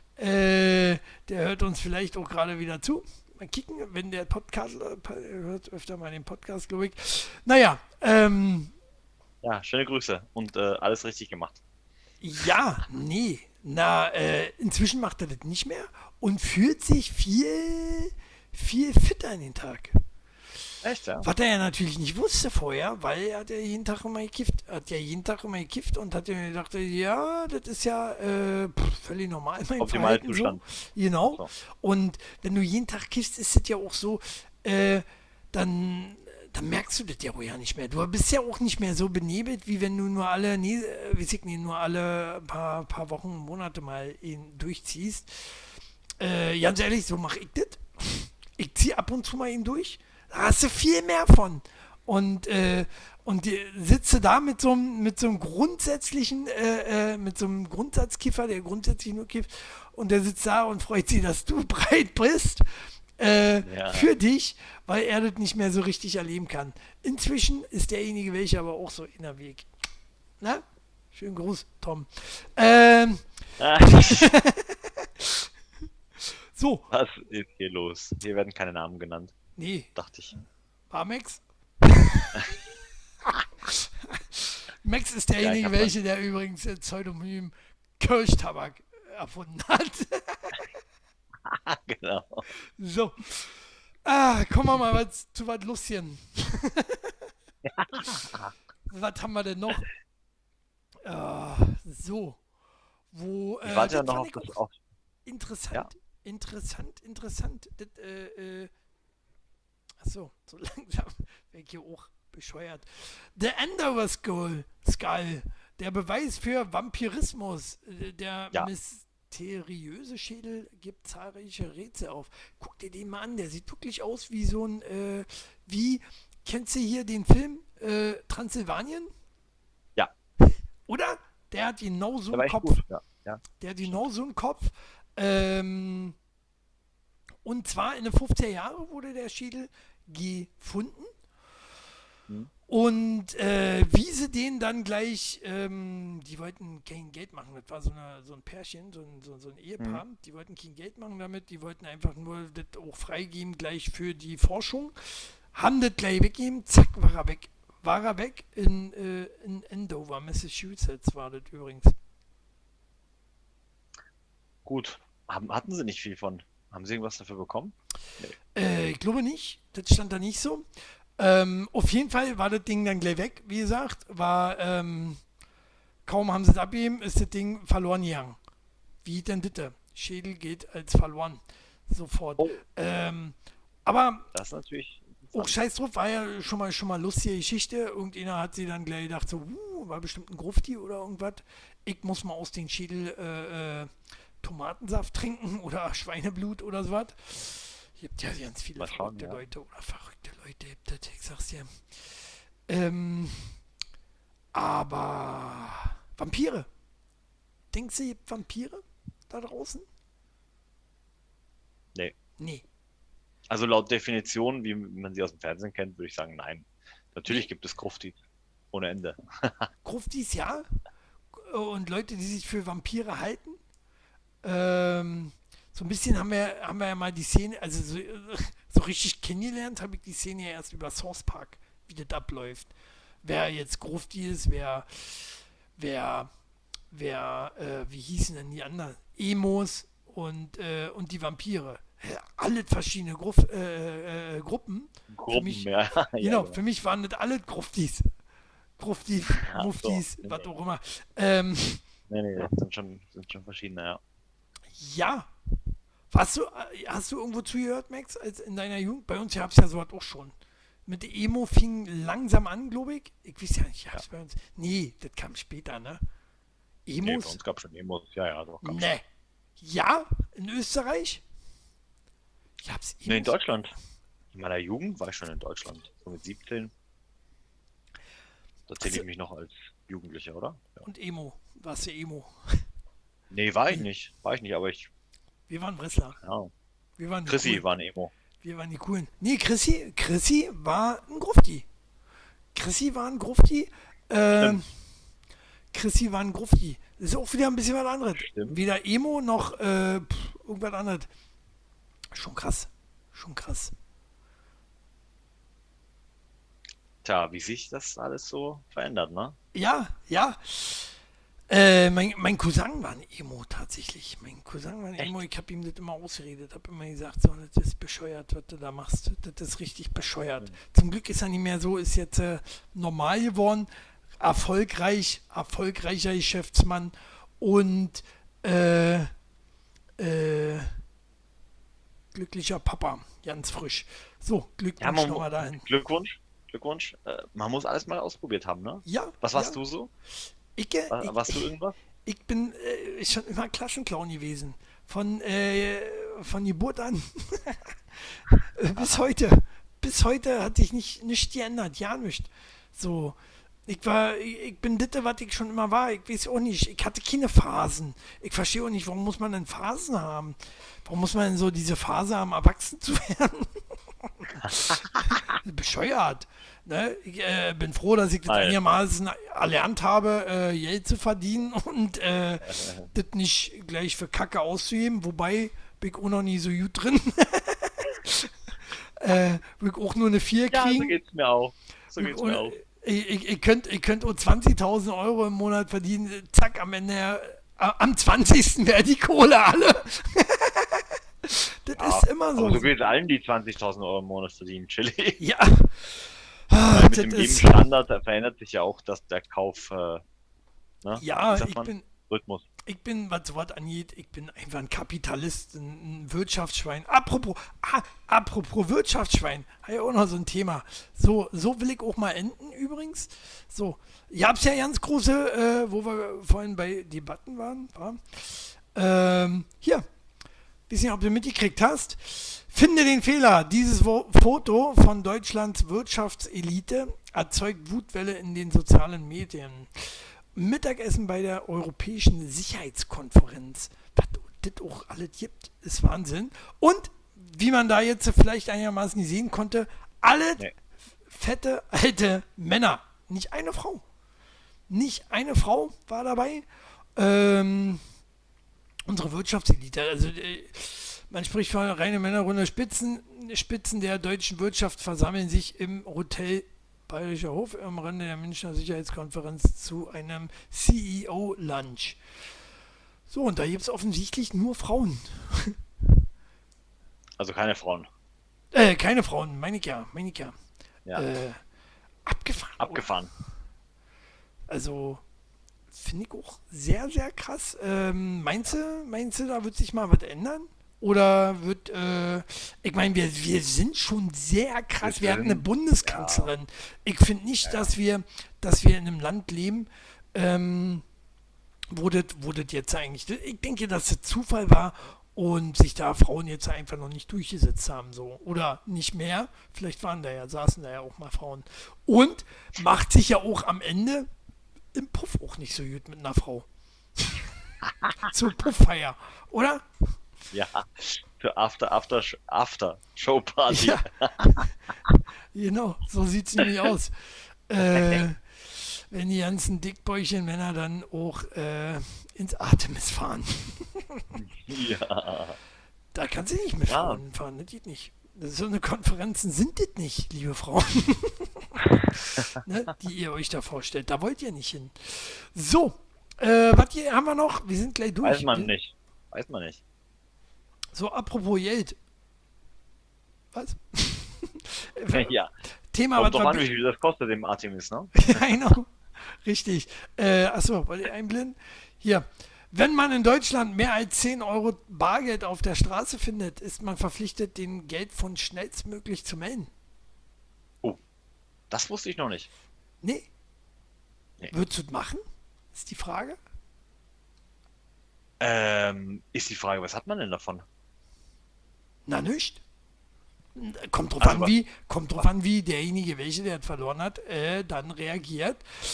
Äh, der hört uns vielleicht auch gerade wieder zu. Mal kicken, wenn der Podcast, äh, er hört öfter mal den Podcast, glaube ich. Naja, ähm, Ja, schöne Grüße und äh, alles richtig gemacht. ja, nee. Na, äh, inzwischen macht er das nicht mehr und fühlt sich viel, viel fitter an den Tag. Echt, ja? Was er ja natürlich nicht wusste vorher, weil er hat ja jeden Tag immer gekifft. Er hat ja jeden Tag immer gekifft und hat ja gedacht, ja, das ist ja äh, pff, völlig normal, mein Verhalten so. Optimalzustand. Genau. So. Und wenn du jeden Tag kiffst, ist es ja auch so, äh, dann, dann merkst du das ja wohl ja nicht mehr. Du bist ja auch nicht mehr so benebelt, wie wenn du nur alle, nee, äh, weiß ich nicht, nur alle paar, paar Wochen, Monate mal ihn durchziehst. Äh, ganz ehrlich, so mache ich das. Ich ziehe ab und zu mal ihn durch. Da hast du viel mehr von. Und, äh, und die sitze da mit so einem, mit so einem grundsätzlichen, äh, äh, mit so einem Grundsatzkiffer, der grundsätzlich nur kifft, und der sitzt da und freut sich, dass du breit bist äh, Ja. für dich, weil er das nicht mehr so richtig erleben kann. Inzwischen ist derjenige welcher aber auch so in der Weg. Na? Schönen Gruß, Tom. Ähm, so, Was ist hier los? Hier werden keine Namen genannt, nee, dachte ich. war Max? Max ist Ja, ich derjenige, hab mal- welche, der übrigens das Pseudonym Kirschtabak erfunden hat. genau. So. Ah, kommen wir mal was, zu was Lustchen. Was haben wir denn noch? Ah, so. Wo, Ich äh, warte ja das noch fand auf ich das. auch Auf, interessant. ja, Interessant, interessant. Das, äh, äh, achso, so langsam wäre ich hier auch bescheuert. The Endover Skull, Skull, der Beweis für Vampirismus. Äh, Der ja, mysteriöse Schädel gibt zahlreiche Rätsel auf. Guck dir den mal an, der sieht wirklich aus wie so ein, äh, wie, kennst du hier den Film äh, Transsilvanien? ja. Oder? Der hat genau so Der einen war echt Kopf. gut. Ja, ja, Der hat stimmt. genau so einen Kopf. Ähm, und zwar in den fünfziger Jahren wurde der Schädel gefunden. Hm. Und äh, wie sie den dann gleich, ähm, die wollten kein Geld machen, das war so, eine, so ein Pärchen, so ein, so, so ein Hm. Ehepaar, die wollten kein Geld machen damit, die wollten einfach nur das auch freigeben gleich für die Forschung, haben das gleich weggegeben, zack, war er weg. War er weg in, äh, in Andover, Massachusetts war das übrigens. Gut. Haben, hatten sie nicht viel von? Haben sie irgendwas dafür bekommen? Nee. Äh, ich glaube nicht, das stand da nicht so. Ähm, auf jeden Fall war das Ding dann gleich weg, wie gesagt, war, ähm, kaum haben sie es abgegeben, ist das Ding verloren gegangen. Wie denn bitte? Schädel geht als verloren. Sofort. Oh, Ähm, aber das ist natürlich auch interessant. scheiß drauf, war ja schon mal schon mal lustige Geschichte. Irgendeiner hat sie dann gleich gedacht, so, uh, war bestimmt ein Grufti oder irgendwas. Ich muss mal aus den Schädel äh, äh, Tomatensaft trinken oder Schweineblut oder sowas. Gibt ja ganz viele Mal schauen, verrückte ja. Leute oder verrückte Leute, gibt es, ich sag's dir. Ähm, aber Vampire. Denkst du, ihr habt Vampire da draußen? Nee. Nee. Also laut Definition, wie man sie aus dem Fernsehen kennt, würde ich sagen, nein. Natürlich Nee. gibt es Gruftis ohne Ende. Gruftis ja. Und Leute, die sich für Vampire halten. Ähm, so ein bisschen haben wir, haben wir ja mal die Szene, also so, so richtig kennengelernt habe ich die Szene ja erst über Source Park, wie das abläuft. Wer jetzt Grufti ist, wer, wer, wer, äh, wie hießen denn die anderen? Emos und, äh, und die Vampire. Ja, alle verschiedene Gruff, äh, äh, Gruppen. Für Gruppen, mich, ja. Ja, genau, für genau. mich waren das alle Gruftis. Gruftis, Ach so. Muftis, Nee, was nee. auch immer. Ähm, Nee, nee, das sind schon, sind schon verschiedene, ja. ja, hast du, äh, hast du irgendwo zugehört, Max, als in deiner Jugend? Bei uns gab es ja sowas auch schon. Mit der Emo fing langsam an, glaube ich. Ich weiß ja nicht, Ja. gab's bei uns. Nee, das kam später, ne? Nee, bei Emos? uns gab es schon Emos. Ja, ja, doch, gab's schon. Ne. Ja, in Österreich? Gab's Nee, in Emos? Deutschland. In meiner Jugend war ich schon in Deutschland. So mit siebzehn. Da zähle Also, ich mich noch als Jugendlicher, oder? Ja. und Emo. Warst du Emo? Nee, war ich Wie? nicht. War ich nicht, aber ich, Wir waren Wrestler. ja. Wir waren die Chrissy Coolen. war ein Emo. Wir waren die Coolen. Nee, Chrissy, Chrissy war ein Grufti. Chrissy war ein Grufti. Ähm, Stimmt, Chrissy war ein Grufti. Das ist auch wieder ein bisschen was anderes. stimmt. Weder Emo noch äh, pff, irgendwas anderes. Schon krass. Schon krass. Tja, wie sich das alles so verändert, ne? Ja, ja. Äh, mein, mein Cousin war ein Emo tatsächlich. Mein Cousin war ein Emo. Echt? Ich habe ihm das immer ausgeredet. Habe immer gesagt, so, das ist bescheuert, was du da machst. Das ist richtig bescheuert. Hm. Zum Glück ist er nicht mehr so. Ist jetzt äh, normal geworden. Erfolgreich, erfolgreicher Geschäftsmann. Und äh, äh, glücklicher Papa. Ganz frisch. So, Ja, Glückwunsch man, mu- nochmal dahin. Glückwunsch. Glückwunsch. Äh, man muss alles mal ausprobiert haben, ne? Ja, Was warst ja. du so? Ich, äh, Wa- ich, Warst du irgendwas? ich bin äh, schon immer Klassenclown gewesen. Von, äh, von Geburt an äh, bis Aha. heute. Bis heute hat sich nicht, nicht geändert. Ja, nicht. So. Ich war, ich, ich bin das, was ich schon immer war. Ich weiß auch nicht. Ich hatte keine Phasen. Ich verstehe auch nicht, warum muss man denn Phasen haben? Warum muss man denn so diese Phase haben, erwachsen zu werden? Bescheuert. Ne? Ich äh, bin froh, dass ich das Hi. einigermaßen erlernt habe, äh, Geld zu verdienen und äh, das nicht gleich für Kacke auszugeben. Wobei bin ich auch noch nie so gut drin. äh, will ich auch nur eine vier Ja, so kriegen. geht's mir auch. So Will ich, geht's auch- mir auch. ich, ich, ich könnte ich könnt auch zwanzigtausend Euro im Monat verdienen. Zack, am Ende, äh, am zwanzigsten wäre die Kohle alle. Das Ja, ist immer so. aber so geht es allen, die zwanzigtausend Euro im Monat verdienen, Chili. Ja. Ah, Mit das dem ist, Lebensstandard da verändert sich ja auch, dass der Kauf, äh, ne? Wie ja, sagt ich man? bin, Rhythmus. ich bin, was sowas angeht, ich bin einfach ein Kapitalist, ein, ein Wirtschaftsschwein. Apropos, ah, apropos Wirtschaftsschwein, habe ja auch noch so ein Thema. So, so will ich auch mal enden übrigens. So, ihr habt ja ganz große, äh, wo wir vorhin bei Debatten waren, war. Ähm, hier, weiß nicht, ob du mitgekriegt hast. Finde den Fehler. Dieses Wo Foto von Deutschlands Wirtschaftselite erzeugt Wutwelle in den sozialen Medien. Mittagessen bei der Europäischen Sicherheitskonferenz. Was das auch alles gibt, ist Wahnsinn. Und wie man da jetzt vielleicht einigermaßen sehen konnte, alle Nee. fette alte Männer. Nicht eine Frau. Nicht eine Frau war dabei. Ähm, unsere Wirtschaftselite. Also äh, man spricht von reine Männerrunde. Spitzen, Spitzen der deutschen Wirtschaft versammeln sich im Hotel Bayerischer Hof am Rande der Münchner Sicherheitskonferenz zu einem C E O-Lunch. So, und da gibt es offensichtlich nur Frauen. Also keine Frauen. Äh, keine Frauen, meine ich ja, meine ich ja. Ja. Äh, abgefahren. oder? Abgefahren. Also, finde ich auch sehr, sehr krass. Ähm, meinst du, meinst du, da wird sich mal was ändern? Oder wird, äh, ich meine, wir, wir sind schon sehr krass. Wir, Wir hatten eine sind- Bundeskanzlerin. Ich finde nicht, dass wir, dass wir in einem Land leben, ähm, wo das, wo das jetzt eigentlich, ich denke, dass das Zufall war und sich da Frauen jetzt einfach noch nicht durchgesetzt haben, so. Oder nicht mehr. Vielleicht waren da ja, saßen da ja auch mal Frauen. Und macht sich ja auch am Ende im Puff auch nicht so gut mit einer Frau. Zur Pufffeier, oder? Ja. Für After, After, After Show Party. Ja. Genau, so sieht es nämlich aus. Äh, wenn die ganzen Dickbäuchchen Männer dann auch äh, ins Artemis fahren. Ja. Da kannst du nicht mit Ja. Frauen fahren, das geht nicht. So eine Konferenzen sind das nicht, liebe Frauen. Ne, die ihr euch da vorstellt. Da wollt ihr nicht hin. So, äh, was hier haben wir noch? Wir sind gleich durch. Weiß man nicht. Weiß man nicht. So, apropos Geld. Was? Ja. Thema, Kommt was doch wir an, wie viel das kostet im Artemis, ne? Ja, genau. Richtig. Äh, achso, wollt ihr einblenden? Hier. Wenn man in Deutschland mehr als zehn Euro Bargeld auf der Straße findet, ist man verpflichtet, den Geldfund schnellstmöglich zu melden. Das wusste ich noch nicht. Nee. Nee. Würdest du das machen? Ist die Frage. Ähm, ist die Frage, was hat man denn davon? Na, nicht. Kommt drauf Also an, was- wie, kommt drauf an, wie derjenige, welche der verloren hat, äh, dann reagiert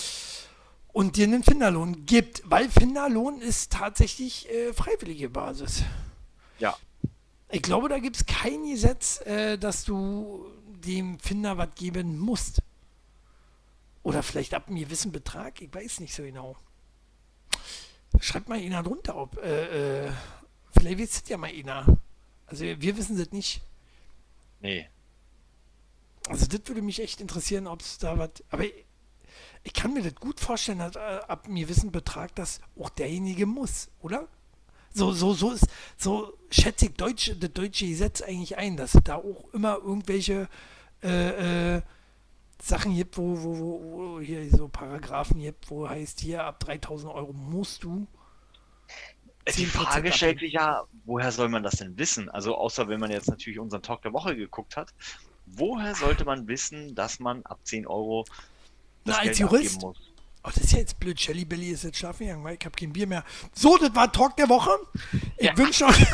und dir einen Finderlohn gibt. Weil Finderlohn ist tatsächlich äh, freiwillige Basis. Ja. Ich glaube, da gibt es kein Gesetz, äh, dass du dem Finder was geben musst. Oder vielleicht ab einem gewissen Betrag, ich weiß nicht so genau. Schreibt mal einer drunter, ob, äh, äh, vielleicht wisst es ja mal einer. Also wir wissen das nicht. Nee. Also das würde mich echt interessieren, ob es da was, aber ich, ich kann mir das gut vorstellen, dass, äh, ab einem gewissen Betrag das auch derjenige muss, oder? So, so, so ist, so schätze ich Deutsch, das deutsche Gesetz eigentlich ein, dass es da auch immer irgendwelche äh, äh, Sachen gibt, wo, wo, wo, wo hier so Paragraphen gibt, wo heißt hier ab dreitausend Euro musst du. Die zehn Prozent Frage stellt abgeben. sich ja, woher soll man das denn wissen? Also außer wenn man jetzt natürlich unseren Talk der Woche geguckt hat, woher sollte man wissen, dass man ab zehn Euro das Na, als Geld Jurist? abgeben muss? Oh, das ist ja jetzt blöd. Shelly Belly ist jetzt schlafen gegangen, weil ich habe kein Bier mehr. So, das war Talk der Woche. Ich Ja. wünsche euch.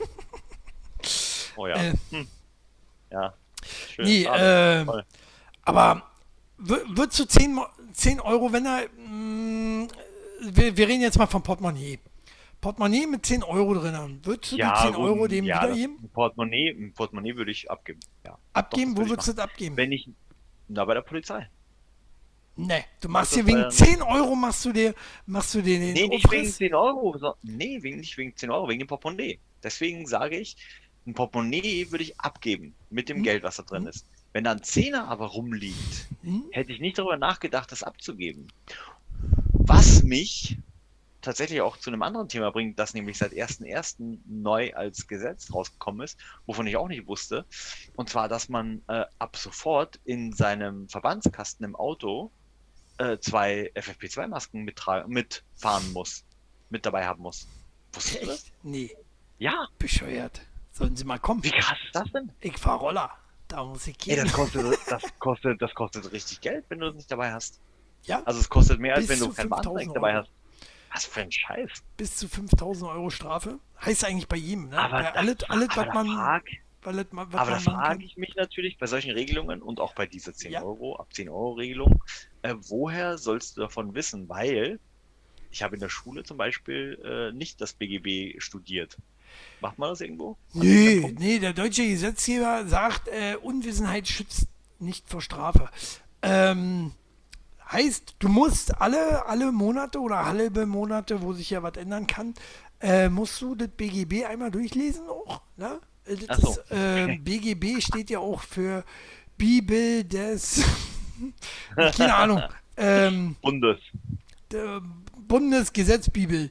Oh ja. Äh, Hm. Ja. Schön. nee, Schade. äh, Toll. aber w- würdest du zehn, Mo- zehn Euro, wenn er. Mh, wir, wir reden jetzt mal vom Portemonnaie. Portemonnaie mit zehn Euro drin. Würdest du die zehn gut, Euro dem ja, das- wiedergeben? Ein Portemonnaie, ein Portemonnaie würde ich abgeben. Ja. Abgeben? das Wo würde ich würdest du das abgeben? Wenn ich. Na, bei der Polizei. Nee, du machst Das dir ist, wegen ähm, zehn Euro machst du dir, machst du dir den Nee, nicht wegen Aufriss? zehn Euro. So, nee, wegen, nicht wegen zehn Euro, wegen dem Portemonnaie. Deswegen sage ich, ein Portemonnaie würde ich abgeben mit dem Hm? Geld, was da drin Hm? ist. Wenn da ein Zehner aber rumliegt, Hm? hätte ich nicht darüber nachgedacht, das abzugeben. Was mich tatsächlich auch zu einem anderen Thema bringen, das nämlich seit ersten ersten neu als Gesetz rausgekommen ist, wovon ich auch nicht wusste. Und zwar, dass man äh, ab sofort in seinem Verbandskasten im Auto äh, zwei F F P zwei Masken mittra- mitfahren muss, mit dabei haben muss. Wusstest du das? Echt? Nee, Ja, bescheuert. Sollen Sie mal kommen? wie krass ist das denn? Ich fahr Roller. Da muss ich Ey, gehen. das kostet, das kostet, das kostet richtig Geld, wenn du das nicht dabei hast. Ja, Also es kostet mehr, als bis wenn du zu kein fünftausend Warnbreak dabei Euro. hast. Was für ein Scheiß. Bis zu fünftausend Euro Strafe. Heißt eigentlich bei jedem, ne? Aber Bei da, alles, alles aber was da man, frag, alles, was aber da man machen frage kann. ich mich natürlich bei solchen Regelungen und auch bei dieser zehn Ja, Euro, ab zehn Euro Regelung, äh, woher sollst du davon wissen? Weil ich habe in der Schule zum Beispiel äh, nicht das B G B studiert. Macht man das irgendwo? An irgendeinem nee, Punkt? nee, der deutsche Gesetzgeber sagt, äh, Unwissenheit schützt nicht vor Strafe. Ähm, heißt, du musst alle, alle Monate oder halbe Monate, wo sich ja was ändern kann, äh, musst du das B G B einmal durchlesen auch. Ne? Äh, Ach Das ist, so, äh, okay. B G B steht ja auch für Bibel des, keine Ahnung, ähm, Bundes. der Bundesgesetzbibel.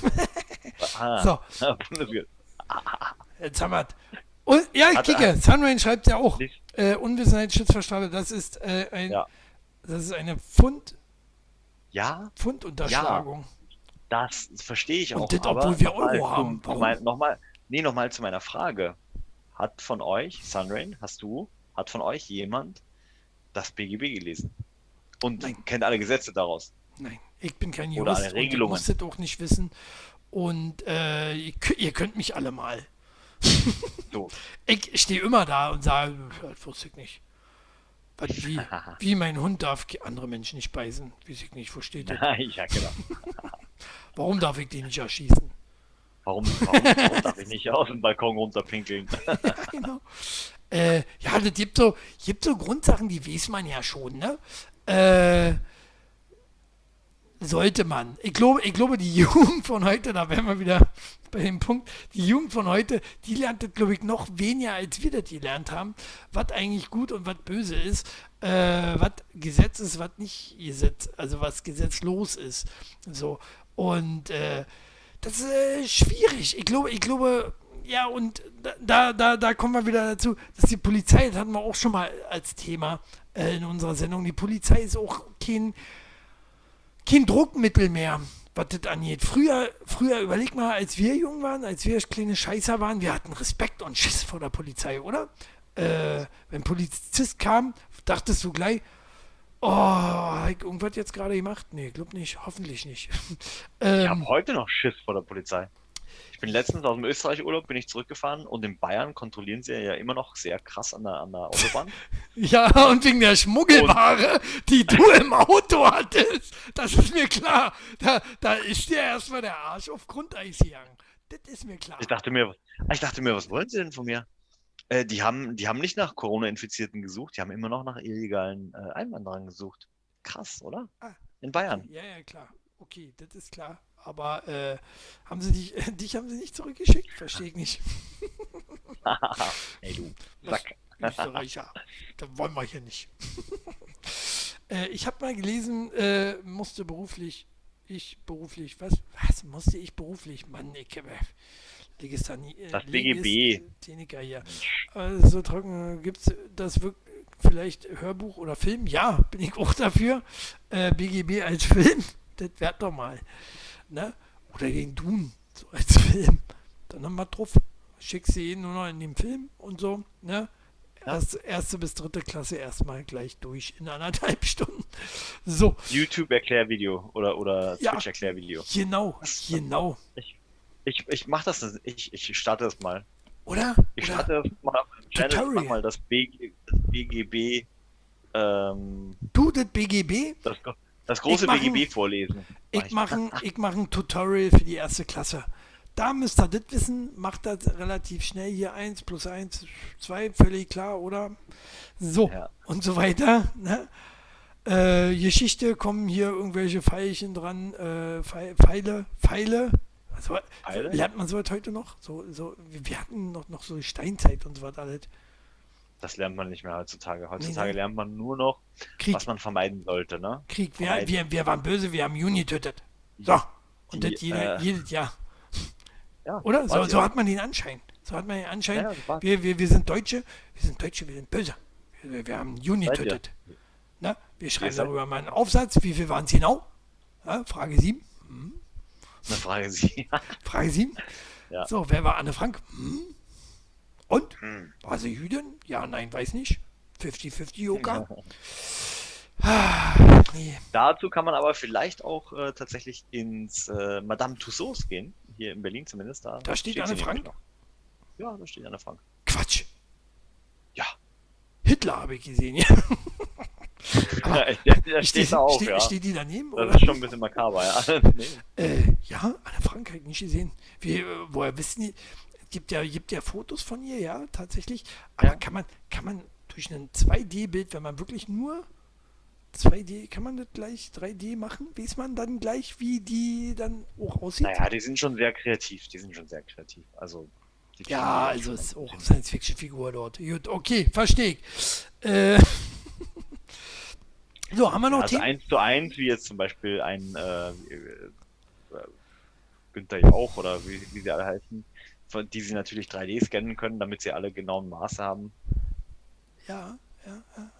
Ah, So, Bundesgesetz. jetzt haben wir Und, ja, ich Hat, hat, kicke. Sunrain schreibt ja auch. lies- Äh, Unwissenheit schützt vor Strafe. Das ist, äh, ein, ja. das ist eine Pfund, Ja, ja, Pfundunterschlagung. das verstehe ich Und auch, das, aber obwohl wir nochmal Euro haben. zum, zu Warum? mein, nochmal, nee, nochmal zu meiner Frage. Hat von euch, Sunrain, hast du, hat von euch jemand das B G B gelesen und Nein, kennt alle Gesetze daraus nein. Ich bin kein oder alle Jurist und ich Regelungen? muss das auch nicht wissen. Und äh, ihr, kö- ihr könnt mich alle mal. So. Ich stehe immer da und sage, das wusste ich nicht. Was, wie, wie mein Hund darf ge- andere Menschen nicht beißen. Weiß ich nicht, versteht das? Ja, genau. Warum darf ich den nicht erschießen? Warum, warum, warum darf ich nicht aus dem Balkon runterpinkeln? Genau. Äh, ja, das gibt so, gibt so Grundsachen, die weiß man ja schon, ne? Äh, sollte man. Ich glaube, ich glaube, die Jugend von heute, da wären wir wieder bei dem Punkt, die Jugend von heute, die lernt das, glaube ich, noch weniger, als wir das gelernt haben, was eigentlich gut und was böse ist, äh, was Gesetz ist, was nicht Gesetz, also was gesetzlos ist. So. Und äh, das ist äh, schwierig. Ich glaube, ich glaube, ja, und da, da, da kommen wir wieder dazu, dass die Polizei, das hatten wir auch schon mal als Thema äh, in unserer Sendung, die Polizei ist auch kein kein Druckmittel mehr, was das angeht. Früher, früher, überleg mal, als wir jung waren, als wir kleine Scheißer waren, wir hatten Respekt und Schiss vor der Polizei, oder? Äh, wenn ein Polizist kam, dachtest du gleich, oh, hab ich irgendwas jetzt gerade gemacht? Nee, glaub nicht, hoffentlich nicht. Ich habe ähm, heute noch Schiss vor der Polizei. Ich bin letztens aus dem Österreich-Urlaub, bin ich zurückgefahren und in Bayern kontrollieren sie ja immer noch sehr krass an der, an der Autobahn. ja, und wegen der Und Schmuggelware, die du im Auto hattest, das ist mir klar. Da, da ist dir erstmal der Arsch auf Grundeis gegangen. Das ist mir klar. ich dachte mir, ich dachte mir, was wollen sie denn von mir? Äh, die haben, die haben nicht nach Corona-Infizierten gesucht, die haben immer noch nach illegalen äh, Einwanderern gesucht. Krass, oder? Ah, In okay, Bayern. ja, ja, klar. Okay, das ist klar. Aber äh, haben sie dich, dich haben sie nicht zurückgeschickt? Verstehe ich nicht. Ey, du Was? Sack. Österreicher. Das wollen wir hier nicht. äh, ich habe mal gelesen, äh, musste beruflich, ich beruflich, was? Was musste ich beruflich? Mann, ich äh, Legistani, äh, Das B G B. Legastheniker hier. Mensch. Äh, so trocken, gibt es das wirklich vielleicht Hörbuch oder Film? Ja, bin ich auch dafür. Äh, B G B als Film, das wäre doch mal. Ne? Oder den Dune, so als Film. Dann haben wir drauf. Schickst du ihn nur noch in den Film und so. Ne? Ja. Erst, erste bis dritte Klasse erstmal gleich durch in anderthalb Stunden. So, YouTube-Erklärvideo oder, oder ja, Twitch-Erklärvideo. genau, Was? genau. Ich, ich, ich mach das, ich, ich starte das mal. Oder? Ich Oder starte das mal auf dem Channel, ich mach Tutorial. mal das, B G, das B G B, ähm, Du, das B G B? das, das große Ich mach B G B ein- vorlesen. Mach Ich mache ein, ich mach ein Tutorial für die erste Klasse. Da müsst ihr das wissen, macht das relativ schnell hier eins plus eins, zwei, völlig klar, oder? So, Ja. und so weiter. Ne? Äh, Geschichte kommen hier irgendwelche Pfeilchen dran, äh, Pfeil- Pfeile, Pfeile. Also, Pfeile? lernt man sowas heute noch? So, so, wir hatten noch, noch so Steinzeit und so was alles. Das lernt man nicht mehr heutzutage. Nee, Heutzutage nee. lernt man nur noch, Krieg, was man vermeiden sollte, ne? Krieg, wir, Vermeiden. wir, wir waren böse, wir haben Juni getötet. So, Und Die, das jede, äh, jedes Jahr. ja, Oder? So, war sie so auch. hat man den Anschein. So hat man den Anschein. Ja, das war Wir, wir, wir sind Deutsche, wir sind Deutsche, wir sind böse. Wir, wir haben Juni seid ihr. tötet. Na, wir schreiben seid- darüber mal einen Aufsatz. Wie viel waren es genau? Ja, Frage sieben. Eine Frage Sie. Frage sieben. Ja. So, wer war Anne Frank? Hm? Und? Hm. War sie Jüdin? Ja, nein, weiß nicht. fünfzig fünfzig Yoga? Ah, nee. Dazu kann man aber vielleicht auch äh, tatsächlich ins äh, Madame Tussauds gehen, hier in Berlin zumindest. Da, Da steht Anne sie nämlich Frank? noch. Ja, da steht Anne Frank. Quatsch. Ja. Hitler habe ich gesehen. Ja. Ja, der, der steht da auch, steht, ja. steht die daneben? Das Oder? ist schon ein bisschen makaber, ja. Nee. Äh, ja, Anne Frank habe ich nicht gesehen. Wie, äh, woher wissen die? Gibt ja, gibt ja Fotos von ihr, ja, tatsächlich. Aber Ja. kann man, kann man durch ein zwei D-Bild, wenn man wirklich nur zwei D, kann man das gleich drei D machen? Weiß man dann gleich, wie die dann auch aussieht? Naja, die sind schon sehr kreativ. Die sind schon sehr kreativ. Also, die kriegen Ja, die also schon ist ein auch bisschen- Science-Fiction-Figur dort. Gut, okay, verstehe ich. Äh, so, haben wir noch Also Themen? eins zu eins, wie jetzt zum Beispiel ein äh, äh, Günther Jauch oder wie, wie sie alle heißen, von, die sie natürlich drei D scannen können, damit sie alle genauen Maße haben. Ja, ja, ja.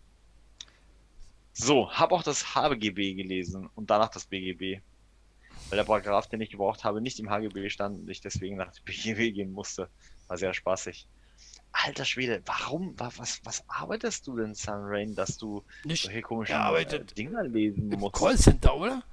So, habe auch das H G B gelesen und danach das B G B. Weil der Paragraph, den ich gebraucht habe, nicht im H G B stand und ich deswegen nach dem B G B gehen musste. War sehr spaßig. Alter Schwede, warum, wa- was, was arbeitest du denn, Sunrain, dass du Nicht solche komischen gearbeitet. äh, Dinger lesen im musst? Callcenter, oder?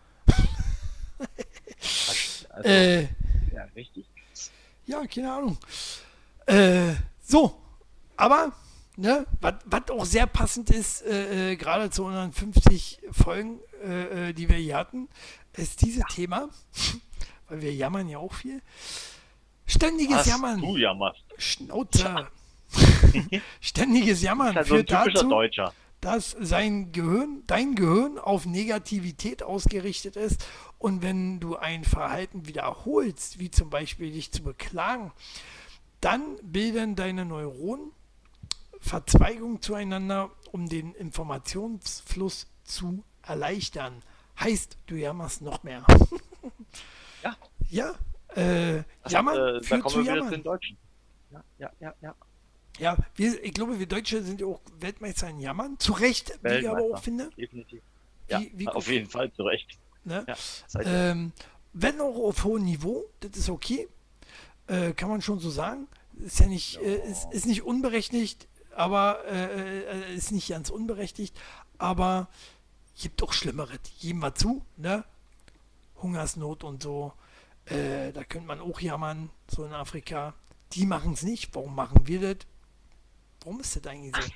Also, Äh, ja, richtig. ja, keine Ahnung. Äh, so, aber, ne, was auch sehr passend ist, äh, äh, gerade zu unseren fünfzig Folgen, äh, äh, die wir hier hatten, ist dieses Thema, weil wir jammern ja auch viel. Ständiges Was Jammern. du jammerst. Schnauze. Ständiges Jammern Das ist halt so ein führt typischer dazu, Deutscher. dass sein Gehirn, dein Gehirn auf Negativität ausgerichtet ist und wenn du ein Verhalten wiederholst, wie zum Beispiel dich zu beklagen, dann bilden deine Neuronen Verzweigungen zueinander, um den Informationsfluss zu erleichtern. Heißt, du jammerst noch mehr. Ja. Ja, äh, Das, jammern äh, da führt kommen zu wir wieder zu jammern. den Deutschen. Ja, ja, ja, ja. Ja, wir, ich glaube, wir Deutsche sind ja auch Weltmeister in Jammern. Zu Recht, wie ich aber Weltmeister. auch finde. Definitiv. Ja, Wie, wie auf guck- jeden Fall zu Recht. Ne? Ja, seid ihr. Ähm, wenn auch auf hohem Niveau, das ist okay. Äh, kann man schon so sagen. Ist ja nicht, äh, ist, ist nicht unberechtigt, aber äh, äh, ist nicht ganz unberechtigt. Aber gibt auch Schlimmeres. Geben wir zu, ne? Hungersnot und so. Äh, da könnte man auch jammern, so in Afrika. Die machen es nicht. Warum machen wir das? Warum ist das eigentlich so?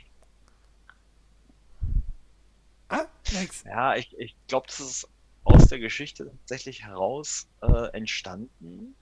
Ah, Max. Ja, ich, ich glaube, das ist aus der Geschichte tatsächlich heraus äh, entstanden.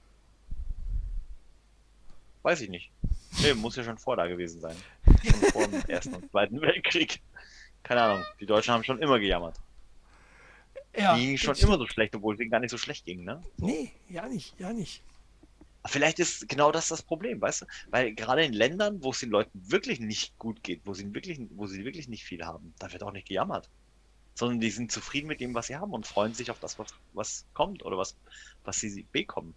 Weiß ich nicht. Nee, muss ja schon vor da gewesen sein. Schon vor dem Ersten und Zweiten Weltkrieg. Keine Ahnung. Die Deutschen haben schon immer gejammert. Ja, Die ging schon das immer stimmt. so schlecht, obwohl es ihnen gar nicht so schlecht ging, ne? Nee, ja nicht, ja nicht. Vielleicht ist genau das das Problem, weißt du? Weil gerade in Ländern, wo es den Leuten wirklich nicht gut geht, wo sie wirklich, wo sie wirklich nicht viel haben, da wird auch nicht gejammert. Sondern die sind zufrieden mit dem, was sie haben und freuen sich auf das, was, was kommt oder was, was sie bekommen.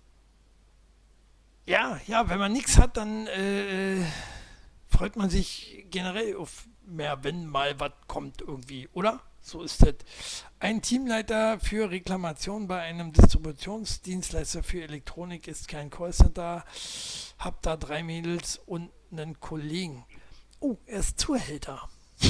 Ja, ja, wenn man nichts hat, dann äh, freut man sich generell auf mehr, wenn mal was kommt irgendwie, oder? So ist das. Ein Teamleiter für Reklamation bei einem Distributionsdienstleister für Elektronik ist kein Callcenter. Hab da drei Mädels und einen Kollegen. Oh, er ist Zuhälter.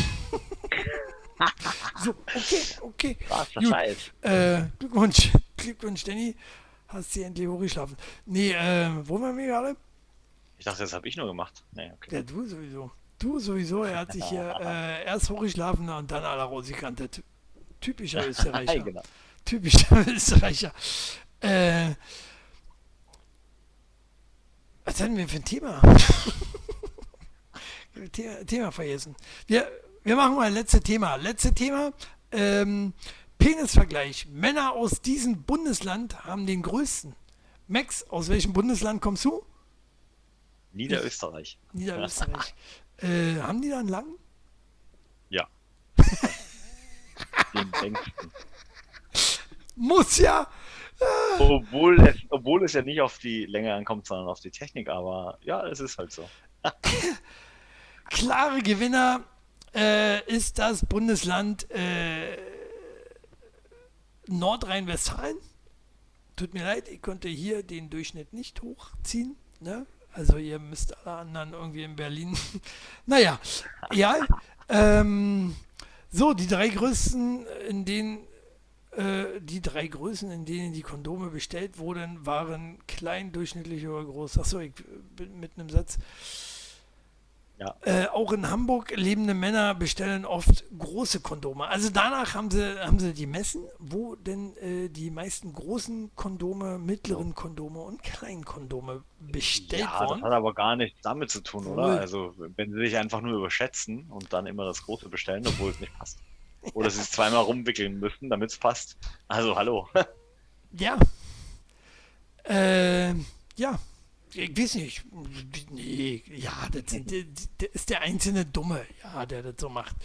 So, okay, okay. Was, Gut. Scheiß. Äh, Glückwunsch, Glückwunsch, Danny. Hast sie endlich hochgeschlafen. Nee, äh, wo waren wir gerade? Ich dachte, das habe ich nur gemacht. Nee, okay. Ja, du sowieso. Du sowieso, er hat sich hier äh, erst hochgeschlafen und dann alle rausgekantet. Typischer Österreicher. genau. Typischer Österreicher. Äh, was hatten wir für ein Thema? The Thema vergessen. Wir, wir machen mal letzte Thema. Letzte Thema. Ähm, Penisvergleich. Männer aus diesem Bundesland haben den größten. Max, aus welchem Bundesland kommst du? Niederösterreich. Niederösterreich. äh, haben die da einen langen? Ja. Den längsten. Muss ja. Obwohl es, obwohl es ja nicht auf die Länge ankommt, sondern auf die Technik, aber ja, es ist halt so. Klare Gewinner äh, ist das Bundesland äh, Nordrhein-Westfalen. Tut mir leid, ich konnte hier den Durchschnitt nicht hochziehen. Ne? Also ihr müsst alle anderen irgendwie in Berlin. Naja, egal. Ähm, so, die drei größten, in denen äh, die drei Größen, in denen die Kondome bestellt wurden, waren klein, durchschnittlich oder groß. Achso, ich bin mit einem Satz. Ja, Äh, auch in Hamburg lebende Männer bestellen oft große Kondome. Also danach haben sie, haben sie die Messen, wo denn äh, die meisten großen Kondome, mittleren Kondome und kleinen Kondome bestellt ja, das wurden. hat aber gar nichts damit zu tun, oder? Wohl. Also, wenn sie sich einfach nur überschätzen und dann immer das Große bestellen, obwohl es nicht passt. Oder sie es zweimal rumwickeln müssen, damit es passt. Also, hallo. Ja. Äh, ja. Ich weiß nicht. Nee, ja, das, sind, das ist der einzelne Dumme, ja, der das so macht.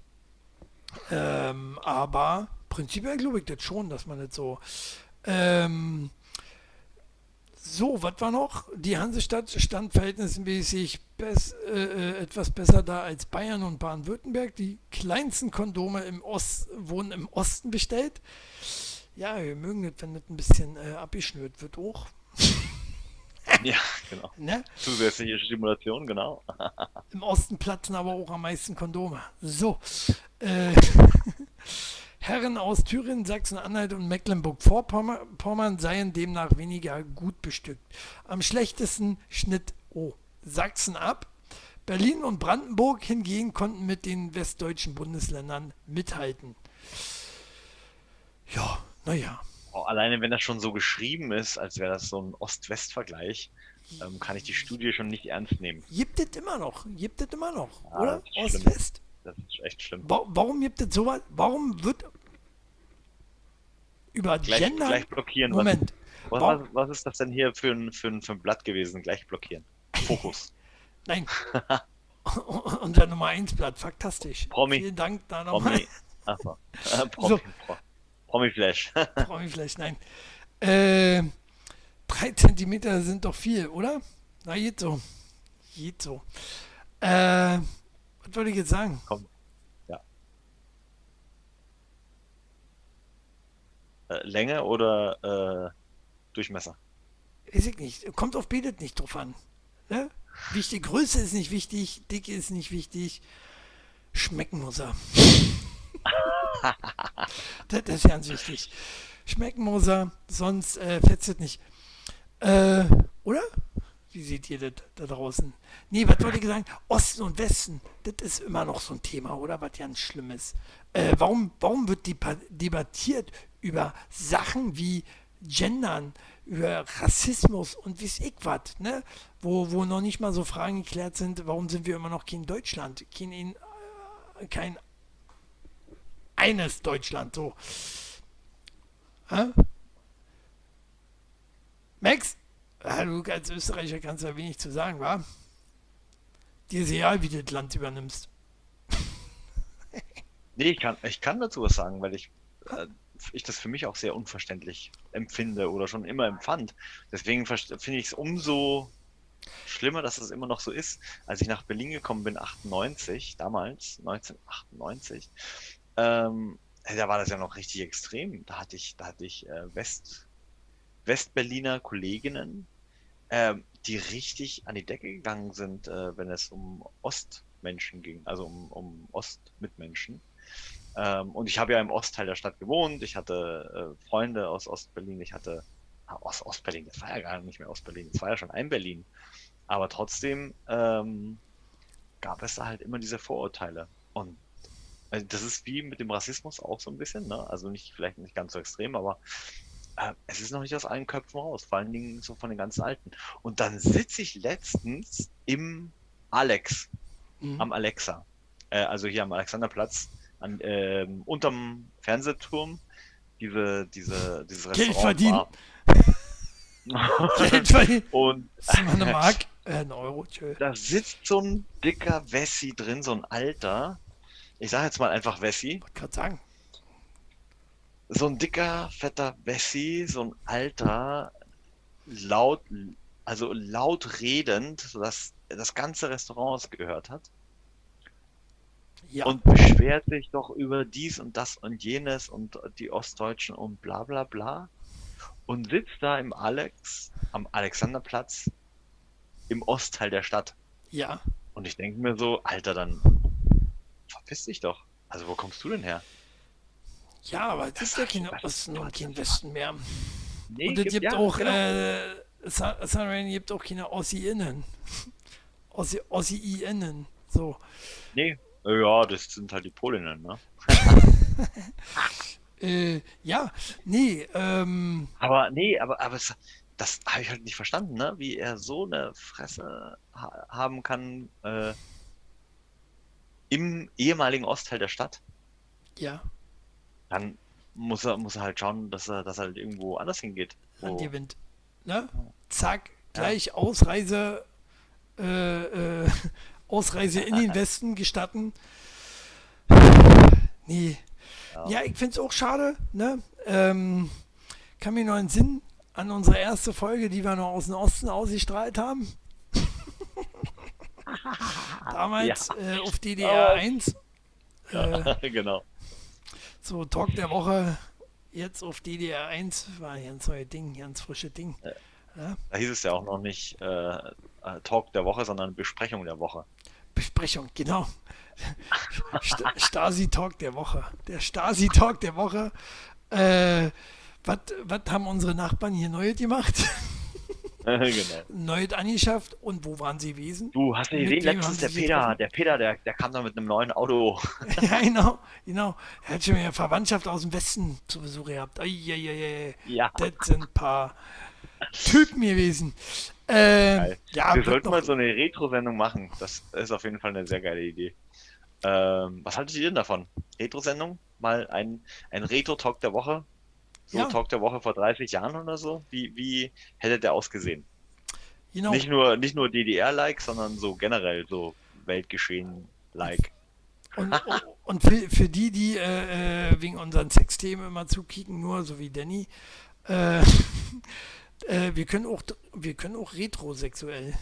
Ähm, aber prinzipiell glaube ich das schon, dass man das so. Ähm, so, was war noch? Die Hansestadt stand verhältnismäßig bess, äh, etwas besser da als Bayern und Baden-Württemberg. Die kleinsten Kondome im Ost, wurden im Osten bestellt. Ja, wir mögen das, wenn das ein bisschen äh, abgeschnürt wird auch. Ja, genau. Ne? Zusätzliche Stimulation, genau. Im Osten platzen aber auch am meisten Kondome. So. Äh, Herren aus Thüringen, Sachsen-Anhalt und Mecklenburg-Vorpommern seien demnach weniger gut bestückt. Am schlechtesten schnitt oh, Sachsen ab. Berlin und Brandenburg hingegen konnten mit den westdeutschen Bundesländern mithalten. Ja, naja. Oh, alleine wenn das schon so geschrieben ist, als wäre das so ein Ost-West-Vergleich, ähm, kann ich die Studie schon nicht ernst nehmen. Gibt es immer noch. Gibt es immer noch, Ja, oder? das ist schlimm. Ost-West. Das ist echt schlimm. Wa- Warum gibt es sowas? Warum wird über Gleich, Gender. gleich blockieren. Moment. Was, Warum- was, was ist das denn hier für ein, für ein, für ein Blatt gewesen? Gleich blockieren. Fokus. Nein. Unser Nummer eins Blatt. Faktastisch. Promi. Vielen Dank da nochmal. Promi. Achso. Äh, Promi, So. Pro, Promi-Flash. Promiflash, nein. Äh, drei Zentimeter sind doch viel, oder? Na, geht so. Geht so. Äh, was wollte ich jetzt sagen? Komm. Ja. Äh, Länge oder äh, Durchmesser? Weiß ich nicht. Kommt auf Betet nicht drauf an. Ne? Wichtig, Größe ist nicht wichtig, Dicke ist nicht wichtig. Schmecken muss er. das, das ist ganz wichtig. Schmecken muss er, sonst äh, fetzt es nicht. Äh, oder? Wie seht ihr das da draußen? Nee, was wollte ich sagen? Osten und Westen, das ist immer noch so ein Thema, oder? Was ganz Schlimmes. Äh, warum, warum wird depa- debattiert über Sachen wie Gendern, über Rassismus und weiß ich was, ne? Wo, wo noch nicht mal so Fragen geklärt sind, warum sind wir immer noch kein Deutschland? Kein, in- äh, kein eines Deutschland, so. Hä? Max? Ja, du als Österreicher kannst ja wenig zu sagen, wa? Dir ist egal, wie du das Land übernimmst. Nee, ich kann, ich kann dazu was sagen, weil ich, äh, ich das für mich auch sehr unverständlich empfinde oder schon immer empfand. Deswegen verst- finde ich es umso schlimmer, dass es immer noch so ist. Als ich nach Berlin gekommen bin, achtundneunzig, damals, neunzehnhundertachtundneunzig, ähm, hey, da war das ja noch richtig extrem. Da hatte ich, da hatte ich äh, West, Westberliner Kolleginnen, ähm, die richtig an die Decke gegangen sind, äh, wenn es um Ostmenschen ging, also um, um Ostmitmenschen. Ähm, und ich habe ja im Ostteil der Stadt gewohnt. Ich hatte äh, Freunde aus Ostberlin. Ich hatte ah, aus Ostberlin. Das war ja gar nicht mehr Ostberlin. Das war ja schon ein Berlin. Aber trotzdem ähm, gab es da halt immer diese Vorurteile. Und äh, das ist wie mit dem Rassismus auch so ein bisschen, ne? Also nicht vielleicht nicht ganz so extrem, aber äh, es ist noch nicht aus allen Köpfen raus. Vor allen Dingen so von den ganz Alten. Und dann sitze ich letztens im Alex, Mhm. am Alexa, äh, also hier am Alexanderplatz, an, ähm, unterm Fernsehturm, diese, diese, dieses Geld Restaurant verdienen. war. Geld verdienen. Und Das ist mal eine Mark. Äh, ein Euro, tschö. da sitzt so ein dicker Wessi drin, so ein alter. Ich sage jetzt mal einfach Wessi. Wollte gerade sagen. so ein dicker, fetter Wessi, so ein alter, laut, also laut redend, sodass das ganze Restaurant es gehört hat. Ja, Und beschwert sich doch über dies und das und jenes und die Ostdeutschen und bla bla bla. Und sitzt da im Alex, am Alexanderplatz, im Ostteil der Stadt. ja, Und ich denke mir so, Alter, dann verpiss dich doch. Also wo kommst du denn her? ja, aber es gibt ja Das, keinen das, Osten und das, keinen Westen mehr. nee, Und es gibt, gibt ja, auch, genau. äh, Sa- Sunrain gibt auch keine Ossi-Innen. Ossi, Ossi-Innen. So. Nee, ja, das sind halt die Polinnen, ne? Äh, ja, nee, ähm, Aber nee, aber, aber es, das habe ich halt nicht verstanden, ne? Wie er so eine Fresse ha haben kann äh, im ehemaligen Ostteil der Stadt. ja, Dann muss er, muss er halt schauen, dass er, dass er halt irgendwo anders hingeht. Land Wo, gewinnt. Ne? Zack, ja, gleich Ausreise, äh, äh, Ausreise in den Westen gestatten. Nee. ja. Ja, ich finde es auch schade, ne? Ähm, kann mir noch einen Sinn an unsere erste Folge, die wir noch aus dem Osten ausgestrahlt haben. Ja, Damals äh, auf D D R aber, eins. Äh, genau. so Talk der Woche. Jetzt auf D D R eins war ein ganz neues Ding, ganz frisches Ding. Ja? Da hieß es ja auch noch nicht äh, äh, Talk der Woche, sondern Besprechung der Woche. Besprechung, genau. St Stasi-Talk der Woche. Der Stasi-Talk der Woche. Äh, was haben unsere Nachbarn hier Neues gemacht? Genau. Neues angeschafft. Und wo waren sie gewesen? Du hast ja Mit gesehen, wem letztens haben der sie sich Peter, getroffen? der Peter, der, der kam da mit einem neuen Auto. Ja, genau, genau. Er hat schon wieder Verwandtschaft aus dem Westen zu Besuch gehabt. Eieiei. Ja, Das sind ein paar Typen gewesen. Äh, geil. ja, Wir wird sollten noch. mal so eine Retro-Sendung machen. Das ist auf jeden Fall eine sehr geile Idee. Ähm, was haltet ihr denn davon? Retro-Sendung? Mal ein, ein Retro-Talk der Woche? So Ja, Talk der Woche vor dreißig Jahren oder so? Wie, wie hätte der ausgesehen? genau. Nicht nur, nicht nur D D R-like, sondern so generell so Weltgeschehen-like. Und, und für, für die, die äh, äh, wegen unseren Sexthemen immer zukicken, nur so wie Danny, äh, äh, wir können auch, wir können auch retrosexuell.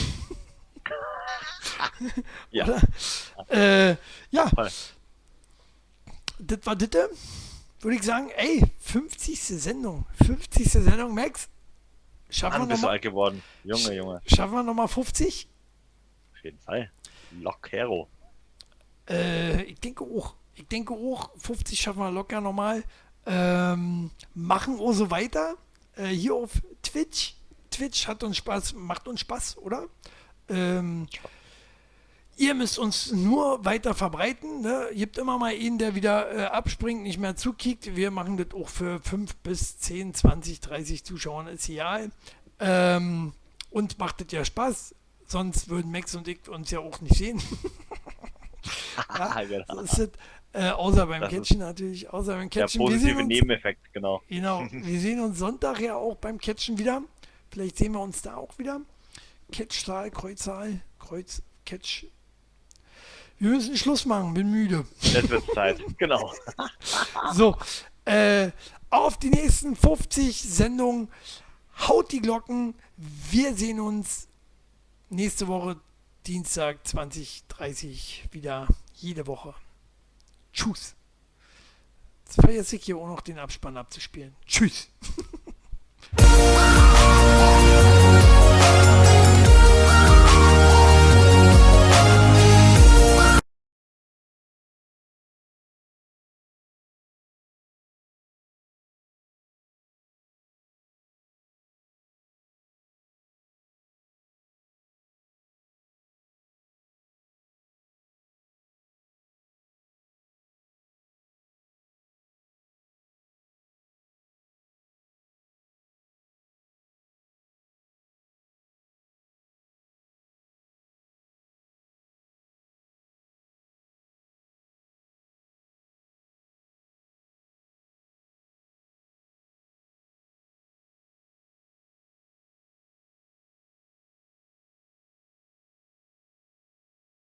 Ja, Oder? Äh, ja, voll. das war das. Würde ich sagen, ey, fünfzigste Sendung. fünfzigste Sendung, Max. Schaffen wir Mann, bist du nochmal alt geworden. Junge, Junge. schaffen wir noch mal fünfzig? Auf jeden Fall. Lockero. Äh, ich denke auch. Ich denke auch, fünfzig schaffen wir locker nochmal. Ähm, machen auch so weiter. Äh, hier auf Twitch. Twitch hat uns Spaß, macht uns Spaß, oder? Ähm, ihr müsst uns nur weiter verbreiten. Ne? Ihr habt immer mal einen, der wieder äh, abspringt, nicht mehr zukickt. Wir machen das auch für fünf bis zehn, zwanzig, dreißig Zuschauern, ist egal. Ähm, und macht das ja Spaß. Sonst würden Max und ich uns ja auch nicht sehen. Ja, Genau. so ist es. Äh, außer beim Das ist Catchen natürlich. Außer beim der Catchen. Wir sehen positive uns, Nebeneffekt, genau. genau, wir sehen uns Sonntag ja auch beim Catchen wieder. Vielleicht sehen wir uns da auch wieder. Catchzahl, Kreuzzahl, Kreuz, Catch. Wir müssen Schluss machen, bin müde. Jetzt wird's Zeit. Genau. So, äh, auf die nächsten fünfzig Sendungen. Haut die Glocken. Wir sehen uns nächste Woche, Dienstag zwanzig dreißig, wieder jede Woche. Tschüss. Jetzt vergesse ich hier auch noch den Abspann abzuspielen. Tschüss.